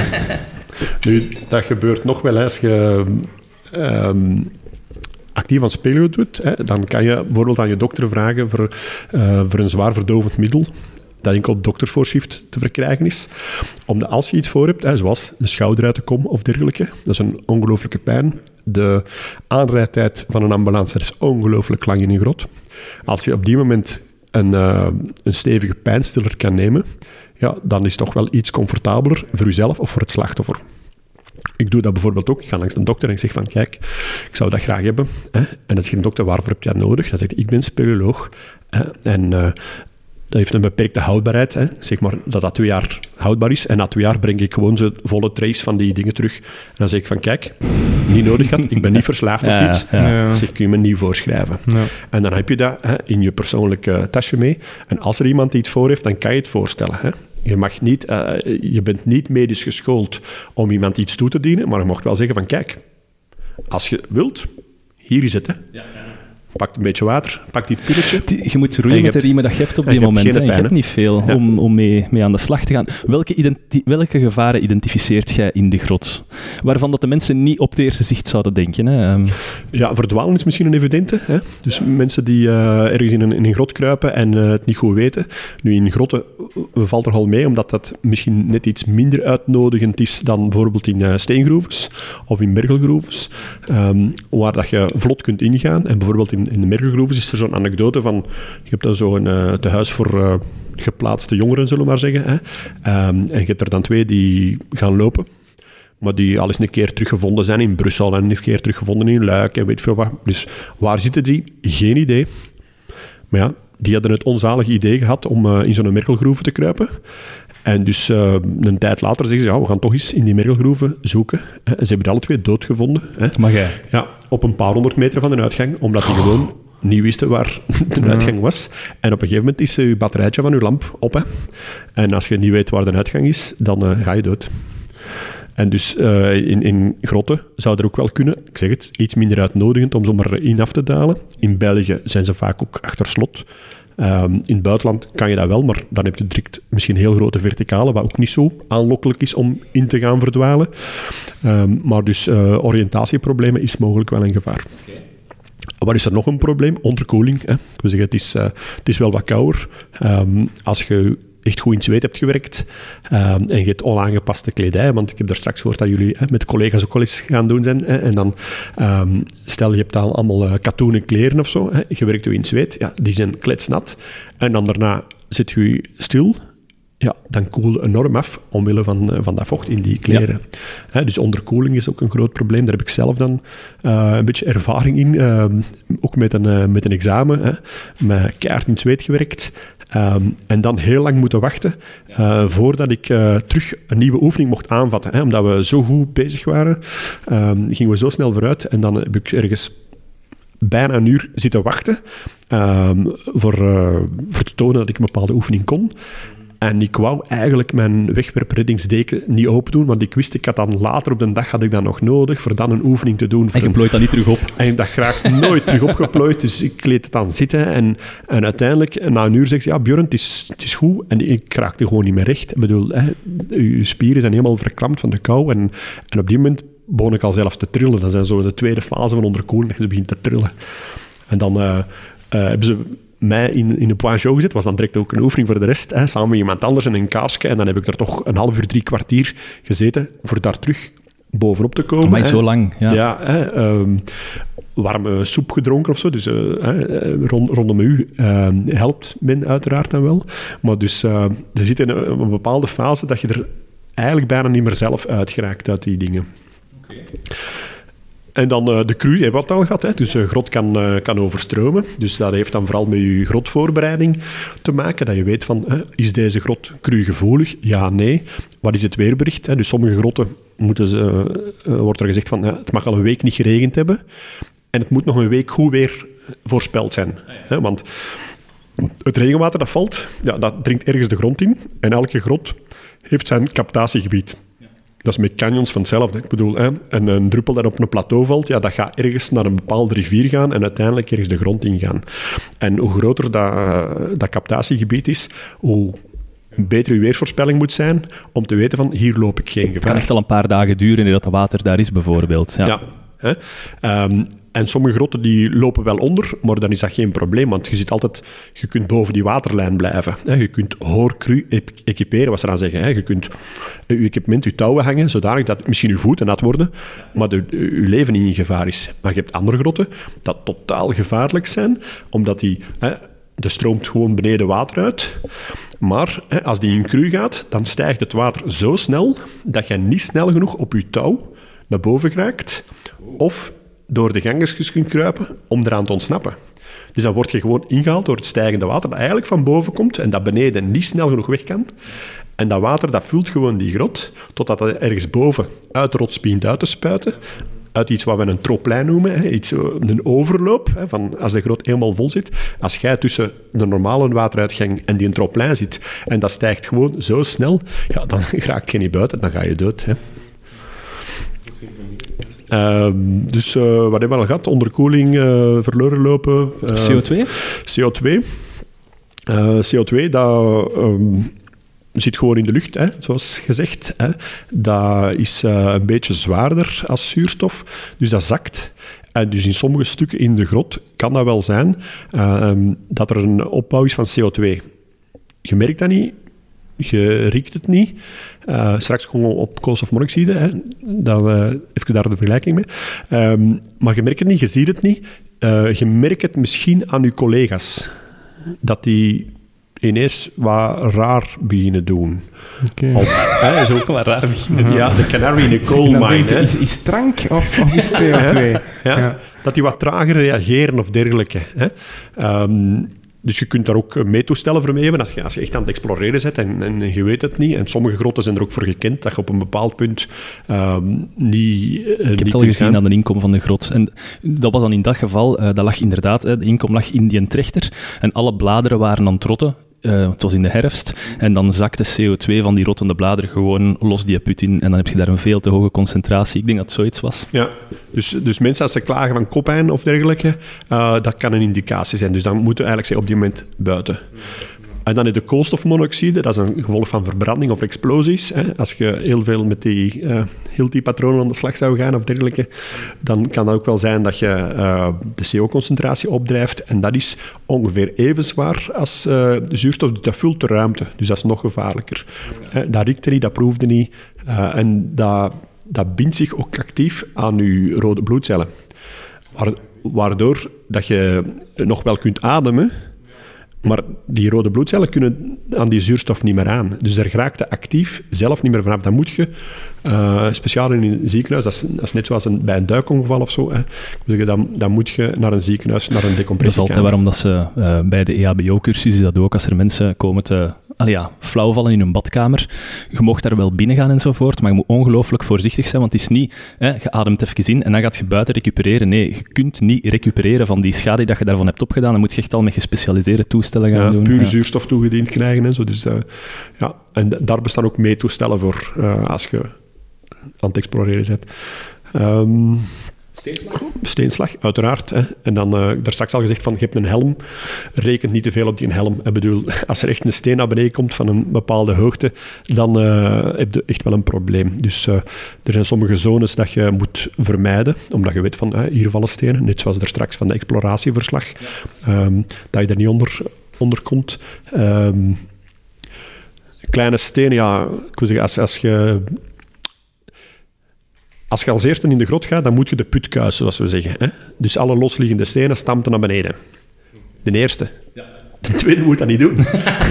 Nu, dat gebeurt nog wel als je um, actief aan speleo doet. Hè, dan kan je bijvoorbeeld aan je dokter vragen voor, uh, voor een zwaar verdovend middel dat enkel op doktervoorschrift te verkrijgen is. Omdat als je iets voor hebt, hè, zoals een schouder uit de kom of dergelijke, dat is een ongelooflijke pijn. De aanrijdtijd van een ambulance is ongelooflijk lang in een grot. Als je op die moment een, uh, een stevige pijnstiller kan nemen, ja, dan is het toch wel iets comfortabeler voor jezelf of voor het slachtoffer. Ik doe dat bijvoorbeeld ook. Ik ga langs de dokter en ik zeg van, kijk, ik zou dat graag hebben. Hè? En dan zegt de dokter, waarvoor heb je dat nodig? Dan zegt hij, ik ben speleoloog. Hè? En... Uh, dat heeft een beperkte houdbaarheid. Hè. Zeg maar dat dat twee jaar houdbaar is. En na twee jaar breng ik gewoon de volle trace van die dingen terug. En dan zeg ik van, kijk, niet nodig had. Ik ben niet verslaafd of ja, iets. Ja. Ja. Zeg, kun je me niet voorschrijven. Ja. En dan heb je dat hè, in je persoonlijke tasje mee. En als er iemand die het voor heeft, dan kan je het voorstellen. Hè. Je, mag niet, uh, je bent niet medisch geschoold om iemand iets toe te dienen. Maar je mag wel zeggen van, kijk, als je wilt, hier is het. Hè. Ja, ja. Pak een beetje water, pak dit pilletje. Je moet roeien met de riemen dat je hebt op die moment. Je hebt, je hebt niet veel ja. om, om mee, mee aan de slag te gaan. Welke, identi- welke gevaren identificeert jij in de grot? Waarvan dat de mensen niet op het eerste zicht zouden denken. Hè? Um. Ja, verdwalen is misschien een evidente. Hè? Dus mensen die uh, ergens in een, in een grot kruipen en uh, het niet goed weten. Nu, in grotten uh, valt er al mee, omdat dat misschien net iets minder uitnodigend is dan bijvoorbeeld in uh, steengroeves of in mergelgroeves, um, waar dat je vlot kunt ingaan. En bijvoorbeeld in In de mergelgroeves is er zo'n anekdote van... Je hebt dan zo'n uh, tehuis voor uh, geplaatste jongeren, zullen we maar zeggen. Hè? Um, en je hebt er dan twee die gaan lopen. Maar die al eens een keer teruggevonden zijn in Brussel en een keer teruggevonden in Luik en weet veel wat. Dus waar zitten die? Geen idee. Maar ja, die hadden het onzalige idee gehad om uh, in zo'n mergelgroeve te kruipen. En dus uh, een tijd later zeggen ze, ja, we gaan toch eens in die mergelgroeven zoeken. En ze hebben er alle twee doodgevonden. Hè. Maar jij? Ja, op een paar honderd meter van de uitgang, omdat die gewoon niet wisten waar de uitgang was. En op een gegeven moment is uh, je batterijtje van je lamp op. Hè. En als je niet weet waar de uitgang is, dan uh, ga je dood. En dus uh, in, in grotten zou er ook wel kunnen, ik zeg het, iets minder uitnodigend om zomaar in af te dalen. In België zijn ze vaak ook achter slot. Um, in het buitenland kan je dat wel, maar dan heb je direct misschien heel grote verticalen, wat ook niet zo aanlokkelijk is om in te gaan verdwalen. Um, maar dus uh, oriëntatieproblemen is mogelijk wel een gevaar. Okay. Wat is er nog een probleem? Onderkoeling. Hè? Ik wil zeggen, het is, uh, het is wel wat kouder. Um, als je echt goed in het zweet hebt gewerkt um, en je hebt onaangepaste kledij, want ik heb daar straks gehoord dat jullie hè, met collega's ook wel eens gaan doen zijn, hè, en dan um, stel je hebt dan allemaal uh, katoenen kleren of zo, hè, je werkt je in het zweet, ja, die zijn kletsnat, en dan daarna zit je stil, ja, dan koel je enorm af omwille van, van dat vocht in die kleren. Ja. Hè, dus onderkoeling is ook een groot probleem. Daar heb ik zelf dan uh, een beetje ervaring in. Uh, ook met een, uh, met een examen. Hè, met keihard in het zweet gewerkt. Um, en dan heel lang moeten wachten uh, voordat ik uh, terug een nieuwe oefening mocht aanvatten. Hè, omdat we zo goed bezig waren, um, gingen we zo snel vooruit. En dan heb ik ergens bijna een uur zitten wachten um, voor, uh, voor te tonen dat ik een bepaalde oefening kon. En ik wou eigenlijk mijn wegwerpreddingsdeken niet open doen, want ik wist, ik had dan later op de dag had ik dat nog nodig voor dan een oefening te doen. En je plooit dat niet terug op. En dat graag nooit terug opgeplooid, dus ik leed het dan zitten. En, en uiteindelijk, na een uur, zeg ze, ja, Björn, het is, het is goed. En ik raakte gewoon niet meer recht. Ik bedoel, hè, je spieren zijn helemaal verkrampt van de kou. En, en op die moment begon ik al zelfs te trillen. Dat zijn zo de tweede fase van onderkoeling, dat je begint te trillen. En dan uh, uh, hebben ze mij in, in een point show gezet. Was dan direct ook een oefening voor de rest, hè, samen met iemand anders en een kaarsje. En dan heb ik er toch een half uur, drie kwartier gezeten voor daar terug bovenop te komen. Maar zo lang, ja. Ja, hè, um, warme soep gedronken of zo. Dus uh, rond, rondom u uh, helpt men uiteraard dan wel. Maar dus uh, je zit in een, een bepaalde fase dat je er eigenlijk bijna niet meer zelf uit geraakt uit die dingen. Okay. En dan uh, de cru hebben we het al gehad. Hè. Dus de uh, grot kan, uh, kan overstromen. Dus dat heeft dan vooral met je grotvoorbereiding te maken. Dat je weet van, uh, is deze grot cru-gevoelig? Ja, nee. Wat is het weerbericht? Hè? Dus sommige grotten moeten ze, uh, uh, wordt er gezegd van, uh, het mag al een week niet geregend hebben. En het moet nog een week goed weer voorspeld zijn. Ah, ja. Hè? Want het regenwater dat valt, ja, dat dringt ergens de grond in. En elke grot heeft zijn captatiegebied. Dat is met canyons van hetzelfde. Ik bedoel, hè, een, een druppel dat op een plateau valt, ja, dat gaat ergens naar een bepaalde rivier gaan en uiteindelijk ergens de grond ingaan. En hoe groter dat, uh, dat captatiegebied is, hoe beter uw weersvoorspelling moet zijn om te weten van, hier loop ik geen gevaar. Het kan echt al een paar dagen duren eer dat het water daar is, bijvoorbeeld. Ja. ja hè? Um, En sommige grotten die lopen wel onder, maar dan is dat geen probleem, want je zit altijd, je kunt boven die waterlijn blijven. Hè. Je kunt hoor-cru equiperen, wat ze dan zeggen. Hè. Je kunt je equipement, je touwen hangen, zodanig dat misschien je voeten nat worden, maar de, je leven niet in gevaar is. Maar je hebt andere grotten dat totaal gevaarlijk zijn, omdat die... Hè, er stroomt gewoon beneden water uit. Maar hè, als die in cru gaat, dan stijgt het water zo snel dat je niet snel genoeg op je touw naar boven geraakt, of door de gangetjes kunt kruipen om eraan te ontsnappen. Dus dan word je gewoon ingehaald door het stijgende water dat eigenlijk van boven komt en dat beneden niet snel genoeg weg kan. En dat water dat vult gewoon die grot totdat het ergens boven uit de rots begint uit te spuiten. Uit iets wat we een troplein noemen, hè, iets, een overloop. Hè, van als de grot helemaal vol zit. Als jij tussen de normale wateruitgang en die een troplein zit en dat stijgt gewoon zo snel, ja, dan raakt je niet buiten, dan ga je dood. Hè. Uh, dus uh, wat hebben we al gehad? Onderkoeling, uh, verloren lopen. Uh, C O twee? C O twee. Uh, C O twee, dat um, zit gewoon in de lucht, hè, zoals gezegd. Hè. Dat is uh, een beetje zwaarder als zuurstof, dus dat zakt. En dus in sommige stukken in de grot kan dat wel zijn uh, um, dat er een opbouw is van C O twee. Je merkt dat niet. Je riekt het niet. Uh, straks gewoon op koolstofmonoxide. Hè. Dan uh, even daar de vergelijking mee. Um, maar je merkt het niet, je ziet het niet. Uh, je merkt het misschien aan je collega's. Dat die ineens wat raar beginnen doen. Okay. Of, hè, zo, wat raar beginnen doen. Ja, de canary in a coal mine. Hè. Is, is drank of, of is C O twee? ja, ja, ja. Dat die wat trager reageren of dergelijke. Hè. Um, Dus je kunt daar ook meetoestellen voor mee hebben als je, als je echt aan het exploreren bent en, en je weet het niet. En sommige grotten zijn er ook voor gekend dat je op een bepaald punt um, niet... Uh, ik heb niet het al gezien gaan. aan de inkom van de grot. En dat was dan in dat geval, uh, dat lag inderdaad, uh, de inkom lag in die trechter en alle bladeren waren aan het rotten. Uh, het was in de herfst. En dan zakt de C O twee van die rottende bladeren gewoon los die put in. En dan heb je daar een veel te hoge concentratie. Ik denk dat het zoiets was. Ja, dus, dus mensen als ze klagen van koppijn of dergelijke, uh, dat kan een indicatie zijn. Dus dan moeten we eigenlijk zeggen op die moment buiten. En dan de koolstofmonoxide, dat is een gevolg van verbranding of explosies. Hè. Als je heel veel met die uh, Hilti-patronen aan de slag zou gaan of dergelijke, dan kan dat ook wel zijn dat je uh, de C O-concentratie opdrijft. En dat is ongeveer even zwaar als uh, de zuurstof. Dus dat vult de ruimte. Dus dat is nog gevaarlijker. Ja. Uh, dat riekte niet, dat proefde niet. Uh, en dat, dat bindt zich ook actief aan je rode bloedcellen. Waardoor dat je nog wel kunt ademen, Maar die rode bloedcellen kunnen aan die zuurstof niet meer aan. Dus daar raakt je actief zelf niet meer vanaf. Dan moet je, uh, speciaal in een ziekenhuis, dat is, dat is net zoals een, bij een duikongeval of zo, hè, dan, dan moet je naar een ziekenhuis, naar een decompressiekamer. Dat is altijd waarom dat ze uh, bij de E H B O-cursus is dat ook, als er mensen komen te allee, ja, flauwvallen in hun badkamer, je mag daar wel binnen gaan enzovoort, maar je moet ongelooflijk voorzichtig zijn, want het is niet, hè, je ademt even in en dan gaat je buiten recupereren. Nee, je kunt niet recupereren van die schade die je daarvan hebt opgedaan. Dan moet je echt al met gespecialiseerde toestellen gaan ja, doen. Pure ja. zuurstof toegediend krijgen en zo. Dus, uh, ja. En daar bestaan ook meetoestellen voor uh, als je aan het exploreren bent. Um, Steenslag? Steenslag, uiteraard. Hè. En dan, uh, daar straks al gezegd van, je hebt een helm, rekent niet te veel op die helm. Ik bedoel, als er echt een steen naar beneden komt van een bepaalde hoogte, dan uh, heb je echt wel een probleem. Dus uh, er zijn sommige zones dat je moet vermijden, omdat je weet van, uh, hier vallen stenen, net zoals er straks van de exploratieverslag, ja. um, dat je er niet onder, onder komt. Um, kleine stenen, ja, ik wil zeggen, als, als je... Als je als eerste in de grot gaat, dan moet je de put kuisen, zoals we zeggen. Hè? Dus alle losliggende stenen stampen naar beneden. De eerste. Ja. De tweede moet dat niet doen.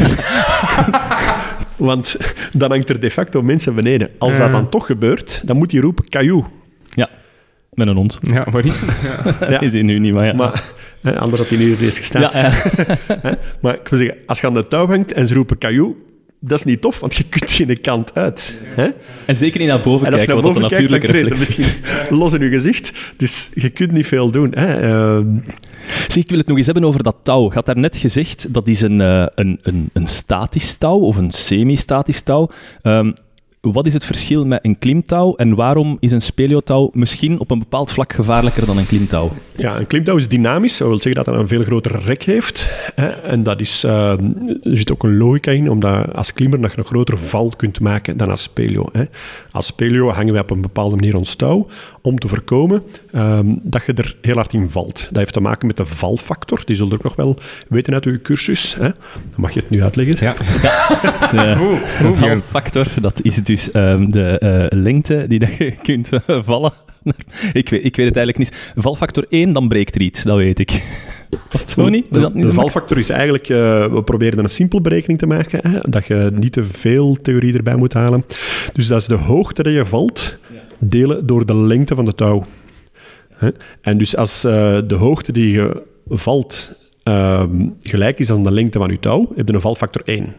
Want dan hangt er de facto mensen beneden. Als uh. dat dan toch gebeurt, dan moet hij roepen, caillou. Ja, met een hond. Ja, waar is hij? Ja. Ja. Is hij nu niet, maar ja. Maar, hè, anders had hij nu eerst gestaan. Ja, ja. Maar ik wil zeggen, als je aan de touw hangt en ze roepen caillou, dat is niet tof, want je kunt geen kant uit. Hè? En zeker niet naar boven en kijken, wat dat een natuurlijke reflex is. Misschien los in je gezicht, dus je kunt niet veel doen. Hè? Uh... Zie, ik wil het nog eens hebben over dat touw. Je had daarnet gezegd, dat is een, uh, een, een, een statisch touw, of een semi-statisch touw. Um, wat is het verschil met een klimtouw en waarom is een speleotouw misschien op een bepaald vlak gevaarlijker dan een klimtouw? Ja, een klimtouw is dynamisch. Dat wil zeggen dat het een veel groter rek heeft. Hè? En dat is, uh, er zit ook een logica in, omdat als klimmer nog een grotere val kunt maken dan als speleo. Hè? Als speleo hangen wij op een bepaalde manier ons touw om te voorkomen um, dat je er heel hard in valt. Dat heeft te maken met de valfactor. Die zult je ook nog wel weten uit uw cursus. Hè? Dan mag je het nu uitleggen. Ja. Ja. De, de valfactor, dat is dus um, de uh, lengte die dat je kunt uh, vallen. Ik weet, ik weet het eigenlijk niet. Valfactor één, dan breekt er iets, dat weet ik. Was het zo niet? Was dat niet de, de valfactor is eigenlijk... Uh, we proberen een simpele berekening te maken, hè, dat je niet te veel theorie erbij moet halen. Dus dat is de hoogte dat je valt, delen door de lengte van de touw. Hè? En dus als uh, de hoogte die je valt uh, gelijk is aan de lengte van je touw, heb je een valfactor één.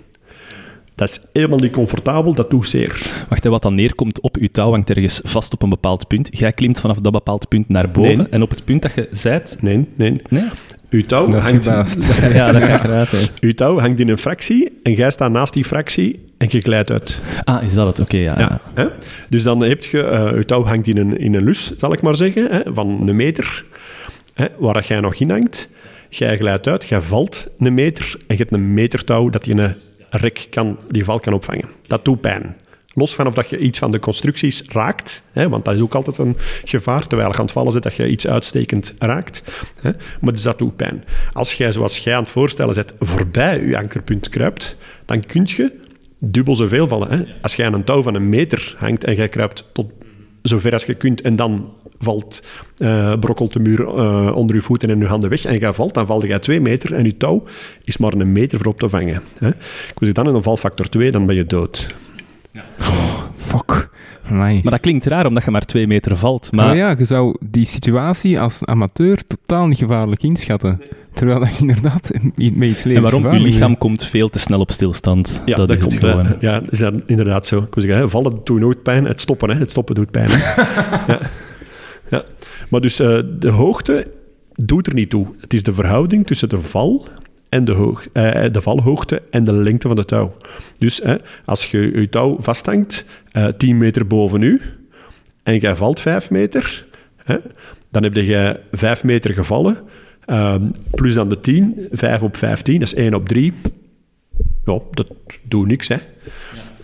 Dat is helemaal niet comfortabel, dat doet zeer. Wacht, wat dan neerkomt op je touw hangt ergens vast op een bepaald punt. Jij klimt vanaf dat bepaald punt naar boven. Nee. En op het punt dat je zijt... Nee, nee. nee? Uw touw dat hangt... Is ja, dat gaat eruit. Hè. Uw touw hangt in een fractie en jij staat naast die fractie en je glijdt uit. Ah, is dat het? Oké, okay, ja. ja hè? Dus dan heb je... Uh, uw touw hangt in een, in een lus, zal ik maar zeggen, hè, van een meter, hè, waar jij nog in hangt. Jij glijdt uit, jij valt een meter en je hebt een meter touw dat je een... rek kan, die val kan opvangen. Dat doet pijn. Los van of dat je iets van de constructies raakt, hè, want dat is ook altijd een gevaar, terwijl je aan het vallen zit, dat je iets uitstekend raakt. Hè, maar dus dat doet pijn. Als jij, zoals jij aan het voorstellen zit, voorbij je ankerpunt kruipt, dan kun je dubbel zoveel vallen. Hè. Als jij aan een touw van een meter hangt en jij kruipt tot zover als je kunt en dan valt, uh, brokkelt de muur uh, onder je voeten en je handen weg en jij valt, dan val je twee meter en je touw is maar een meter voor op te vangen. Hè? Ik wil dan in een valfactor twee, dan ben je dood. Ja. Oh, fuck. Amai. Maar dat klinkt raar, omdat je maar twee meter valt. Maar... maar ja, je zou die situatie als amateur totaal niet gevaarlijk inschatten. Nee. Terwijl dat inderdaad met iets levensgevaarlijk is. En waarom? Je lichaam komt veel te snel op stilstand. Ja, dat, dat is komt, het gewoon. Uh, ja, dat is dat inderdaad zo. Ik wil zeggen, hè, vallen doet nooit pijn, het stoppen, hè. Het stoppen doet pijn. ja. Ja. Maar dus uh, de hoogte doet er niet toe. Het is de verhouding tussen de val en de, hoog, uh, de valhoogte en de lengte van de touw. Dus uh, als je je touw vasthangt, uh, tien meter boven u, en jij valt vijf meter, uh, dan heb je vijf meter gevallen, uh, plus dan de tien, vijf op vijftien, dat is één op drie. Ja, dat doet niks, hè.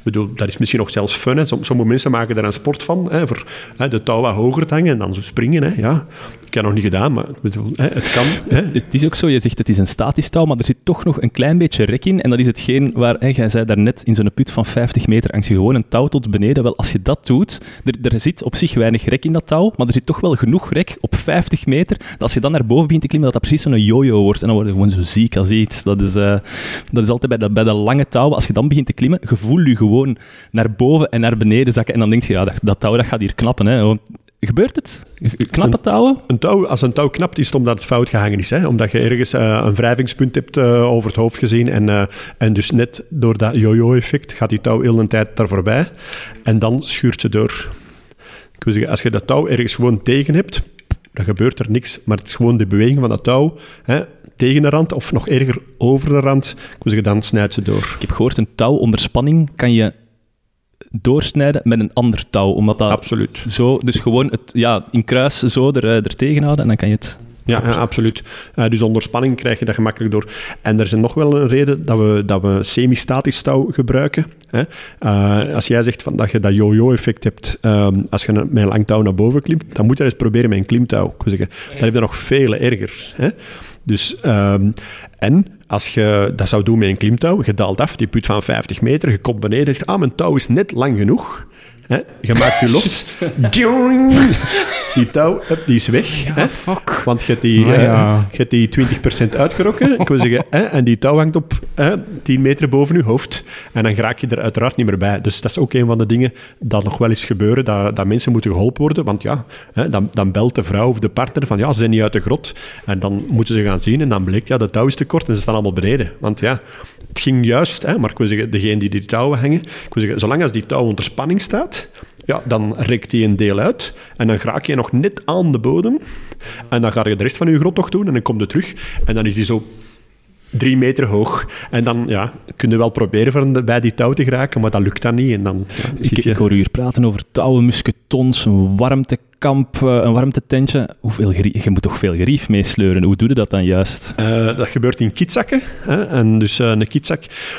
bedoel, dat is misschien nog zelfs fun. Hè. Sommige mensen maken er een sport van, hè, voor hè, de touw wat hoger te hangen en dan zo springen. Hè. Ja, ik heb het nog niet gedaan, maar bedoel, hè, het kan. Hè. Het is ook zo, je zegt het is een statisch touw, maar er zit toch nog een klein beetje rek in. En dat is hetgeen waar, hè, jij zei daarnet, in zo'n put van vijftig meter hangt je gewoon een touw tot beneden. Wel, als je dat doet, er, er zit op zich weinig rek in dat touw, maar er zit toch wel genoeg rek op vijftig meter, dat als je dan naar boven begint te klimmen, dat dat precies zo'n yo-yo wordt. En dan word je gewoon zo ziek als iets. Dat is, uh, dat is altijd bij de, bij de lange touwen. Als je dan begint te klimmen, je voelt je gewoon naar boven en naar beneden zakken. En dan denk je, ja, dat, dat touw dat gaat hier knappen. Hè. Gebeurt het? Knappen touwen? Een touw, als een touw knapt, is het omdat het fout gehangen is. Hè? Omdat je ergens uh, een wrijvingspunt hebt uh, over het hoofd gezien. En, uh, en dus net door dat yo-yo-effect gaat die touw heel een tijd daar voorbij. En dan schuurt ze door. Ik wil zeggen, als je dat touw ergens gewoon tegen hebt, dan gebeurt er niks. Maar het is gewoon de beweging van dat touw, hè, tegen de rand of nog erger over de rand. Ik wil zeggen, dan snijdt ze door. Ik heb gehoord, een touw onder spanning kan je doorsnijden met een ander touw. Omdat dat absoluut. Zo, dus gewoon het, ja, in kruis zo er, er tegen houden en dan kan je het... Ja, ja, absoluut. Uh, dus onder spanning krijg je dat gemakkelijk door. En er is nog wel een reden dat we, dat we semi-statisch touw gebruiken. Hè? Uh, als jij zegt van, dat je dat yo-yo-effect hebt, um, als je met een lang touw naar boven klimt, dan moet je eens proberen met een klimtouw. Ik wil zeggen, dan heb je nog veel erger. Hè? Dus, um, en als je dat zou doen met een klimtouw, je daalt af, die put van vijftig meter, je komt beneden en zegt, ah, mijn touw is net lang genoeg. Hè? Je maakt je los. Die touw, die is weg. Ja, hè? fuck. Want je hebt die, Maar ja. uh, je hebt die twintig procent uitgerokken. Ik wil zeggen, hè? En die touw hangt op hè, tien meter boven je hoofd. En dan raak je er uiteraard niet meer bij. Dus dat is ook een van de dingen dat nog wel eens gebeuren, dat, dat mensen moeten geholpen worden. Want ja, hè, dan, dan belt de vrouw of de partner van, ja, ze zijn niet uit de grot. En dan moeten ze gaan zien en dan blijkt, ja, de touw is te kort en ze staan allemaal beneden. Want ja, het ging juist, hè, maar ik wil zeggen, degene die die touwen hangen, ik wil zeggen, zolang als die touw onder spanning staat, ja, dan rekt die een deel uit en dan raak je nog net aan de bodem en dan ga je de rest van je grot nog doen en dan kom je terug en dan is die zo drie meter hoog. En dan ja, kun je wel proberen van de, bij die touw te geraken, maar dat lukt dan niet. En dan ja, ik, je... ik hoor u hier praten over touwen, musketons, een warmtekamp, een warmtetentje. Hoeveel gerief, je moet toch veel gerief meesleuren? Hoe doe je dat dan juist? Uh, dat gebeurt in kitzakken. Hè? En dus uh, een kitzak...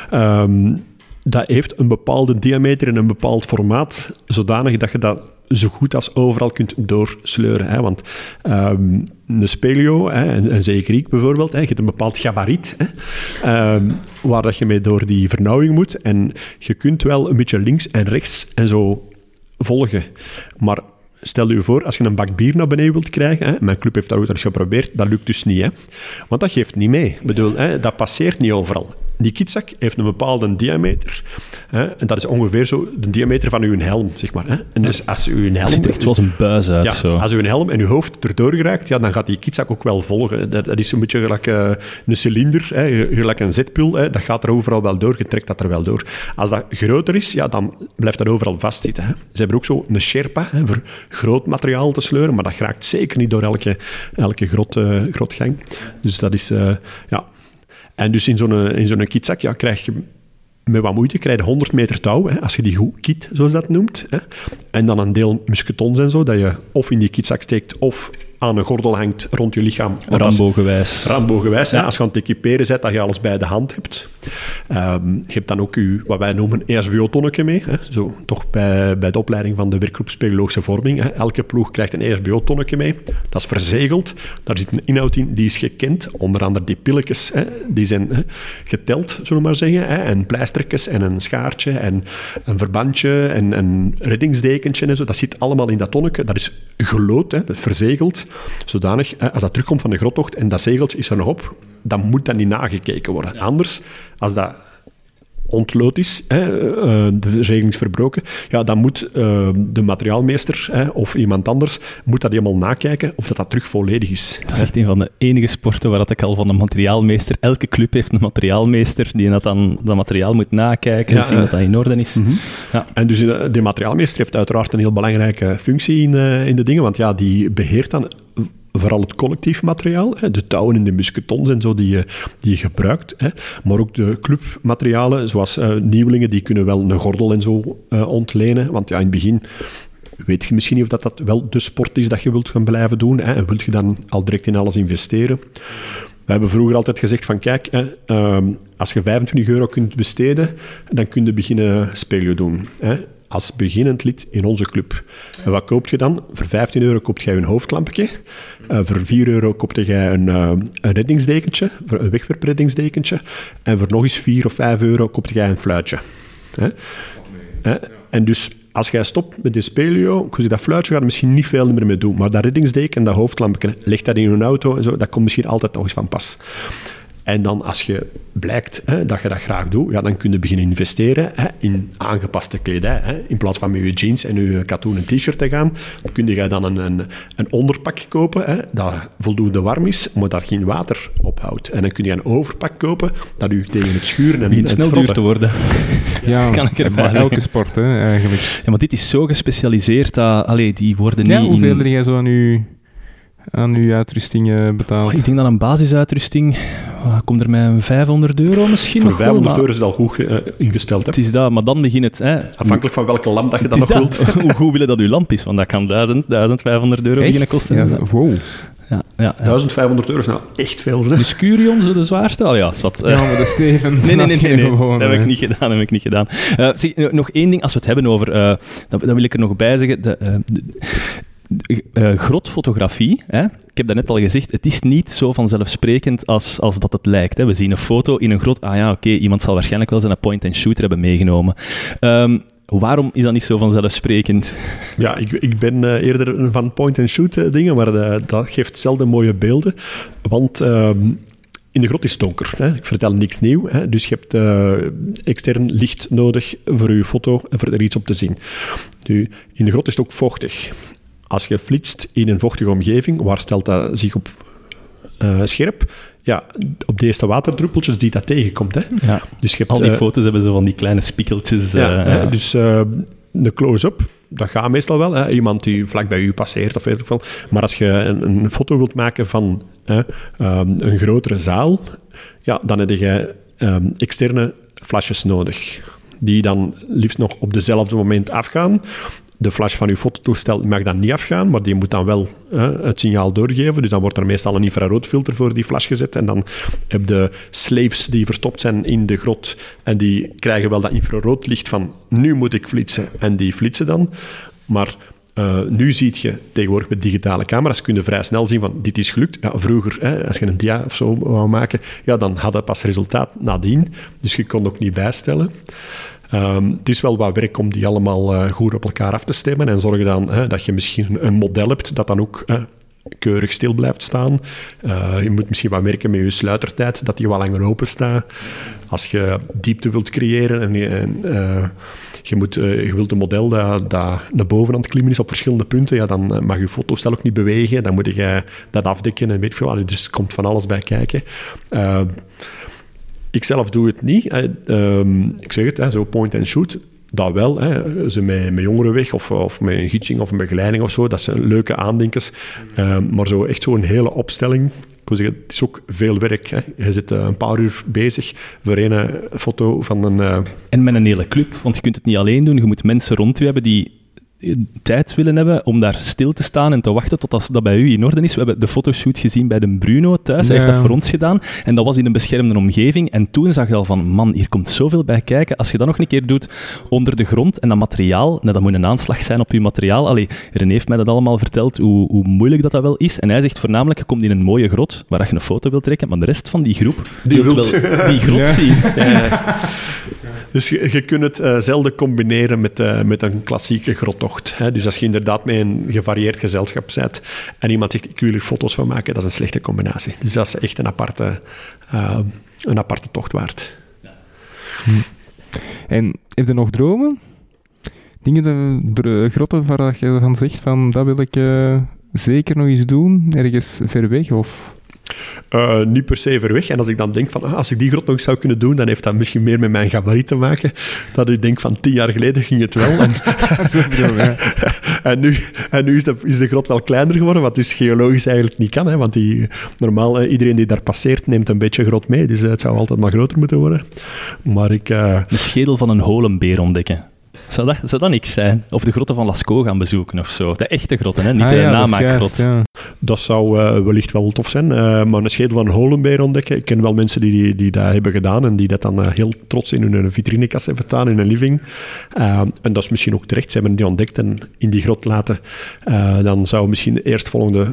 Um, dat heeft een bepaalde diameter en een bepaald formaat, zodanig dat je dat zo goed als overal kunt doorsleuren. Hè? Want um, een speleo, hè, een, een zeegriek bijvoorbeeld, hè, je hebt een bepaald gabariet, hè, um, waar dat je mee door die vernauwing moet. En je kunt wel een beetje links en rechts en zo volgen. Maar stel je voor, als je een bak bier naar beneden wilt krijgen, hè, mijn club heeft dat ook eens geprobeerd, dat lukt dus niet. Hè? Want dat geeft niet mee. Ik bedoel, hè, dat passeert niet overal. Die kitzak heeft een bepaalde diameter. Hè, en dat is ongeveer zo de diameter van uw helm, zeg maar. Hè. En dus als uw helm... Het ziet er echt zoals een buis uit. Ja, zo. Als uw helm en uw hoofd erdoor geraakt, ja, dan gaat die kitzak ook wel volgen. Dat, dat is een beetje gelijk uh, een cilinder, hè, gelijk een zetpul. Hè, dat gaat er overal wel door, je trekt dat er wel door. Als dat groter is, ja, dan blijft dat overal vastzitten. Hè. Ze hebben ook zo een sherpa, hè, voor groot materiaal te sleuren, maar dat raakt zeker niet door elke, elke grot, uh, grotgang. Dus dat is... Uh, ja... En dus in zo'n, in zo'n kitzak ja, krijg je met wat moeite krijg je honderd meter touw, hè, als je die goed kit, zoals dat noemt. Hè. En dan een deel musketons en zo, dat je of in die kitzak steekt of aan een gordel hangt rond je lichaam. Rambo-gewijs. Rambo-gewijs. Ja. Als je aan het equiperen bent, dat je alles bij de hand hebt. Um, je hebt dan ook je, wat wij noemen E S B O-tonnetje mee. Hè. Zo, toch bij, bij de opleiding van de werkgroep Speleologische Vorming. Hè. Elke ploeg krijgt een E S B O-tonnetje mee. Dat is verzegeld. Daar zit een inhoud in, die is gekend. Onder andere die pilletjes, hè, die zijn hè, geteld, zullen we maar zeggen. Hè. En pleistertjes en een schaartje en een verbandje en een reddingsdekentje en zo. Dat zit allemaal in dat tonnetje. Dat is gelood, hè, dat is verzegeld. Zodanig, als dat terugkomt van de grottocht en dat zegeltje is er nog op, dan moet dat niet nagekeken worden. Ja. Anders, als dat ontlood is, hè, de regeling is verbroken, ja, dan moet uh, de materiaalmeester hè, of iemand anders moet dat helemaal nakijken of dat dat terug volledig is. Dat is echt een van de enige sporten waar dat ik al van een materiaalmeester... Elke club heeft een materiaalmeester die dat dan dat materiaal moet nakijken en ja, zien dat dat in orde is. Mm-hmm. Ja. En dus de materiaalmeester heeft uiteraard een heel belangrijke functie in, uh, in de dingen, want ja, die beheert dan vooral het collectief materiaal, hè, de touwen en de musketons en zo die je, die je gebruikt, hè, maar ook de clubmaterialen, zoals uh, nieuwelingen, die kunnen wel een gordel en zo uh, ontlenen, want ja, in het begin weet je misschien niet of dat, dat wel de sport is dat je wilt gaan blijven doen, hè, en wilt je dan al direct in alles investeren. We hebben vroeger altijd gezegd van, kijk, hè, um, als je vijfentwintig euro kunt besteden, dan kun je beginnen spelio doen. Hè. Als beginnend lid in onze club. En wat koop je dan? Voor vijftien euro koopt jij een hoofdklampje. Uh, voor vier euro koopte jij een, uh, een reddingsdekentje, een wegwerpreddingsdekentje. En voor nog eens vier of vijf euro koopte jij een fluitje. Hè? Hè? En dus als jij stopt met de spelio, je dat fluitje gaat er misschien niet veel meer mee doen. Maar dat reddingsdeken en dat hoofdklampje, leg dat in je auto en zo, dat komt misschien altijd nog eens van pas. En dan als je blijkt hè, dat je dat graag doet, ja, dan kun je beginnen investeren hè, in aangepaste kledij. Hè. In plaats van met je jeans en je katoenen t-shirt te gaan, kun je dan een, een, een onderpak kopen hè, dat voldoende warm is, maar dat geen water ophoudt. En dan kun je een overpak kopen dat u tegen het schuren en het snel duur te worden. Ja, kan ik bij elke sport hè, eigenlijk. Ja, maar dit is zo gespecialiseerd dat allee, die worden niet... Ja, hoeveel in... heb jij zo aan je... aan uw uitrusting uh, betaald? Oh, ik denk dat een basisuitrusting... Uh, komt er met vijfhonderd euro misschien Voor nog vijfhonderd wel, euro is het al goed uh, ingesteld. Hè? Het is dat, maar dan begint het... Hè, afhankelijk van welke lamp dat je dan nog dat. wilt. Hoe goed willen dat uw lamp is? Want dat kan duizend, vijfhonderd euro echt? beginnen kosten. Ja, wow. Ja, ja, ja. duizend vijfhonderd euro is nou echt veel. Hè? Dus Curion, zo de zwaarste? Oh ja, zwart. Ja, maar de Steven... Nee, nee, nee, nee, nee. Gewoon, dat heb hè. ik niet gedaan, dat heb ik niet gedaan. Uh, zeg, nog één ding, als we het hebben over... Uh, dat, dat wil ik er nog bij zeggen. De, uh, de, Uh, grotfotografie, hè? Ik heb daarnet al gezegd, het is niet zo vanzelfsprekend als, als dat het lijkt. Hè? We zien een foto in een grot, ah ja, oké, okay, iemand zal waarschijnlijk wel zijn point-and-shooter hebben meegenomen. Um, waarom is dat niet zo vanzelfsprekend? Ja, ik, ik ben uh, eerder van point-and-shoot uh, dingen, maar uh, dat geeft zelden mooie beelden. Want... Uh, in de grot is het donker. Hè. Ik vertel niks nieuw. Hè. Dus je hebt uh, extern licht nodig voor je foto en voor er iets op te zien. Nu, in de grot is het ook vochtig. Als je flitst in een vochtige omgeving, waar stelt dat zich op uh, scherp? Ja, op de eerste waterdruppeltjes die dat tegenkomt. Hè. Ja. Dus je hebt, al die uh, foto's hebben zo van die kleine spiekeltjes. Ja, uh, uh, dus uh, de close-up, dat gaat meestal wel. Hè. Iemand die vlak bij u passeert of weet ik veel. Maar als je een, een foto wilt maken van hè, um, een grotere zaal, ja, dan heb je um, externe flashes nodig. Die dan liefst nog op dezelfde moment afgaan. De flash van uw fototoestel mag dan niet afgaan, maar die moet dan wel hè, het signaal doorgeven. Dus dan wordt er meestal een infraroodfilter voor die flash gezet. En dan heb je slaves die verstopt zijn in de grot. En die krijgen wel dat infraroodlicht van, nu moet ik flitsen. En die flitsen dan. Maar uh, nu zie je tegenwoordig met digitale camera's, kun je vrij snel zien van, dit is gelukt. Ja, vroeger, hè, als je een dia of zo wou maken, ja, dan had het pas resultaat nadien. Dus je kon ook niet bijstellen. Um, het is wel wat werk om die allemaal uh, goed op elkaar af te stemmen en zorgen dan hè, dat je misschien een model hebt dat dan ook uh, keurig stil blijft staan. Uh, je moet misschien wat werken met je sluitertijd, dat die wat langer open staat. Als je diepte wilt creëren en, en uh, je, moet, uh, je wilt een model dat, dat naar boven aan het klimmen is op verschillende punten, ja, dan mag je fotostel ook niet bewegen. Dan moet je dat afdekken en weet je wel. Dus er komt van alles bij kijken. Uh, Ik zelf doe het niet. Hè. Um, ik zeg het, hè, zo point-and-shoot, dat wel. Hè. Ze met, met jongeren weg, of, of met een gidsing of een begeleiding of zo, dat zijn leuke aandenkers. Um, maar zo echt zo'n hele opstelling, ik wil zeggen, het is ook veel werk. Hè. Je zit uh, een paar uur bezig voor een uh, foto van een... Uh... En met een hele club, want je kunt het niet alleen doen. Je moet mensen rond je hebben die tijd willen hebben om daar stil te staan en te wachten tot dat bij u in orde is. We hebben de fotoshoot gezien bij de Bruno thuis. Hij Ja. heeft dat voor ons gedaan. En dat was in een beschermde omgeving. En toen zag je al van, man, hier komt zoveel bij kijken. Als je dat nog een keer doet onder de grond en dat materiaal, nou, dat moet een aanslag zijn op je materiaal. Allee, René heeft mij dat allemaal verteld, hoe, hoe moeilijk dat, dat wel is. En hij zegt voornamelijk, je komt in een mooie grot, waar je een foto wilt trekken, maar de rest van die groep Die wil wilt. wel die grot Ja. zien. Ja. Dus je, je kunt het uh, zelden combineren met, uh, met een klassieke grottocht. Hè? Dus als je inderdaad met een gevarieerd gezelschap bent en iemand zegt, ik wil er foto's van maken, dat is een slechte combinatie. Dus dat is echt een aparte, uh, een aparte tocht waard. Hm. En heb je nog dromen? Dingen, de, de grotten waar je van zegt van, dat wil ik uh, zeker nog eens doen, ergens ver weg of... Uh, niet per se ver weg. En als ik dan denk van, ah, als ik die grot nog eens zou kunnen doen, dan heeft dat misschien meer met mijn gabarit te maken. Dat ik denk van, tien jaar geleden ging het wel. En, Zo bedoel, ja. en nu, en nu is, de, is de grot wel kleiner geworden, wat dus geologisch eigenlijk niet kan. Hè, want die, normaal, uh, iedereen die daar passeert, neemt een beetje grot mee. Dus uh, het zou altijd maar groter moeten worden. Maar ik... Uh, De schedel van een holenbeer ontdekken. Zou dat, zou dat niks zijn? Of de grotten van Lascaux gaan bezoeken of zo? De echte grotten, hè? Niet Ah, de ja, dat is namaakgrot. juist, ja. Dat zou uh, wellicht wel tof zijn. Uh, maar een schedel van een holenbeer ontdekken. Ik ken wel mensen die, die, die dat hebben gedaan en die dat dan uh, heel trots in hun vitrinekast hebben staan, in hun living. Uh, en dat is misschien ook terecht. Ze hebben die ontdekt en in die grot laten. Uh, dan zou misschien de eerstvolgende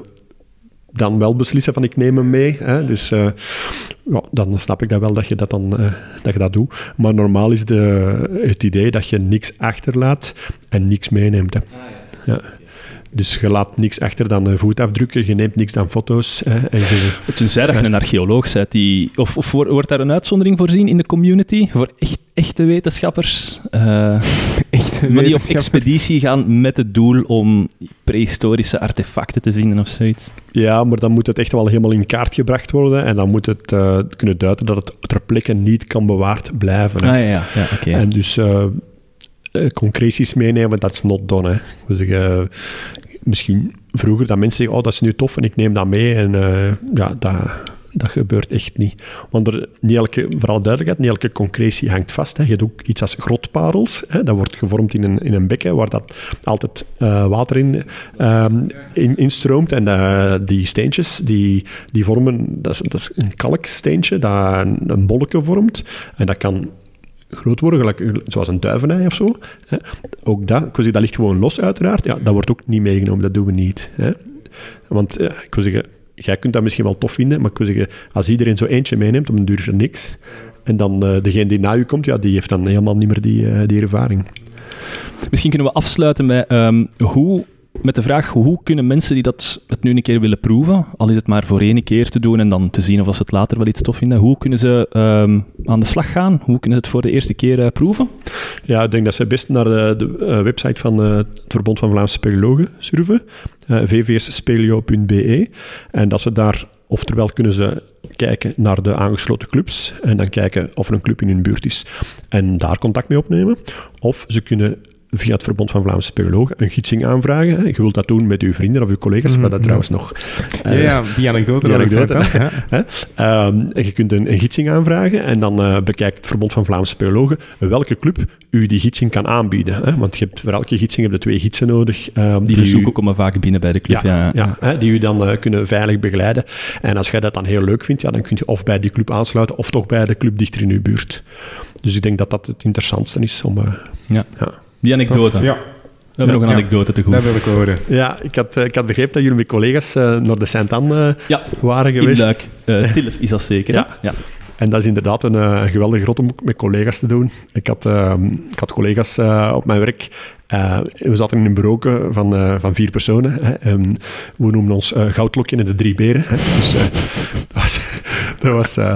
dan wel beslissen van ik neem hem mee. Hè? Dus uh, ja, dan snap ik dat wel dat je dat, dan, uh, dat je dat doet. Maar normaal is de, het idee dat je niks achterlaat en niks meeneemt. Hè. Ja. Dus je laat niks achter dan voetafdrukken, je neemt niks dan foto's. Hè, en je... Tenzij dat je een archeoloog bent, die, of, of wordt daar een uitzondering voorzien in de community? Voor echt, echte wetenschappers? Uh, echte maar die op wetenschappers. expeditie gaan met het doel om prehistorische artefacten te vinden of zoiets? Ja, maar dan moet het echt wel helemaal in kaart gebracht worden en dan moet het uh, kunnen duiden dat het ter plekke niet kan bewaard blijven. Hè. Ah ja, ja, ja oké. Okay. En dus... Uh, Uh, concreties meenemen, dat is not done. Hè. We zeggen, uh, misschien vroeger dat mensen zeggen, oh, dat is nu tof en ik neem dat mee. En uh, ja, dat, dat gebeurt echt niet. Want er, niet elke, vooral duidelijkheid, niet elke concretie hangt vast. Hè. Je hebt ook iets als grotparels. Hè. Dat wordt gevormd in een, in een bekken waar dat altijd uh, water in, uh, in instroomt. En uh, die steentjes, die, die vormen... Dat is, dat is een kalksteentje dat een, een bolletje vormt. En dat kan... groot worden, gelijk, zoals een duivenei of zo. Hè. Ook dat, ik wil zeggen, dat ligt gewoon los uiteraard. Ja, dat wordt ook niet meegenomen, dat doen we niet. Hè. Want ja, ik wil zeggen, jij kunt dat misschien wel tof vinden, maar ik wil zeggen, als iedereen zo eentje meeneemt, op een duur is er niks. En dan uh, degene die na u komt, ja, die heeft dan helemaal niet meer die, uh, die ervaring. Misschien kunnen we afsluiten met um, hoe... Met de vraag, hoe kunnen mensen die dat het nu een keer willen proeven, al is het maar voor één keer te doen en dan te zien of ze het later wel iets tof vinden, hoe kunnen ze um, aan de slag gaan? Hoe kunnen ze het voor de eerste keer uh, proeven? Ja, ik denk dat ze best naar de, de uh, website van uh, het Verbond van Vlaamse Speleologen surfen, uh, v v s speleo punt b e, en dat ze daar, oftewel kunnen ze kijken naar de aangesloten clubs en dan kijken of er een club in hun buurt is en daar contact mee opnemen, of ze kunnen via het Verbond van Vlaamse Speleologen een gidsing aanvragen. Je wilt dat doen met uw vrienden of uw collega's, mm-hmm. maar dat trouwens nog... Uh, ja, ja, die anekdote. Die anekdote. Ook, ja. um, je kunt een, een gidsing aanvragen en dan uh, bekijkt het Verbond van Vlaamse Speleologen welke club u die gidsing kan aanbieden. Hè? Want je hebt, voor elke gidsing heb je twee gidsen nodig. Um, die die verzoeken u, komen vaak binnen bij de club. Ja, ja, ja, ja. Hè, die u dan uh, kunnen veilig begeleiden. En als jij dat dan heel leuk vindt, ja, dan kun je of bij die club aansluiten of toch bij de club dichter in uw buurt. Dus ik denk dat dat het interessantste is om... Uh, ja. Ja. Die anekdote. Ja. We hebben ja, nog een ja. anekdote te goed. Dat wil ik horen. Ja, ik had, ik had begrepen dat jullie met collega's uh, naar de Saint-Anne uh, ja, waren geweest. In Luik. Uh, Tilf is dat zeker. Ja. ja. En dat is inderdaad een uh, geweldige grot om met collega's te doen. Ik had, uh, ik had collega's uh, op mijn werk. Uh, we zaten in een bureau van, uh, van vier personen. Hè. Um, we noemden ons uh, Goudlokje en de Drie Beren. Hè. Dus uh, dat was... Dat was uh,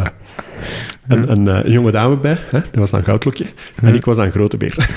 Een, een, een jonge dame bij, hè? Dat was dan Goudlokje. En ik was dan Grote Beer.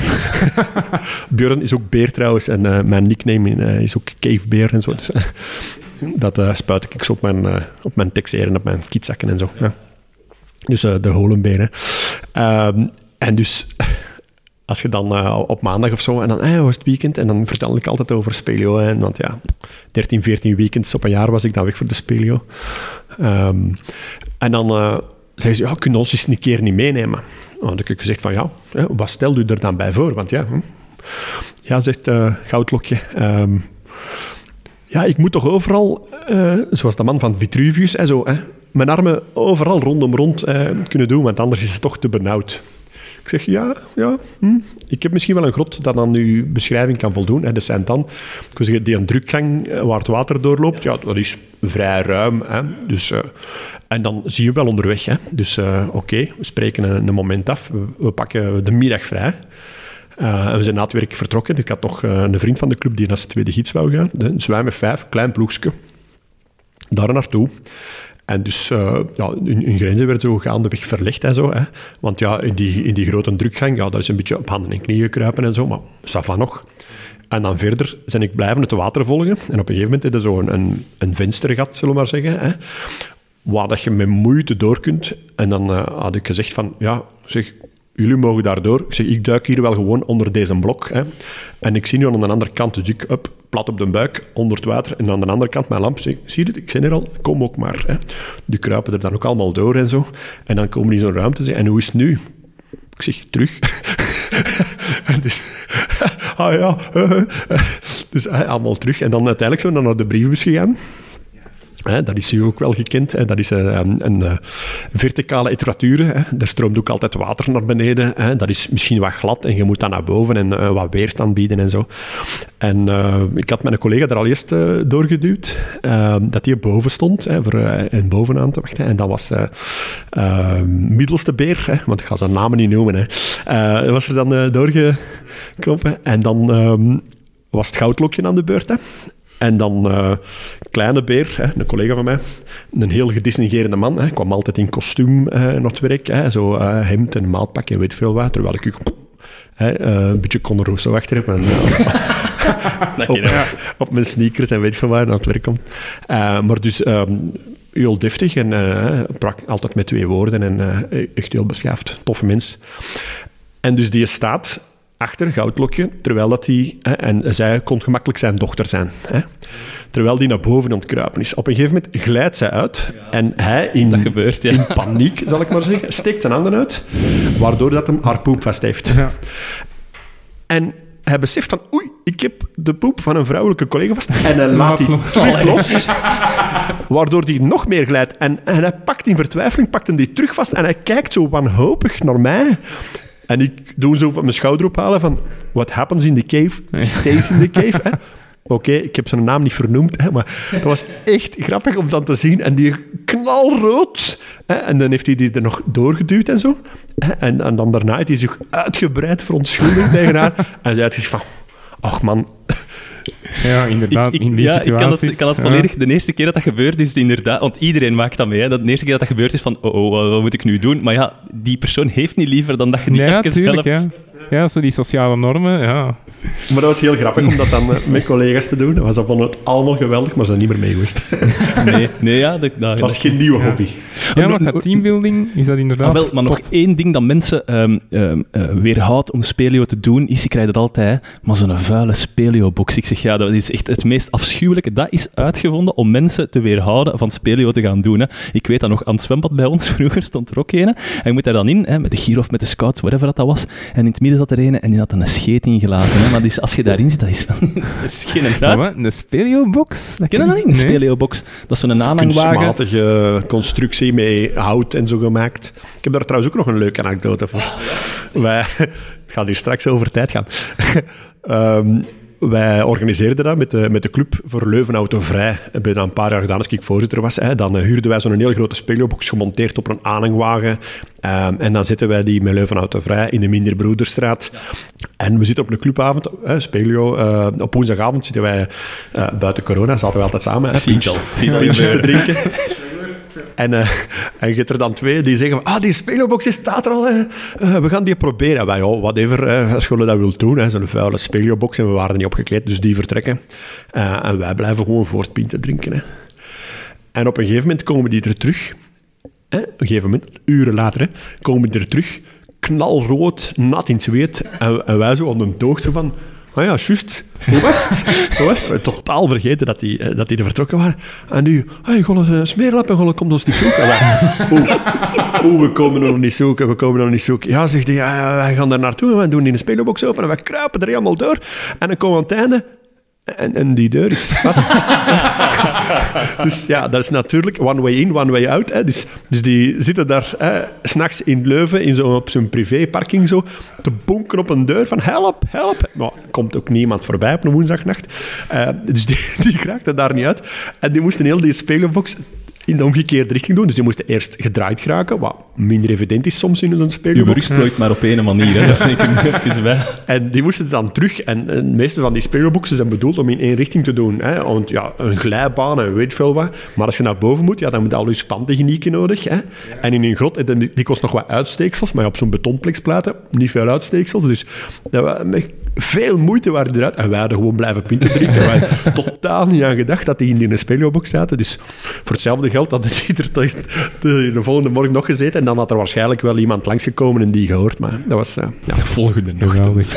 Björn is ook beer trouwens. En uh, mijn nickname uh, is ook Cavebeer en zo. Dus, uh, dat uh, spuit ik zo op mijn, uh, op mijn texeren, op mijn kietzakken en zo. Ja. Dus uh, de holenbeer. Um, en dus... Als je dan uh, op maandag of zo, en dan, eh, was het weekend, en dan vertel ik altijd over Speleo. Hè, want ja, dertien, veertien weekends op een jaar was ik dan weg voor de Speleo. Um, en dan uh, zei ze, ja, kun je ons eens een keer niet meenemen? Dan had ik gezegd van, ja, wat stel u er dan bij voor? Want ja, hm. ja, zegt uh, Goudlokje, um, ja, ik moet toch overal, uh, zoals de man van Vitruvius, hè, zo, hè, mijn armen overal rondom rond uh, kunnen doen, want anders is het toch te benauwd. Ik zeg, ja, ja hm. ik heb misschien wel een grot dat aan uw beschrijving kan voldoen. Hè, de Saint-Anne. Ik wil zeggen, die een drukgang waar het water doorloopt, ja, dat is vrij ruim. Hè. Dus, uh, en dan zie je wel onderweg. Hè. Dus uh, oké, okay, we spreken een, een moment af. We, we pakken de middag vrij. Uh, en we zijn na het werk vertrokken. Ik had nog uh, een vriend van de club die naar de tweede gids wou gaan. Dus wij met vijf, klein ploegje. Daar naartoe. En dus uh, ja, hun, hun grenzen werden zo gaandeweg verlegd en zo. Hè. Want ja, in die, in die grote drukgang, ja, dat is een beetje op handen en knieën kruipen en zo, maar ça va nog. En dan verder ben ik blijven het water volgen. En op een gegeven moment heb je zo een, een, een venstergat, zullen we maar zeggen, hè, waar dat je met moeite door kunt. En dan uh, had ik gezegd van, ja, zeg, jullie mogen daardoor. Ik zeg, ik duik hier wel gewoon onder deze blok. Hè. En ik zie nu aan de andere kant, dus ik up, plat op de buik, onder het water. En aan de andere kant mijn lamp. Zeg, zie je het? Ik ben er al, kom ook maar. Hè. Die kruipen er dan ook allemaal door en zo. En dan komen die in zo'n ruimte. Zeg, en hoe is het nu? Ik zeg, terug. en dus, ah ja, uh, uh. dus uh, allemaal terug. En dan uiteindelijk zo naar de brievenbus gegaan. Hè, dat is u ook wel gekend. Hè. Dat is uh, een, een uh, verticale eturature. Hè. Daar stroomt ook altijd water naar beneden. Hè. Dat is misschien wat glad en je moet dan naar boven en uh, wat weerstand bieden en zo. En uh, ik had mijn collega er al eerst uh, doorgeduwd, uh, dat hij boven stond, hè, voor uh, en bovenaan te wachten. En dat was uh, uh, middelste beer, hè, want ik ga zijn namen niet noemen. Hè. Uh, dat was er dan uh, doorgekloppen. En dan uh, was het goudlokje aan de beurt, hè. En dan uh, kleine beer, hè, een collega van mij, een heel gedistingeerde man, hè, kwam altijd in kostuum uh, naar het werk, hè, zo uh, hemd en maatpak en weet veel wat, terwijl ik hè, uh, een beetje Conor Rousseau achter heb en uh, op, uh, op mijn sneakers en weet veel waar naar het werk komt. Uh, maar dus um, heel deftig en uh, prak altijd met twee woorden en uh, echt heel beschaafd, toffe mens. En dus die staat achter Goudlokje, terwijl dat hij... Hè, en zij kon gemakkelijk zijn dochter zijn. Hè, terwijl die naar boven aan het kruipen is. Op een gegeven moment glijdt zij uit ja. en hij in, dat gebeurt, ja. in paniek, zal ik maar zeggen, steekt zijn handen uit, waardoor dat hem haar poep vast heeft. Ja. En hij beseft van, oei, ik heb de poep van een vrouwelijke collega vast. En hij laat die terug los, waardoor die nog meer glijdt. En, en hij pakt in vertwijfeling, pakt hem die terug vast en hij kijkt zo wanhopig naar mij. En ik doe zo van mijn schouder ophalen van... What happens in the cave, stays in the cave. Oké, okay, ik heb zijn naam niet vernoemd, hè, maar dat was echt grappig om dan te zien. En die knalrood. Hè, en dan heeft hij die er nog doorgeduwd en zo. Hè, en, en dan daarna heeft hij zich uitgebreid verontschuldigd tegen haar. En zij had gezegd van... Ach man... Ja, inderdaad, ik, ik, in die ja, situaties. Ik kan het, ik kan het ja. volledig... De eerste keer dat dat gebeurt is inderdaad... Want iedereen maakt dat mee. Hè, dat de eerste keer dat dat gebeurt is van... Oh, oh, wat moet ik nu doen? Maar ja, die persoon heeft niet liever dan dat je die ja, even tuurlijk, helpt. Ja. ja, zo die sociale normen, ja. Maar dat was heel grappig om dat dan met collega's te doen. Dat was vonden het allemaal geweldig, maar ze zijn niet meer mee geweest. Nee, nee, ja. Dat, dat, het was geen nieuwe ja. hobby. Ja, maar qua teambuilding is dat inderdaad ah, wel, Maar top. nog één ding dat mensen um, um, uh, weerhoudt om speleo te doen, is, ik krijg dat altijd, maar zo'n vuile speleo-box. Ik zeg, ja, dat is echt het meest afschuwelijke. Dat is uitgevonden om mensen te weerhouden van speleo te gaan doen. Hè. Ik weet dat nog, aan het zwembad bij ons vroeger stond er ook een. En je moet daar dan in, hè, met de Giro of met de Scouts, whatever dat, dat was. En in het midden zat er een en die had dan een scheet ingelaten. Hè. Maar dus, als je daarin zit, dat is van... Er is geen Maar wat? Een speleo-box? Ken je dat niet? Een nee. speleo-box. Dat is zo'n aanhangwagen. Een kunstmatige constructie met hout en zo gemaakt. Ik heb daar trouwens ook nog een leuke anekdote voor. Wij, het gaat hier straks over tijd gaan. um, Wij organiseerden dat met de, met de club voor Leuven Autovrij. Dat heb je dat een paar jaar gedaan als ik voorzitter was. Hè. Dan uh, huurden wij zo'n heel grote speleobox gemonteerd op een aanhangwagen. Um, en dan zetten wij die met Leuven Autovrij in de Minderbroederstraat. En we zitten op een clubavond, uh, speleo. Uh, op woensdagavond zitten wij uh, buiten corona, zaten we altijd samen. Hè, pintjes, pintjes te drinken. En, uh, en je hebt er dan twee die zeggen... Ah, die speelbox staat er al. Uh, we gaan die proberen. En wij, oh, whatever, uh, als je dat wilt doen. Zo'n vuile speelbox. En we waren er niet opgekleed, dus die vertrekken. Uh, en wij blijven gewoon voortpinten drinken. Hè. En op een gegeven moment komen die er terug. Hè, op een gegeven moment, uren later, hè, komen die er terug. Knalrood, nat in het zweet. En, en wij zo aan de doog zo van... Ah ja, juist. Hoe was het? Hoe was het? We hebben totaal vergeten dat die, dat die er vertrokken waren. En nu, hey, gewoon een smeerlap en gewoon komt ons niet zoeken. Oeh, oeh, we komen nog niet zoeken, we komen nog niet zoeken. Ja, zegt hij, ja, wij gaan daar naartoe en we doen die een speelbox open en wij kruipen er helemaal door. En dan komen we aan het einde en, en die deur is vast. Dus ja, dat is natuurlijk one way in, one way out. Hè. Dus, dus die zitten daar hè, 's nachts in Leuven in zo, op zo'n privéparking zo, te bonken op een deur van help, help. Maar komt ook niemand voorbij op een woensdagnacht. Uh, dus die, die raakten daar niet uit. En die moesten heel die spelerbox in de omgekeerde richting doen. Dus die moesten eerst gedraaid geraken, wat minder evident is soms in zo'n spelerbox. Je exploit maar op één manier, hè. Dat is zeker niet even bij. En die moesten dan terug. En de meeste van die spelerboxen zijn bedoeld om in één richting te doen. Hè. Want ja, een glijbaan en weet veel wat. Maar als je naar boven moet, ja, dan moet je al je spantechnieken nodig. Hè. Ja. En in een grot, die kost nog wat uitsteeksels, maar op zo'n betonplexplaten niet veel uitsteeksels. Dus dat was met veel moeite waren eruit. En wij hadden gewoon blijven pinten drinken. Wij hadden totaal niet aan gedacht dat die in een spelerbox zaten. Dus voor hetzelfde geld hadden die er de, de, de volgende morgen nog gezeten. En dan had er waarschijnlijk wel iemand langsgekomen en die gehoord. Maar dat was uh, ja, de volgende nog.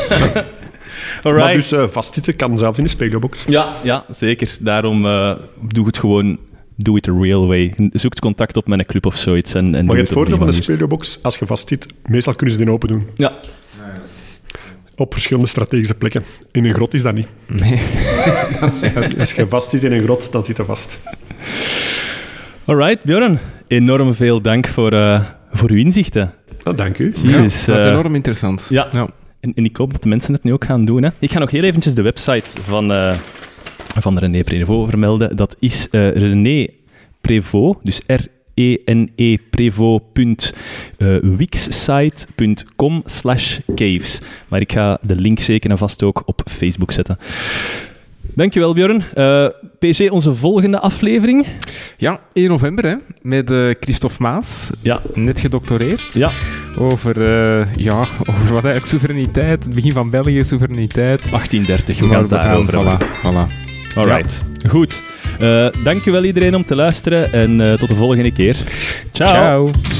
Maar dus uh, vastzitten kan zelf in de spelerbox. Ja, ja, zeker. Daarom uh, doe het gewoon... Do it the real way. Zoek contact op met een club of zoiets. En, en maar je het voordeel van een spelerbox, als je vastzit, meestal kunnen ze die open doen. Ja. Op verschillende strategische plekken. In een grot is dat niet. Nee, dat is juist. Als je vast zit in een grot, dan zit je vast. Alright, Björn. Enorm veel dank voor, uh, voor uw inzichten. Oh, dank u. Ja, Jezus, dat is uh, enorm interessant. Ja. ja. En, en ik hoop dat de mensen het nu ook gaan doen. Hè. Ik ga nog heel eventjes de website van, uh, van René Prévost vermelden. Dat is uh, René Prévost, dus R E N E Prévost.wixsite punt com slash caves. Maar ik ga de link zeker en vast ook op Facebook zetten. Dankjewel, Björn. Uh, P G, onze volgende aflevering? Ja, één november, hè, met uh, Christophe Maas, ja. net gedoctoreerd. Ja. Over, uh, ja, over wat eigenlijk soevereiniteit, het begin van België, soevereiniteit. achttien dertig, we gaan het daarover hebben. Voilà, voilà. Alright, ja. Goed. Uh, dankjewel iedereen om te luisteren en uh, tot de volgende keer. Ciao. Ciao.